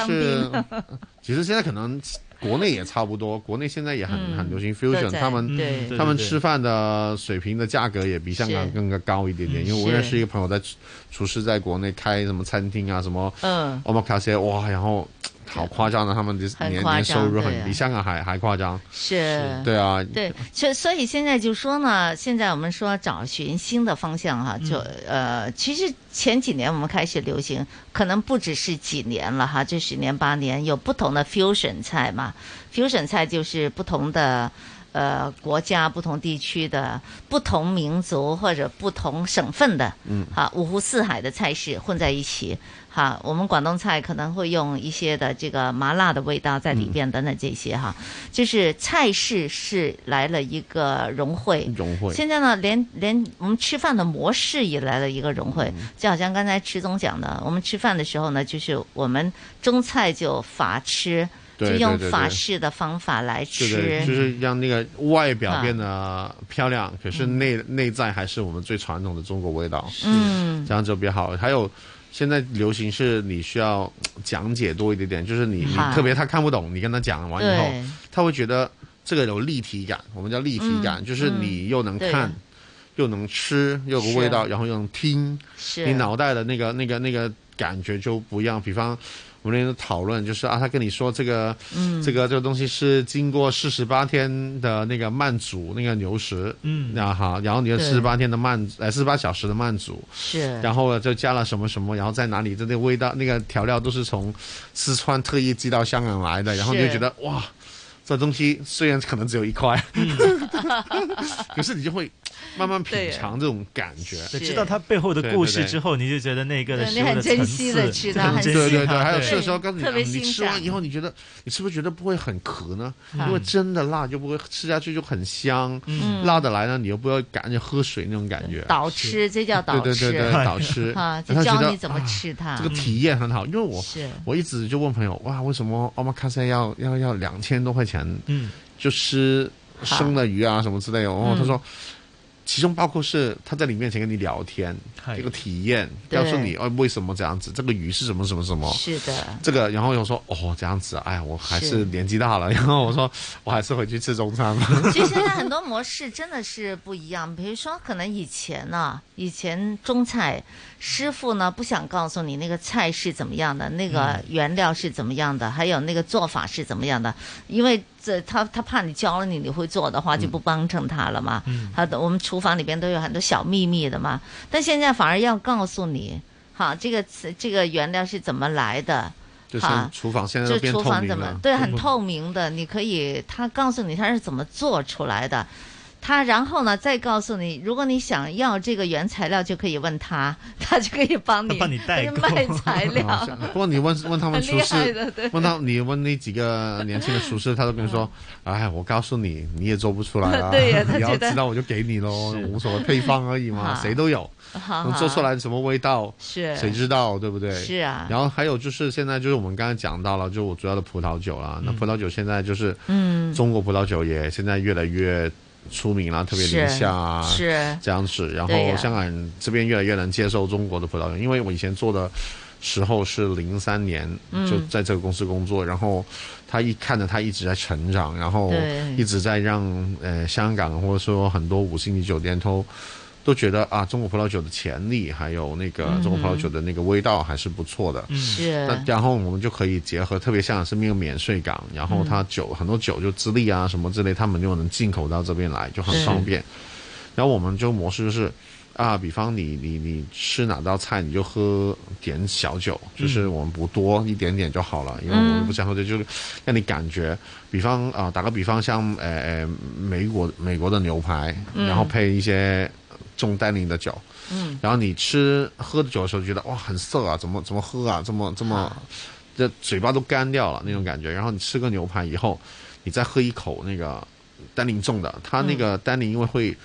E: 其实现在可能。国内也差不多，国内现在也很、嗯、很流行 fusion， 他们他们吃饭的水平的价格也比香港更加高一点点。因为我认识一个朋友在厨师在国内开什么餐厅啊，什么嗯 omakase 哇，然后好夸张的，他们的年年收入很、啊、比香港还还夸张。
F: 是，
E: 对啊，
F: 对，所所以现在就说呢，现在我们说找寻新的方向哈，就、嗯、呃，其实前几年我们开始流行，可能不只是几年了哈，这十年八年有不同的 fusion 菜嘛 ，fusion 菜就是不同的。呃，国家不同地区的不同民族或者不同省份的，嗯，哈，五湖四海的菜式混在一起，哈，我们广东菜可能会用一些的这个麻辣的味道在里边等等这些哈，嗯、就是菜式是来了一个融汇，
E: 融汇。现
F: 在呢，连连我们吃饭的模式也来了一个融汇，嗯、就好像刚才池总讲的，我们吃饭的时候呢，就是我们中菜就法吃。就用法式的方法来吃，
E: 对对对，就是让那个外表变得漂亮，啊、可是内、嗯、内在还是我们最传统的中国味道，嗯，这样就比较好。还有现在流行是你需要讲解多一点点，就是你你特别他看不懂，你跟他讲完以后，他会觉得这个有立体感，我们叫立体感，嗯、就是你又能看。嗯又能吃，又有个味道，然后又能听，你脑袋的那个、那个、那个感觉就不一样。比方我们那天讨论，就是啊，他跟你说这个、嗯、这个、这个东西是经过四十八天的那个慢煮那个牛食，嗯，然后然后你的四十八天的慢，呃，四十八小时的慢煮，
F: 是，
E: 然后就加了什么什么，然后在哪里，这那个味道、那个调料都是从四川特意寄到香港来的，然后你就觉得哇。这东西虽然可能只有一块，嗯、可是你就会慢慢品尝这种感觉，
G: 知道它背后的故事之后，你就觉得那个的食物的层次，
F: 你很珍惜的吃它，
E: 对对对，还有吃的时候告诉你，你吃完以后，你觉得你是不是觉得不会很渴呢？嗯、因为真的辣就不会吃下去就很香，嗯、辣的来呢，你又不要赶着喝水那种感觉。
F: 倒吃，这叫倒吃，
E: 对对对对，倒吃
F: 啊，就教你怎么吃它。
E: 这个体验很好，因为我我一直就问朋友，哇，为什么omakase要要要两千多块钱？嗯，就吃生的鱼啊什么之类的。哦，他说，其中包括是他在你面前跟你聊天，这个体验，告诉你哦为什么这样子，这个鱼是什么什么什么。
F: 是的。这
E: 个，然后又说哦这样子，哎呀，我还是年纪大了，然后我说我还是回去吃中餐吧。
F: 其实现在很多模式真的是不一样，比如说可能以前呢、啊，以前中菜。师傅呢不想告诉你那个菜是怎么样的，那个原料是怎么样的，嗯、还有那个做法是怎么样的，因为这他他怕你教了你你会做的话就不帮衬他了嘛。嗯，他的我们厨房里边都有很多小秘密的嘛，但现在反而要告诉你，哈，这个这个原料是怎么来的。
E: 就是厨房现在都变透明了，
F: 对，很透明的，你可以他告诉你他是怎么做出来的。他然后呢，再告诉你，如果你想要这个原材料，就可以问他，他就可以帮你，
G: 帮你代购
F: 卖材料。
E: 不过你问问他们厨师，问他你问那几个年轻的厨师，他都跟你说，哎，我告诉你，你也做不出来啊。
F: 对呀，
E: 你要知道我就给你咯，无所谓配方而已嘛，谁都有。能做出来什么味道，
F: 是
E: 谁知道，对不对？
F: 是啊。
E: 然后还有就是现在就是我们刚才讲到了，就我主要的葡萄酒啦。嗯、那葡萄酒现在就是，嗯，中国葡萄酒也现在越来越出名了，特别宁夏啊，
F: 是
E: 这样子。然后香港这边越来越能接受中国的葡萄酒，因为我以前做的时候是零三年就在这个公司工作，嗯、然后他一看着他一直在成长，然后一直在让呃香港或者说很多五星级酒店都。都觉得啊，中国葡萄酒的潜力，还有那个中国葡萄酒的那个味道还是不错的。
F: 是、嗯。
E: 那然后我们就可以结合，特别香港是一个免税港，然后它酒、嗯、很多酒就资历啊什么之类，他们就能进口到这边来，就很方便。然后我们就模式就是啊，比方你你你吃哪道菜，你就喝点小酒，就是我们不多一点点就好了，因为我们不想喝酒，就是让你感觉。比方啊，打个比方，像呃呃美国美国的牛排，然后配一些。重单宁的酒，嗯，然后你吃喝的酒的时候觉得哇很涩啊，怎么怎么喝啊，这么这么，这嘴巴都干掉了那种感觉。然后你吃个牛排以后，你再喝一口那个单宁重的，它那个单宁因为会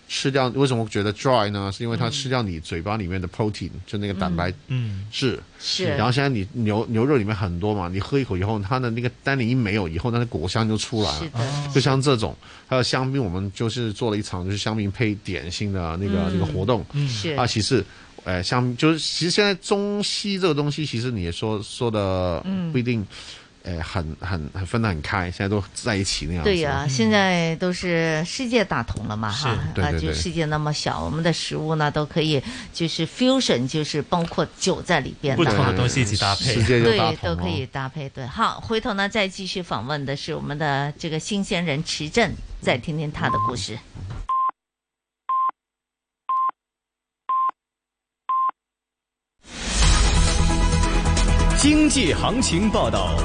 E: 吃掉，为什么我觉得 dry 呢？是因为它吃掉你嘴巴里面的 protein，、嗯、就那个蛋白质。
F: 是。
E: 然后现在你牛牛肉里面很多嘛，你喝一口以后，它的那个单宁一没有以后，它的果香就出来了。
F: 是的。
E: 就像这种，还有香槟，我们就是做了一场就是香槟配点心的那个、嗯、那个活动。
F: 嗯，是。
E: 啊，其实，呃，香就是其实现在中西这个东西，其实你也说说的不一定。嗯呃，很很很分得很开，现在都在一起那样子。
F: 对呀、啊嗯，现在都是世界大同了嘛，哈，
E: 对对对，
F: 就世界那么小，我们的食物呢都可以就是 fusion， 就是包括酒在里边的，
G: 不同的东西一起搭配，
E: 世界就
F: 大同、哦、对，都可以搭配。对，好，回头呢再继续访问的是我们的这个新鲜人池正，再听听他的故事。
D: 经济行情报道。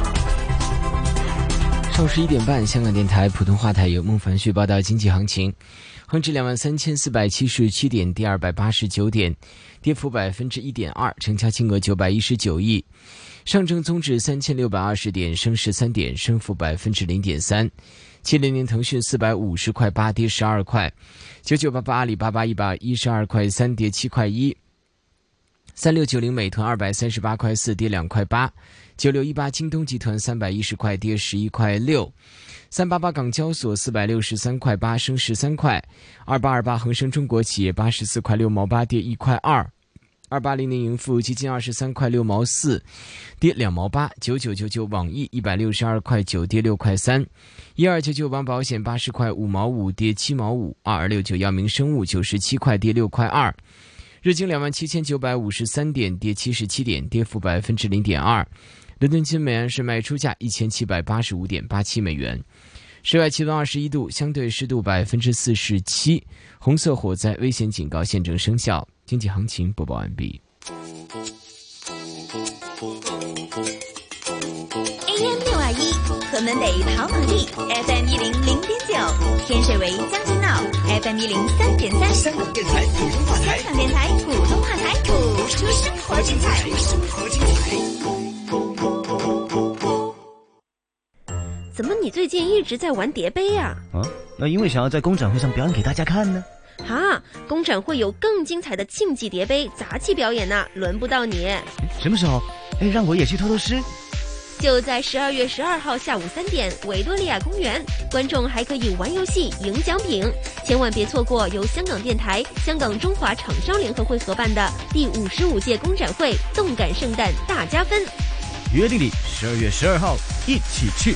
H: 上午十一点半，香港电台普通话台由孟凡旭报道经济行情。恒指两万三千四百七十七点，跌二百八十九点，跌幅百分之一点二，成交金额九百一十九亿。上证综指三千六百二十点，升十三点，升幅百分之零点三。七零零腾讯四百五十块八，跌十二块。九九八八阿里巴巴一百一十二块三，跌七块一。三六九零美团二百三十八块四，跌两块八。九六一八京东集团三百一十块，跌十一块六。三八八港交所四百六十三块八，升十三块。二八二八恒生中国企业八十四块六毛八，跌一块二。二八零零盈富基金二十三块六毛四，跌两毛八。九九九九网易一百六十二块九，跌六块三。一二九九邦保险八十块五毛五，跌七毛五。二二六九药明生物九十七块，跌六块二。日经两万七千九百五十三点，跌七十七点，跌幅百分之零点二。伦敦金每安士卖出价一千七百八十五点八七美元。室外气温二十一度，相对湿度百分之四十七，红色火灾危险警告现正生效。经济行情播报完毕。
A: A M 六二一，河门北跑马地 ，F M 一零零点九，天水围将军澳 ，F M 一零三点三。
P: 香港电台普通话台，
A: 香港电台普通话台，播出生活精彩，
P: 生活精彩。
C: 怎么你最近一直在玩叠杯啊？
D: 啊，那因为想要在工展会上表演给大家看呢。
C: 哈，工展会有更精彩的竞技叠杯杂技表演呢，轮不到你。
D: 什么时候？哎，让我也去偷偷师。
C: 就在十二月十二号下午三点，维多利亚公园，观众还可以玩游戏、赢奖品，千万别错过由香港电台、香港中华厂商联合会合办的第五十五届工展会动感圣诞大加分。
D: 约定你十二月十二号一起去。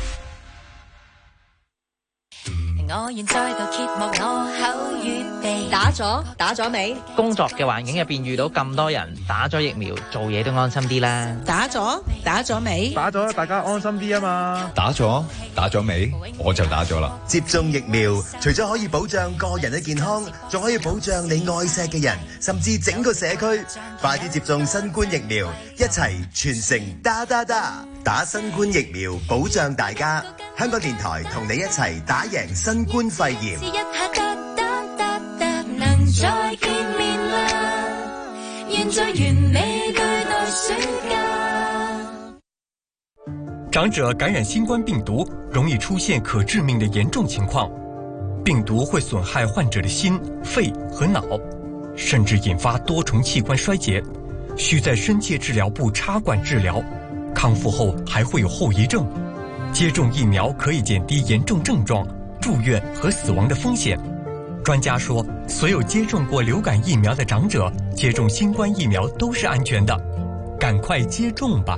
I: 我願再度揭幕我口語地
A: 打咗打咗未？
V: 工作嘅環境入邊遇到咁多人打咗疫苗，做嘢都安心啲啦。
A: 打咗打咗未？
W: 打咗大家安心啲啊嘛。
X: 打咗打咗未？我就打咗啦。
Y: 接種疫苗，除咗可以保障個人嘅健康，仲可以保障你愛錫嘅人，甚至整個社區。快啲接種新冠疫苗，一齊全城打打打，打新冠疫苗保障大家。香港電台同你一齊打贏新冠肺炎。
I: 試一下得得得得，能再見面啦！願在完美對待暑假。
T: 長者感染新冠病毒，容易出現可致命的嚴重情況。病毒會損害患者的心、肺和腦，甚至引發多重器官衰竭，需在深切治療部插管治療。康復後還會有後遺症。接種疫苗可以減低嚴重症狀、住院和死亡的風險。專家說，所有接種過流感疫苗的長者接種新冠疫苗都是安全的，趕快接種吧。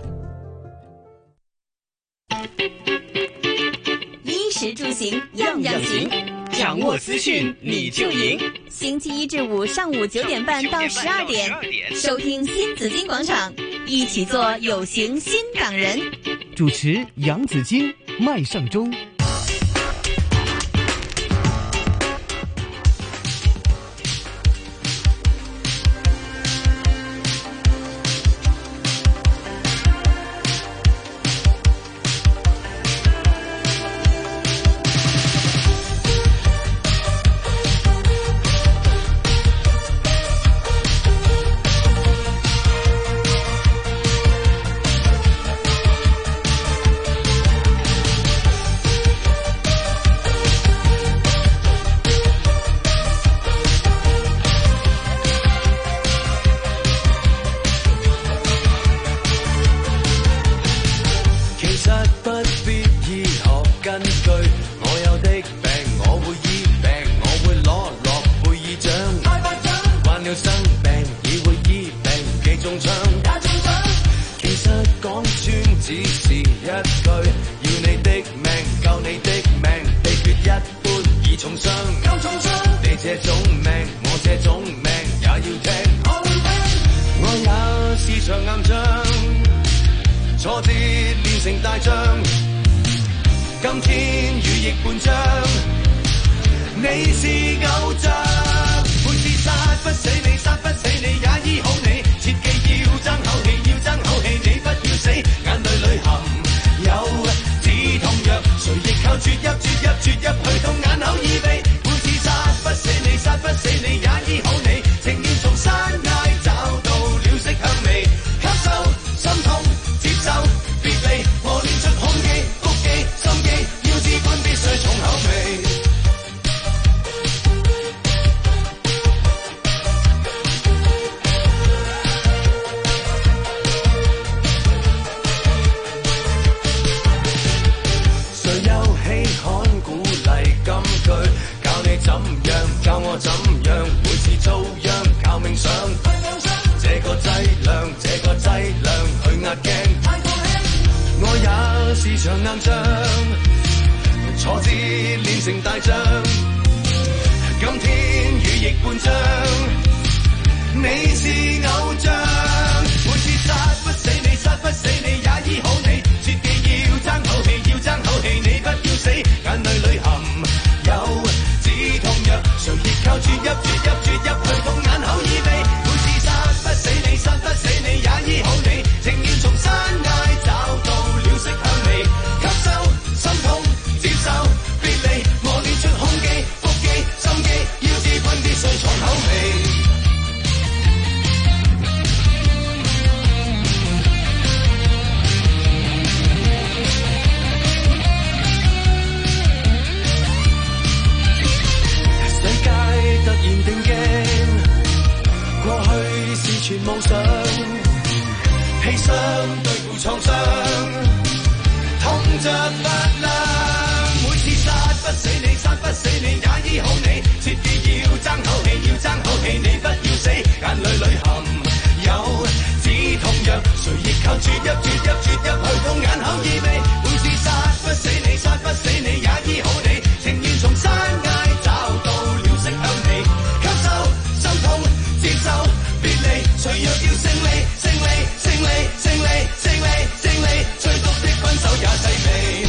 A: 衣食住行樣樣行，掌握資訊你就贏。星期一至五上午九點半到十二點，收聽新紫荊廣場，一起做有型新港人。
D: 主持楊子矜、麥尚中。
U: 這種命，我這種命也要聽。我也是場硬仗，挫折練成大將，今天羽翼半張，你是偶像。每次殺不死你，殺不死你也醫好你，切記要爭口氣，要爭口氣，你不要死，眼淚裏含有止痛藥，誰亦靠啜泣啜泣啜泣去痛眼口耳鼻。每次殺不死你，殺不死你也醫好你，情願從山崖找到了色香味，吸收心痛，接受別離，磨練出胸肌腹肌心機，要知君必須重口味。怎樣教我怎樣，每次遭殃靠命上，這個劑量這個劑量去壓驚，我也是場硬仗，挫折練成大將，今天羽翼半張，你是偶像。每次殺不死你，殺不死你也醫好你，切記要爭口氣，要爭口氣，你不要死，眼淚裏含有止痛藥，誰亦靠啜泣啜泣啜泣去痛眼口耳鼻。每次殺不死你，殺不死你也醫好你，情願從山崖找到了色香味，吸收心痛，接受別離，磨練出胸肌腹肌心機，要知君必須重口味。突然定鏡，過去是全夢想，犧牲對付創傷，痛着發亮。每次殺不死你，殺不死你也醫好你，切記要爭口氣，要爭口氣，你不要死，眼淚裏含有止痛藥，誰亦靠啜泣啜泣啜泣去痛眼口耳鼻。每次殺不死你，殺不死你也醫好你，情願從山崖找到了色香味，吸收心痛，接受別離，誰若要勝利，勝利，勝利，勝利，勝利，勝利，最毒的分手也細微。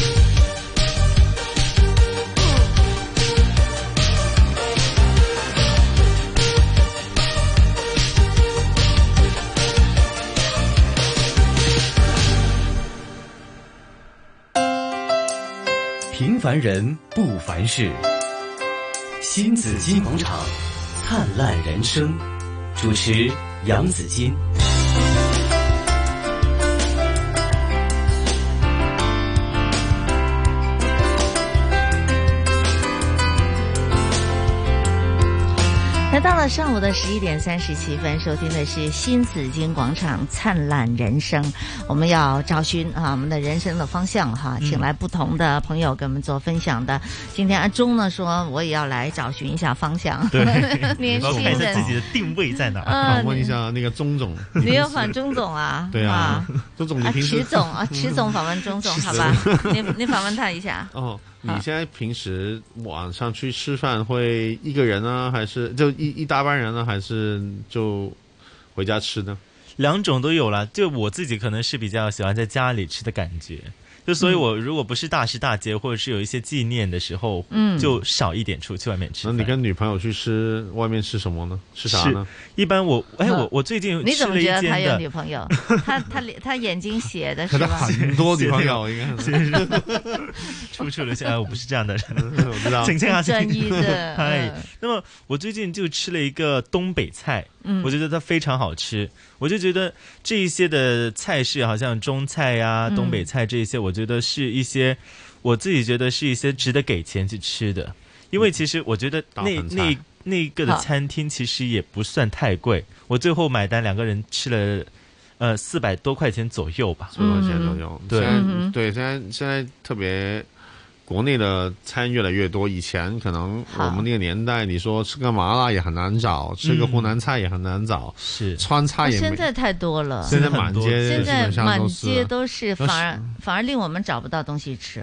B: 平凡人不凡事，新紫金广场，灿烂人生。主持杨紫金。
F: 来到了上午的十一点三十七分，收听的是新紫金广场灿烂人生。我们要找寻啊我们的人生的方向哈，请来不同的朋友跟我们做分享的。嗯、今天阿忠呢说我也要来找寻一下方向，
G: 对，
F: 年轻人
G: 看一下自己的定位在哪。
E: 嗯、问一下那个钟总，
F: 你要访钟总啊？
E: 对啊，钟总你平时
F: 啊，迟总啊，迟总访问钟总，好吧？你你访问他一下。
E: 哦。你现在平时晚上去吃饭会一个人呢，还是就一一大班人呢，还是就回家吃呢？
G: 两种都有啦。就我自己可能是比较喜欢在家里吃的感觉，就所以我如果不是大时大节或者是有一些纪念的时候，嗯，就少一点出去外面吃。
E: 那你跟女朋友去吃外面吃什么呢？吃啥呢？
G: 一般我哎我我最近
F: 你怎么觉得他有女朋友？他他他眼睛斜的是吧？
E: 很多女朋友应该是
G: 出处了。现在我不是这样的人，
E: 我知道，
G: 请请啊，
F: 专一的。
G: 哎，那么我最近就吃了一个东北菜，嗯，我觉得它非常好吃。我就觉得这一些的菜式，好像中菜呀、东北菜这一些，我觉得是一些我自己觉得是一些值得给钱去吃的。因为其实我觉得那那那个的餐厅其实也不算太贵，我最后买单两个人吃了呃四百多块钱左右吧，
E: 四百块钱左右。对对，现在现在特别。国内的餐越来越多，以前可能我们那个年代，你说吃个麻辣也很难找，吃个湖南菜也很难找，
G: 是
E: 川菜也没。
F: 现在太多了，
E: 现在满街
F: 现在满街都是，反而反而令我们找不到东西吃。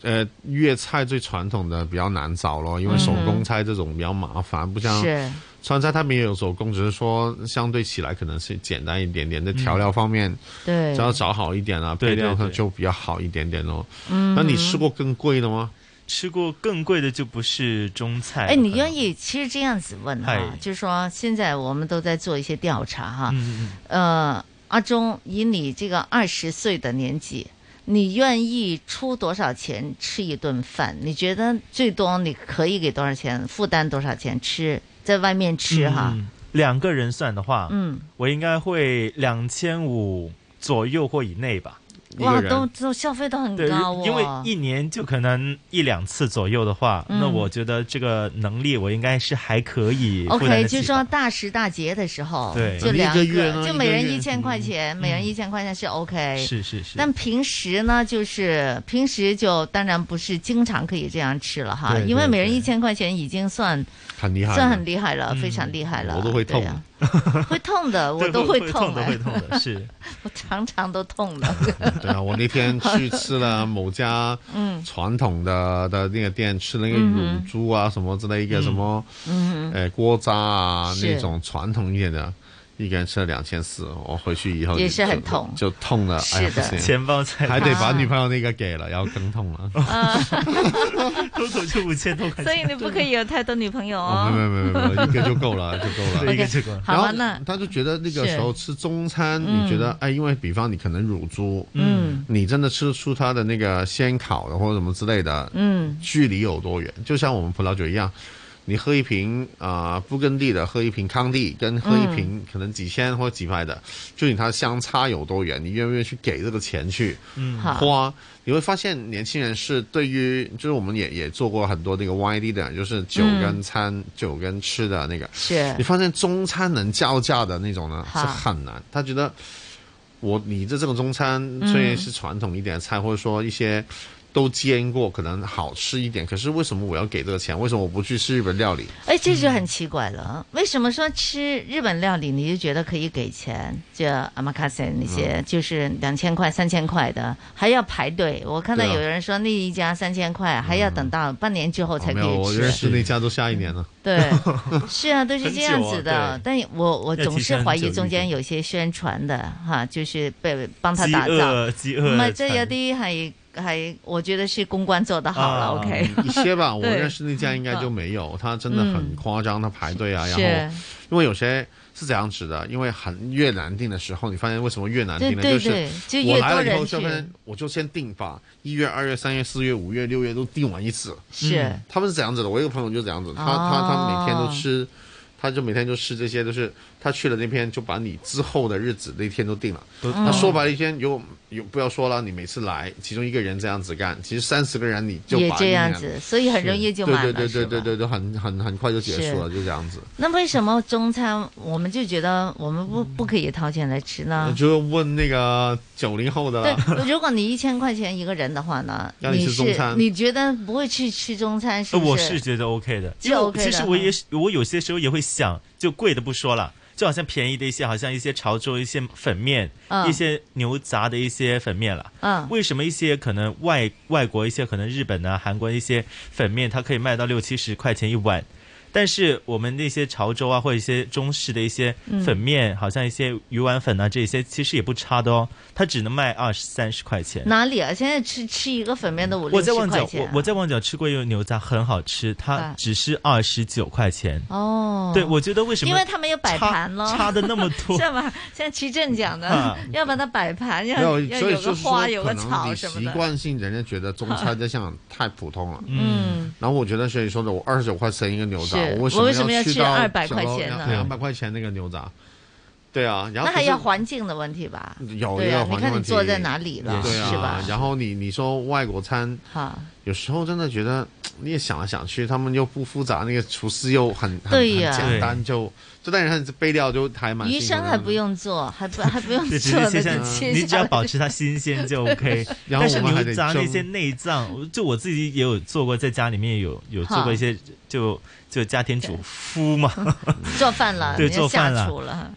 E: 呃，粤菜最传统的比较难找咯，因为手工菜这种比较麻烦，不像川菜它没有手工，只是说相对起来可能是简单一点点，在调料方面，
F: 对，
E: 只要找好一点啊，配料就比较好一点点咯。
F: 嗯，
E: 那你吃过更贵的吗？
G: 吃过更贵的就不是中菜。
F: 哎，你愿意其实这样子问哈，就是说现在我们都在做一些调查哈，嗯、呃，阿忠以你这个二十岁的年纪。你愿意出多少钱吃一顿饭？你觉得最多你可以给多少钱？负担多少钱吃？在外面吃哈、
G: 嗯？两个人算的话，嗯，我应该会两千五左右或以内吧。
F: 哇，都都消费都很高哦。
G: 因为一年就可能一两次左右的话，嗯、那我觉得这个能力我应该是还可以。
F: OK， 就说大时大节的时候，
G: 对，
F: 就两个，
E: 个
F: 就每人一千块钱，嗯、每人一千块钱是 OK。
G: 是是是。
F: 但平时呢，就是平时就当然不是经常可以这样吃了哈，
E: 对对对，
F: 因为每人一千块钱已经算
E: 很厉害，
F: 算很厉害了，嗯、非常厉害了。
E: 我都会痛。
F: 会痛的，我都会痛
G: 的，会痛的，是
F: 我常常都痛的。
E: 对啊，我那天去吃了某家传统的的那个店，吃那个乳猪啊什么之类一个什么，嗯，呃锅渣啊那种传统一点的。一个人吃了两千四，我回去以后
F: 也是很痛，
E: 就痛了。
F: 是的，
E: 哎、
G: 钱包才
E: 还得把女朋友那个给了，然后更痛了。
G: 偷偷就五千多块钱，
F: 所以你不可以有太多女朋友哦。
E: 没有没有没有，一个就够了，就够了，
G: 一个就够了。
F: 好啊，那
E: 他就觉得那个时候吃中餐，你觉得哎，因为比方你可能乳猪，嗯，你真的吃出它的那个鲜烤的或者什么之类的，嗯，距离有多远？就像我们葡萄酒一样。你喝一瓶啊、呃、布根地的，喝一瓶康帝，跟喝一瓶可能几千或几百的，就你它相差有多远，你愿不愿意去给这个钱去花？嗯、你会发现年轻人是对于，就是我们也也做过很多那个 Y D 的，就是酒跟餐、嗯、酒跟吃的那个，
F: 是
E: 你发现中餐能叫价的那种呢是很难，他觉得我你的这种中餐虽然是传统一点的菜，嗯、或者说一些。都煎过，可能好吃一点。可是为什么我要给这个钱？为什么我不去吃日本料理？
F: 哎，这就很奇怪了。为什么说吃日本料理你就觉得可以给钱？就阿玛卡森那些，嗯、就是两千块、三千块的，还要排队。我看到有人说那一家三千块，还要等到半年之后才可以吃。
E: 哦、没有，我认识那家都下一年了。
F: 对，是啊，都是这样子的。啊、但我我总是怀疑中間有些宣傳的哈，就是被幫他打造。
G: 飢餓，飢餓。
F: 唔係，即係有啲係。還我覺得是公關做得好了、啊、，OK。
E: 一些吧，我認識那家應該就沒有，他真的很誇張，他排隊啊，然後因為有些是這樣子的，因為很越難訂的時候，你發現為什麼越難訂呢？
F: 對對
E: 對
F: 就是
E: 我來了以後就分，我就先訂吧，一月、二月、三月、四月、五月、六月都訂完一次。
F: 是、
E: 嗯，他們是這樣子的。我一個朋友就這樣子，他、哦、他他每天都吃。他就每天就吃這些，都是他去了那邊就把你之後的日子那天都定了。嗯、他說白了一天有有不要說了，你每次來其中一個人這樣子幹，其實三十個人你就把
F: 也這樣子，所以很容易就滿了。
E: 對對對對對對，很很很快就結束了，就這樣子。
F: 那為什麼中餐我們就覺得我們不不可以掏錢來吃呢？
E: 就問那個九零後的啦。
F: 對，如果你一千塊錢一個人的話呢，
E: 讓你吃中餐，
F: 你覺得不會去吃中餐是不是？
G: 我是覺得 OK 的，
F: 就 OK 的。
G: 其實我也我有些時候也會想。就貴的不說了，就好像便宜的一些，好像一些潮州一些粉麵，嗯、一些牛雜的一些粉麵了。嗯，為什麼一些可能外外國一些可能日本啊、韓國一些粉麵，它可以賣到六七十塊錢一碗？但是我們那些潮州啊，或者一些中式的一些粉麵，嗯、好像一些魚丸粉啊，這些其實也不差的哦，它只能賣二十三十塊錢。
F: 哪裡啊？現在吃吃一個粉麵都五六十塊錢、啊。
G: 我在旺角，我我在旺角吃過一個牛雜，很好吃，它只是二十九塊錢。哦，對，我覺得為什麼？
F: 因為他們有擺盤咯，
G: 差的那麼多，
F: 是吧？像齊正講的，啊、要把它擺盤，要要有個花，有個草什麼的。
E: 習慣性人家覺得中餐在香港太普通了。
F: 嗯，
E: 然後我覺得所以說的，我二十九塊錢一個牛雜。我
F: 為什麼要吃二百塊錢呢？
E: 兩百塊錢那個牛雜，對啊，然後
F: 那還要環境的問題吧？
E: 有一個環境問題，
F: 你看你坐在哪裡了，
E: 對啊，
F: 是吧？
E: 然後你你說外國餐，有時候真的覺得你也想來想去，他們又不複雜，那個廚師又很很很簡單，就就但是備料就還蠻。
F: 魚生還不用做，還不還不用做的，
G: 你只要保持它新鮮就 OK。但是牛雜那些內臟，就我自己也有做過，在家裡面有有做過一些就。就家庭主夫嘛，
F: 做飯了，
G: 對，做飯了，就很難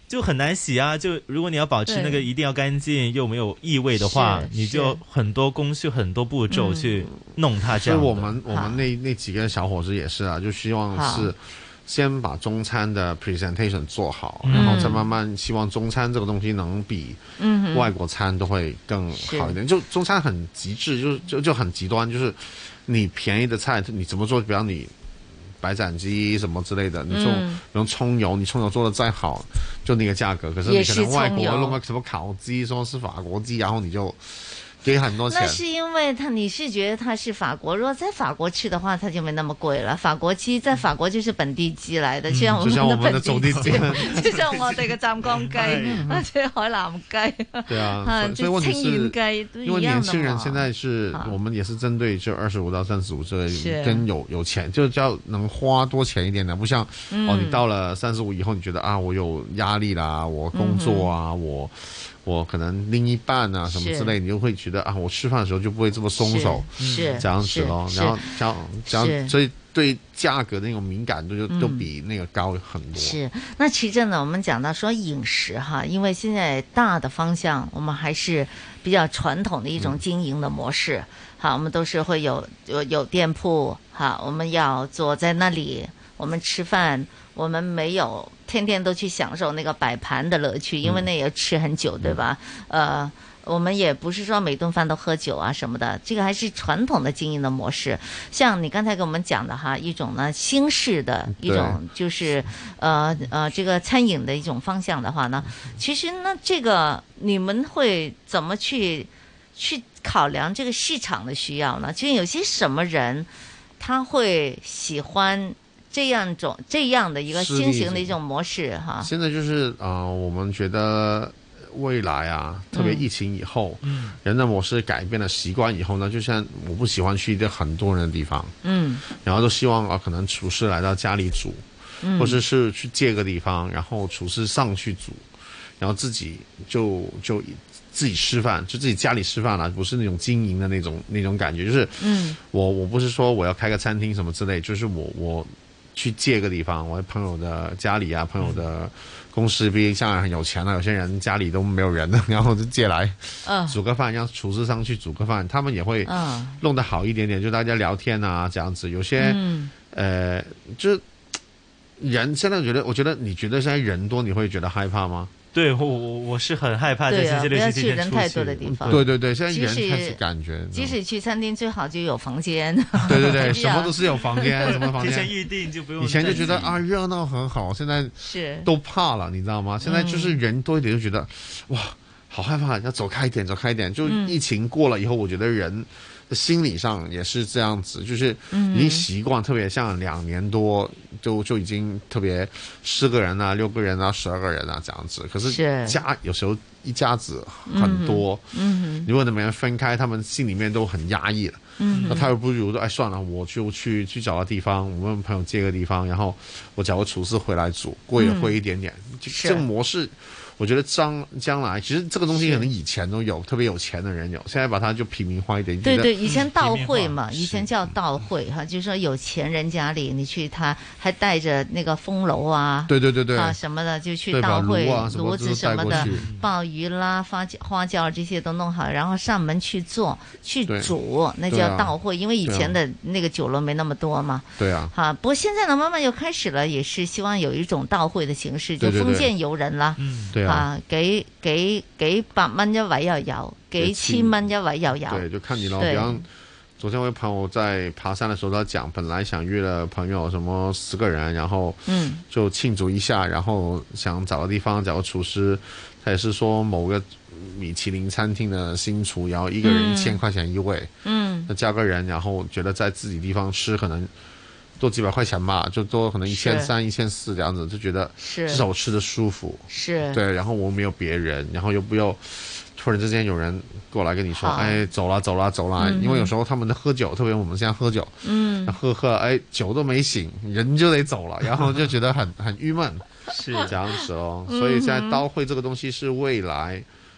G: 难洗啊。就如果你要保持那个一定要干净又没有异味的话，你就很多工序很多步骤去弄它这样的。
E: 所以我们我们那那几个小伙子也是啊，就希望是先把中餐的 presentation 做好，然后再慢慢希望中餐这个东西能比外国餐都会更好一点。就中餐很极致，就就就很极端，就是你便宜的菜你怎么做，比方你白斩鸡什么之类的，你用用葱油，你葱油做的再好，就那个价格。可是你可能外国弄个什么烤鸡，说是法国鸡，然后你就给很多钱。
F: 那是因为他你是觉得它是法国，如果在法国吃的话，它就没那么贵了。法国鸡在法国就是本地鸡来的，嗯、像我们的本地鸡，就像我哋嘅湛江雞，或者海南雞。
E: 对啊，所以问题是，因为年轻人现在是我们也是针对就二十五到三十五岁，跟有有钱，就叫能花多钱一点的，不像、嗯、哦，你到了三十五以后，你觉得啊，我有压力啦，我工作啊，嗯、我。我可能另一半啊什么之类，你就会觉得啊，我吃饭的时候就不会这么松手，
F: 是
E: 这样子咯。然后这样这样，所以对价格的那种敏感度就、嗯、都比那个高很多。
F: 是，那其实呢，我们讲到说饮食哈，因为现在大的方向我们还是比较传统的一种经营的模式，嗯、好，我们都是会有有有店铺，好，我们要坐在那里，我们吃饭。我们没有天天都去享受那个摆盘的乐趣，因为那也要吃很久，嗯、对吧？呃，我们也不是说每顿饭都喝酒啊什么的，这个还是传统的经营的模式。像你刚才跟我们讲的哈，一种呢新式的一种就是呃呃这个餐饮的一种方向的话呢，其实呢这个你们会怎么去去考量这个市场的需要呢？就有些什么人他会喜欢这样种这样的一个新型的一种模式哈。
E: 现在就是啊、呃，我们觉得未来啊，特别疫情以后，嗯，人的模式改变了习惯以后呢，就像我不喜欢去一个很多人的地方，嗯，然后都希望啊，可能厨师来到家里煮，嗯，或者是去借个地方，然后厨师上去煮，然后自己就就自己吃饭，就自己家里吃饭了，不是那种经营的那种那种感觉，就是，嗯，我我不是说我要开个餐厅什么之类，就是我我。去借个地方，我朋友的家里啊，朋友的公司，毕竟像很有钱的，有些人家里都没有人的，然后就借来，嗯，煮个饭，让厨师上去煮个饭，他们也会弄得好一点点，就大家聊天啊这样子。有些，嗯、呃，就是人现在觉得，我觉得你觉得现在人多，你会觉得害怕吗？
G: 对我我我是很害怕在星期六、星期天出去。
F: 不要去人太多的地方。
E: 对对对，现在人开始感觉。
F: 即使去餐厅，最好就有房间。
E: 对对对，什么都是有房间，什么房间。
G: 提前预定就不用。
E: 以前就觉得啊热闹很好，现在
F: 是
E: 都怕了，你知道吗？现在就是人多一点就觉得、嗯、哇好害怕，要走开一点，走开一点。就疫情过了以后，我觉得人。心理上也是这样子，就是已经习惯，嗯、特别像两年多就就已经特别四个人啊、六个人啊、十二个人啊这样子。可是家有时候一家子很多，嗯，如果你们分开，他们心里面都很压抑了。嗯，那他又不如说，哎，算了，我就去去找个地方，我问朋友借个地方，然后我找个厨师回来煮，贵也贵一点点。嗯、就这个模式。我觉得将将来其实这个东西可能以前都有，特别有钱的人有，现在把它就平民化一点。
F: 对对，以前道会嘛，以前叫道会哈，就是说有钱人家里你去，他还带着那个风炉啊，
E: 对对对对
F: 啊什么的，就去道会炉子什么的，鲍鱼啦、花花椒这些都弄好，然后上门去做去煮，那叫道会。因为以前的那个酒楼没那么多嘛。
E: 对啊。
F: 好，不过现在呢，慢慢又开始了，也是希望有一种道会的形式，就封建游人啦。
E: 嗯，对啊。
F: 啊，幾幾幾百蚊一位又有，幾千蚊一位又有。
E: 對，就看你咯。比方昨天我朋友在爬山的時候，他講，本來想約了朋友什麼十個人，然後嗯就慶祝一下，然後想找個地方，找個廚師，他也是說某個米其林餐廳的新廚，然後一個人一千塊錢一位，嗯，那加個人，然後覺得在自己地方吃可能。多幾百塊錢吧，就多可能一千三、一千四這樣子，就覺得至少我吃得舒服。
F: 是，
E: 對，然後我沒有別人，然後又不要突然之間有人過來跟你說，哎，走啦走啦走啦、嗯，因為有時候他們的喝酒，特別我們現在喝酒，嗯，喝喝，哎，酒都沒醒，人就得走了，然後就覺得很很鬱悶，是這樣子咯。所以現在刀會這個東西是未來。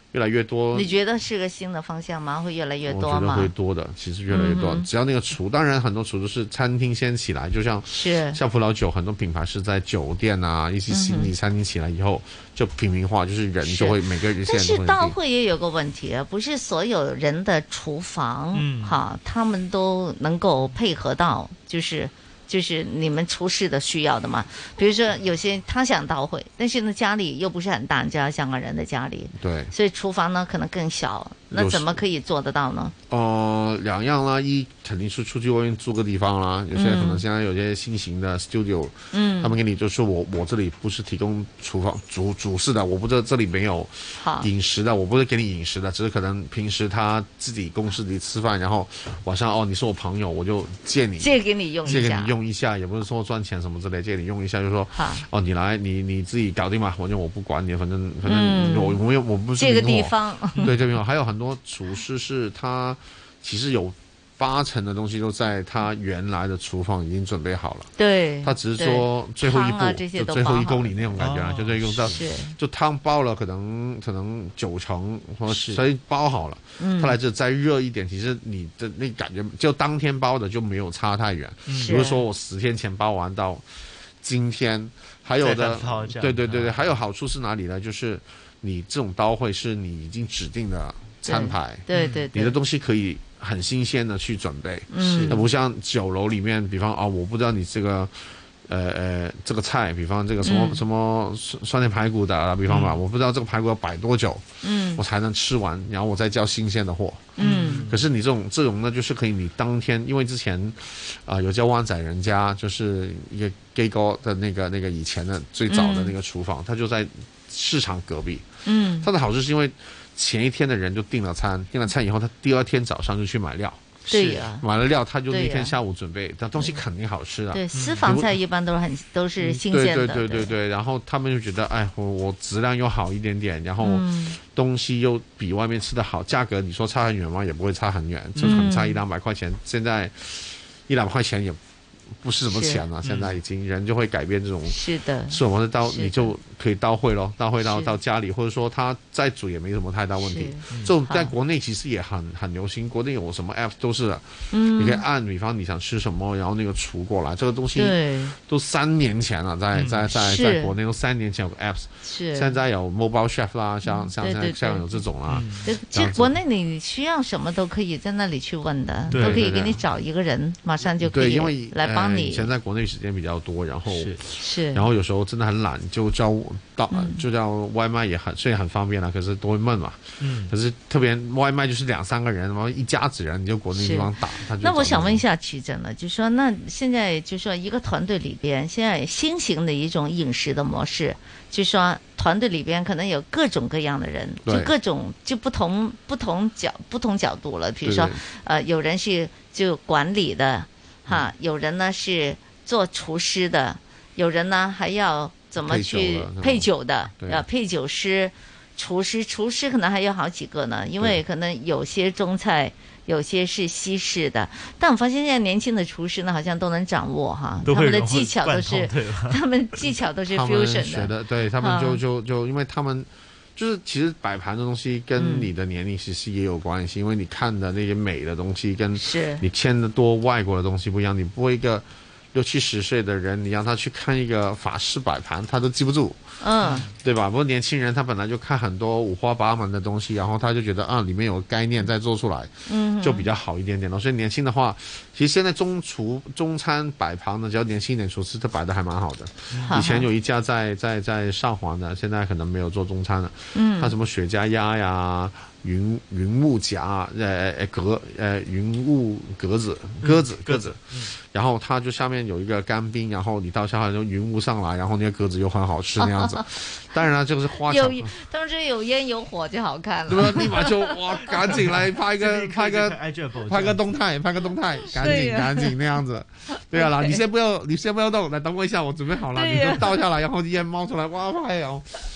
E: 越来越多。
F: 你觉得是个新的方向吗？会越来越多吗？
E: 我觉得会多的，其实越来越多。嗯、只要那个厨，当然很多厨都是餐厅先起来，就像
F: 是
E: 像葡萄酒，很多品牌是在酒店啊一些星级餐厅起来以后、嗯、就平民化，就是人就会每个人。
F: 但是刀会也有个问题，不是所有人的厨房、嗯、哈，他们都能够配合到，就是。就是你们厨师的需要的嘛，比如说有些他想刀会，但是呢家里又不是很大，你知道香港人的家里，
E: 对，
F: 所以厨房呢可能更小，那怎么可以做得到呢？
E: 呃，两样啦，一肯定是出去外面租个地方啦，有些可能现在有些新型的 studio， 嗯，他们给你就说我我这里不是提供厨房主主事的，我不知道这里没有饮食的，我不是给你饮食的，只是可能平时他自己公司里吃饭，然后晚上哦你是我朋友，我就借你
F: 借给你用一下，
E: 借给你用一下，也不是说赚钱什么之类，借你用一下，就说哦你来你你自己搞定嘛，反正我不管你，反正反正、嗯、我我我不是
F: 这个地方，
E: 对这边还有很多厨师是他其实有八成的东西都在他原来的厨房已经准备好了，
F: 对，
E: 他只是说最后一步、啊、就最后一公里那种感觉、哦、就这用到就汤包了可能可能九成或所以包好了，他来这再热一点，其实你的那感觉就当天包的就没有差太远，比如说我十天前包完到今天，还有的对对对对，还有好处是哪里呢？就是你这种刀会是你已经指定的餐牌，
F: 对 对, 对, 对，
E: 你的东西可以很新鲜的去准备，嗯，那不像酒楼里面，比方啊、哦，我不知道你这个，呃呃，这个菜，比方这个什么、嗯、什么酸甜排骨的，比方吧、嗯，我不知道这个排骨要摆多久，嗯，我才能吃完，然后我再叫新鲜的货，嗯，可是你这种这种呢，就是可以你当天，因为之前啊、呃、有叫湾仔人家，就是一个 gay 哥的那个那个以前的最早的那个厨房，嗯、他就在市场隔壁，嗯，它的好处是因为。前一天的人就订了餐，订了餐以后，他第二天早上就去买料。
F: 对呀、啊，
E: 买了料，他就那天下午准备，但东西肯定好吃的。
F: 对，私房菜一般都是很都是新鲜的。
E: 对对对对对，然后他们就觉得，哎，我我质量又好一点点，然后东西又比外面吃的好，价格你说差很远吗？也不会差很远，就可能差一两百块钱。现在一两百块钱也不是什么钱了，现在已经人就会改变这种。
F: 是的，
E: 是我们的刀，你就可以刀会咯，刀会到到家里，或者说他再煮也没什么太大问题。这种在国内其实也很很流行，国内有什么 app 都是的，嗯，你可以按，比方你想吃什么，然后那个厨过来，这个东西都三年前了，在在在在国内都三年前有个 apps， 是现在有 mobile chef 啦，像像现在像有这种啦。
F: 对，其实国内你需要什么都可以在那里去问的，都可以给你找一个人，马上就可以来帮你。
E: 以前在国内时间比较多，然后
F: 是是，
E: 然后有时候真的很懒，就叫到、嗯、就叫外卖也很虽然很方便了，可是都会闷嘛。嗯，可是特别外卖就是两三个人，然后一家子人，你就国内地方打。他就
F: 那我想问一下曲珍了，就说那现在就说一个团队里边，现在新型的一种饮食的模式，就说团队里边可能有各种各样的人，就各种就不同不同角不同角度了。比如说，对对呃，有人是就管理的。哈，有人呢是做厨师的，有人呢还要怎么去配酒的，呃，配酒师、厨师，厨师可能还有好几个呢，因为可能有些中菜，有些是西式的。但我发现现在年轻的厨师呢，好像都能掌握哈，他们的技巧都是，他们技巧都是 fusion 的，
E: 学的，对他们就就就因为他们。就是其实摆盘的东西跟你的年龄其实也有关系，嗯、因为你看的那些美的东西跟你签的多外国的东西不一样，你不会一个六七十岁的人，你让他去看一个法式摆盘，他都记不住，嗯，对吧？不过年轻人他本来就看很多五花八门的东西，然后他就觉得啊，里面有概念再做出来，嗯，就比较好一点点了。所以年轻的话，其实现在中厨中餐摆盘呢，只要年轻一点厨师，他摆的还蛮好的。以前有一家在在在上环的，现在可能没有做中餐了，嗯，他什么雪茄鸭呀。云云木夹，呃呃格呃云雾格子鸽子鸽子，嗯，然后它就下面有一个干冰，然后你倒下来就云雾上来，然后那个鸽子又很好吃那样子。当然了，这个是花巧，
F: 当时有烟有火就好看了，
E: 对吧？立马就哇，赶紧来拍个拍个拍个动态，拍个动态，赶紧赶紧那样子。对啊啦，你先不要你先不要动，来等我一下，我准备好了，你就倒下来，然后烟冒出来，哇拍哦。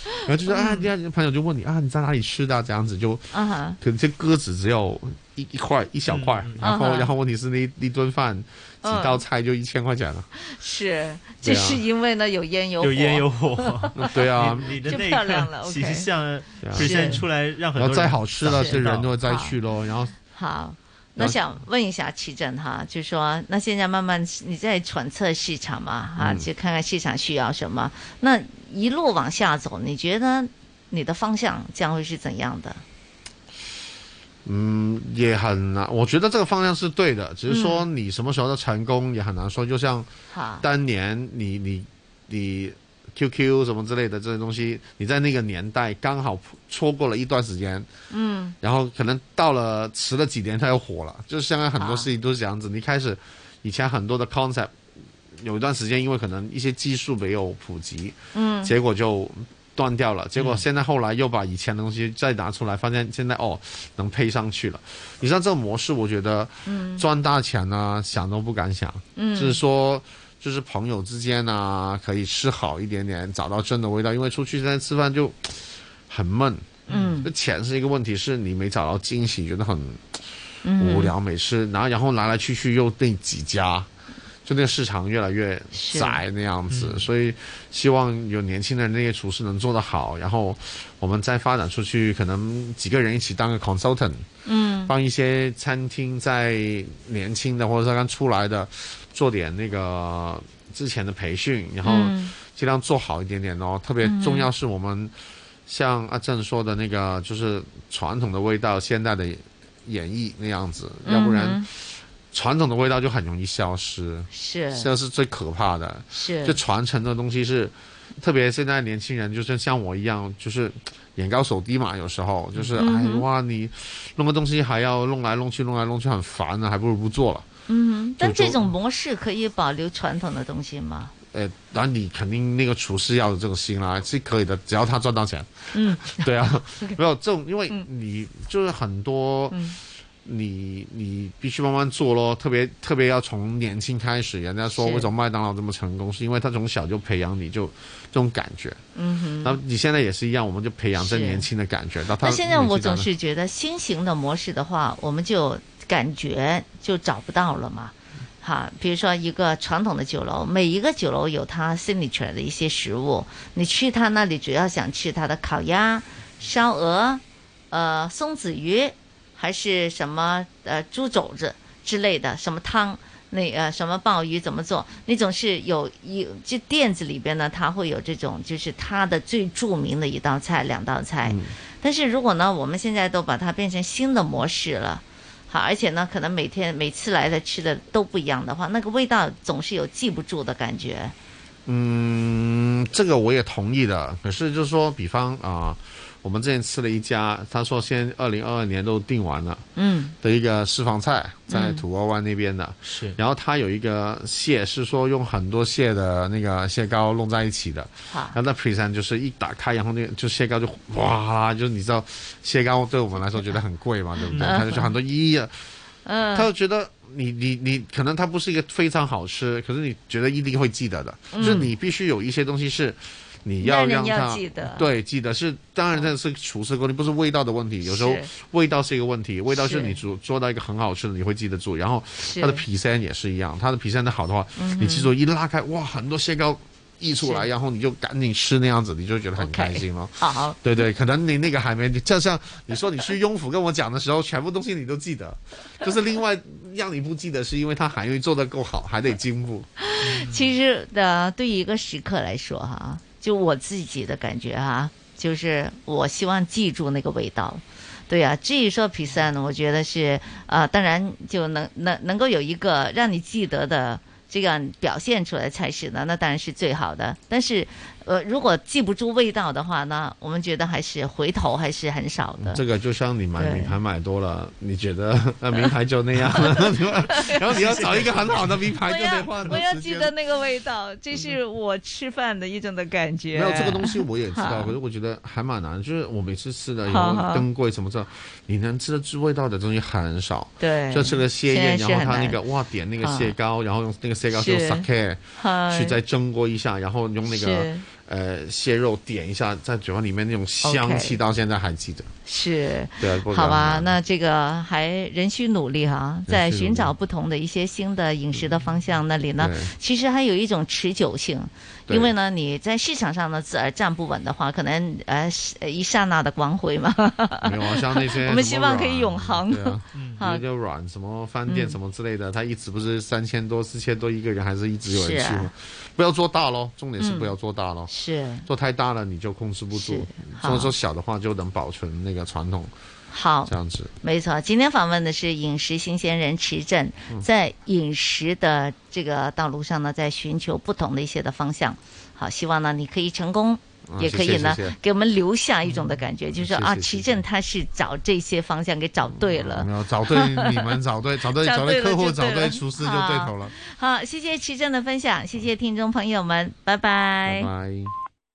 E: 然后就是啊，人家朋友就问你啊，你在哪里吃的、啊？这样子就，啊、可能这鸽子只有一一块一小块，嗯、然后、啊、然后问题是那一顿饭几道菜就一千块钱了。
F: 是，这是因为呢有烟有火，
G: 有烟有火。
E: 对啊，
G: 你的那个其实像表现出来让很多人，
E: 然后再好吃了，这人都会再去咯。然后
F: 好。那想问一下奇珍哈，就是说，那现在慢慢你在揣测市场嘛，哈、嗯，就看看市场需要什么。那一路往下走，你觉得你的方向将会是怎样的？
E: 嗯，也很难。我觉得这个方向是对的，只是说你什么时候的成功也很难说。就像当年你你你。Q Q 什么之类的这些东西，你在那个年代刚好错过了一段时间，嗯，然后可能到了迟了几年它又火了，就是现在很多事情都是这样子。你开始以前很多的 concept， 有一段时间因为可能一些技术没有普及，嗯，结果就断掉了。结果现在后来又把以前的东西再拿出来，发现现在哦能配上去了。你像这个模式，我觉得赚大钱呢、啊、想都不敢想，嗯，就是说。就是朋友之间啊，可以吃好一点点，找到真的味道。因为出去现在吃饭就很闷，嗯，钱是一个问题，是你没找到惊喜，觉得很无聊。每次然后然后来来去去又那几家，就那个市场越来越窄那样子。嗯、所以希望有年轻的那些厨师能做得好，然后我们再发展出去，可能几个人一起当个 consultant， 嗯，帮一些餐厅在年轻的或者是刚出来的。做点那个之前的培训，然后尽量做好一点点哦。嗯、特别重要是我们像阿正说的那个，就是传统的味道，现代的演绎那样子，嗯、要不然传统的味道就很容易消失。是，这是最可怕的。是，就传承的东西是，特别现在年轻人就是像我一样，就是眼高手低嘛，有时候就是、嗯、哎哇，你弄个东西还要弄来弄去，弄来弄去很烦啊，还不如不做了。
F: 嗯，但这种模式可以保留传统的东西吗？
E: 呃，当然你肯定那个厨师要有这种心啦，是可以的，只要他赚到钱。嗯，对啊，没有这种，因为你就是很多，嗯、你你必须慢慢做咯。特别特别要从年轻开始，人家说为什么麦当劳这么成功，是因为他从小就培养你就这种感觉。嗯哼，然后你现在也是一样，我们就培养这年轻的感觉。到他
F: 那现在我总是觉得新型的模式的话，我们就。感觉就找不到了嘛，哈，比如说一个传统的酒楼，每一个酒楼有它 signature 的一些食物，你去它那里主要想吃它的烤鸭、烧鹅、呃松子鱼，还是什么呃猪肘子之类的，什么汤，那呃什么鲍鱼怎么做，那种是有一就店子里边呢，它会有这种就是它的最著名的一道菜、两道菜，嗯、但是如果呢，我们现在都把它变成新的模式了。好，而且呢，可能每天每次来的吃的都不一样的话，那个味道总是有记不住的感觉。
E: 嗯，这个我也同意的。可是就是说，比方啊、呃，我们之前吃了一家，他说现二零二二年都订完了，嗯，的一个私房菜，在土瓜湾那边的，是、嗯。然后他有一个蟹，是说用很多蟹的那个蟹膏弄在一起的，好。然后那 present 就是一打开，然后那个就蟹膏就哇啦，就是你知道蟹膏对我们来说觉得很贵嘛，对不对？他就说很多一，嗯，他就觉得。你你你可能它不是一个非常好吃，可是你觉得一定会记得的，嗯、就是你必须有一些东西是你要让它
F: 记得，
E: 对，记得是当然这是厨师功力，不是味道的问题，有时候味道是一个问题，味道是你做做到一个很好吃的，你会记得住，然后它的皮身也是一样，它的皮身的好的话，嗯、你记住一拉开，哇，很多蟹膏。溢出来，然后你就赶紧吃那样子，你就觉得很开心了。
F: Okay, 好，
E: 对对，可能你那个还没，就像你说你去雍府跟我讲的时候，全部东西你都记得，就是另外让你不记得，是因为它还没做得够好，还得进步。
F: 其实的，对于一个食客来说哈，就我自己的感觉哈，就是我希望记住那个味道。对啊，至于说披萨呢，我觉得是呃，当然就能能能够有一个让你记得的。这样表现出来菜式呢，那当然是最好的。但是，呃，如果记不住味道的话呢，我们觉得还是回头还是很少的。
E: 这个就像你买名牌买多了，你觉得那名牌就那样，然后你要找一个很好的名牌，就得花很多时间。
F: 我要记得那个味道，这是我吃饭的一种的感觉。
E: 没有这个东西我也知道，可是我觉得还蛮难。就是我每次吃的，然后登柜什么的，你能吃得出味道的东西很少。
F: 对，
E: 就吃了蟹宴，然后他那个哇点那个蟹膏，然后用那个。这个是 sake 去再蒸过一下，然后用那个呃，蟹肉点一下在嘴巴里面那种香气，到现在还记得。
F: 是，
E: 对啊，
F: 好吧，那这个还仍需努力哈，在寻找不同的一些新的饮食的方向那里呢，其实还有一种持久性。因为呢，你在市场上呢，自而站不稳的话，可能呃一刹那的光辉嘛。
E: 没有啊，像那些
F: 我们希望可以永恒。
E: 啊，那叫软什么饭店什么之类的，他一直不是三千多、四千多一个人，还是一直有人去吗？不要做大咯，重点是不要做大咯。
F: 是
E: 做太大了你就控制不住，所以说小的话就能保存那个传统。
F: 好，
E: 这样子
F: 没错。今天访问的是饮食新鲜人池正，在饮食的这个道路上呢，在寻求不同的一些的方向。好，希望呢你可以成功，
E: 啊、
F: 也可以呢
E: 谢谢谢谢
F: 给我们留下一种的感觉，嗯、就是说啊，
E: 谢谢
F: 池正他是找这些方向给找对了，
E: 没有找对你们找对找对找对客户找对厨师就对头了。
F: 好，谢谢池正的分享，谢谢听众朋友们，拜拜。
E: 拜拜。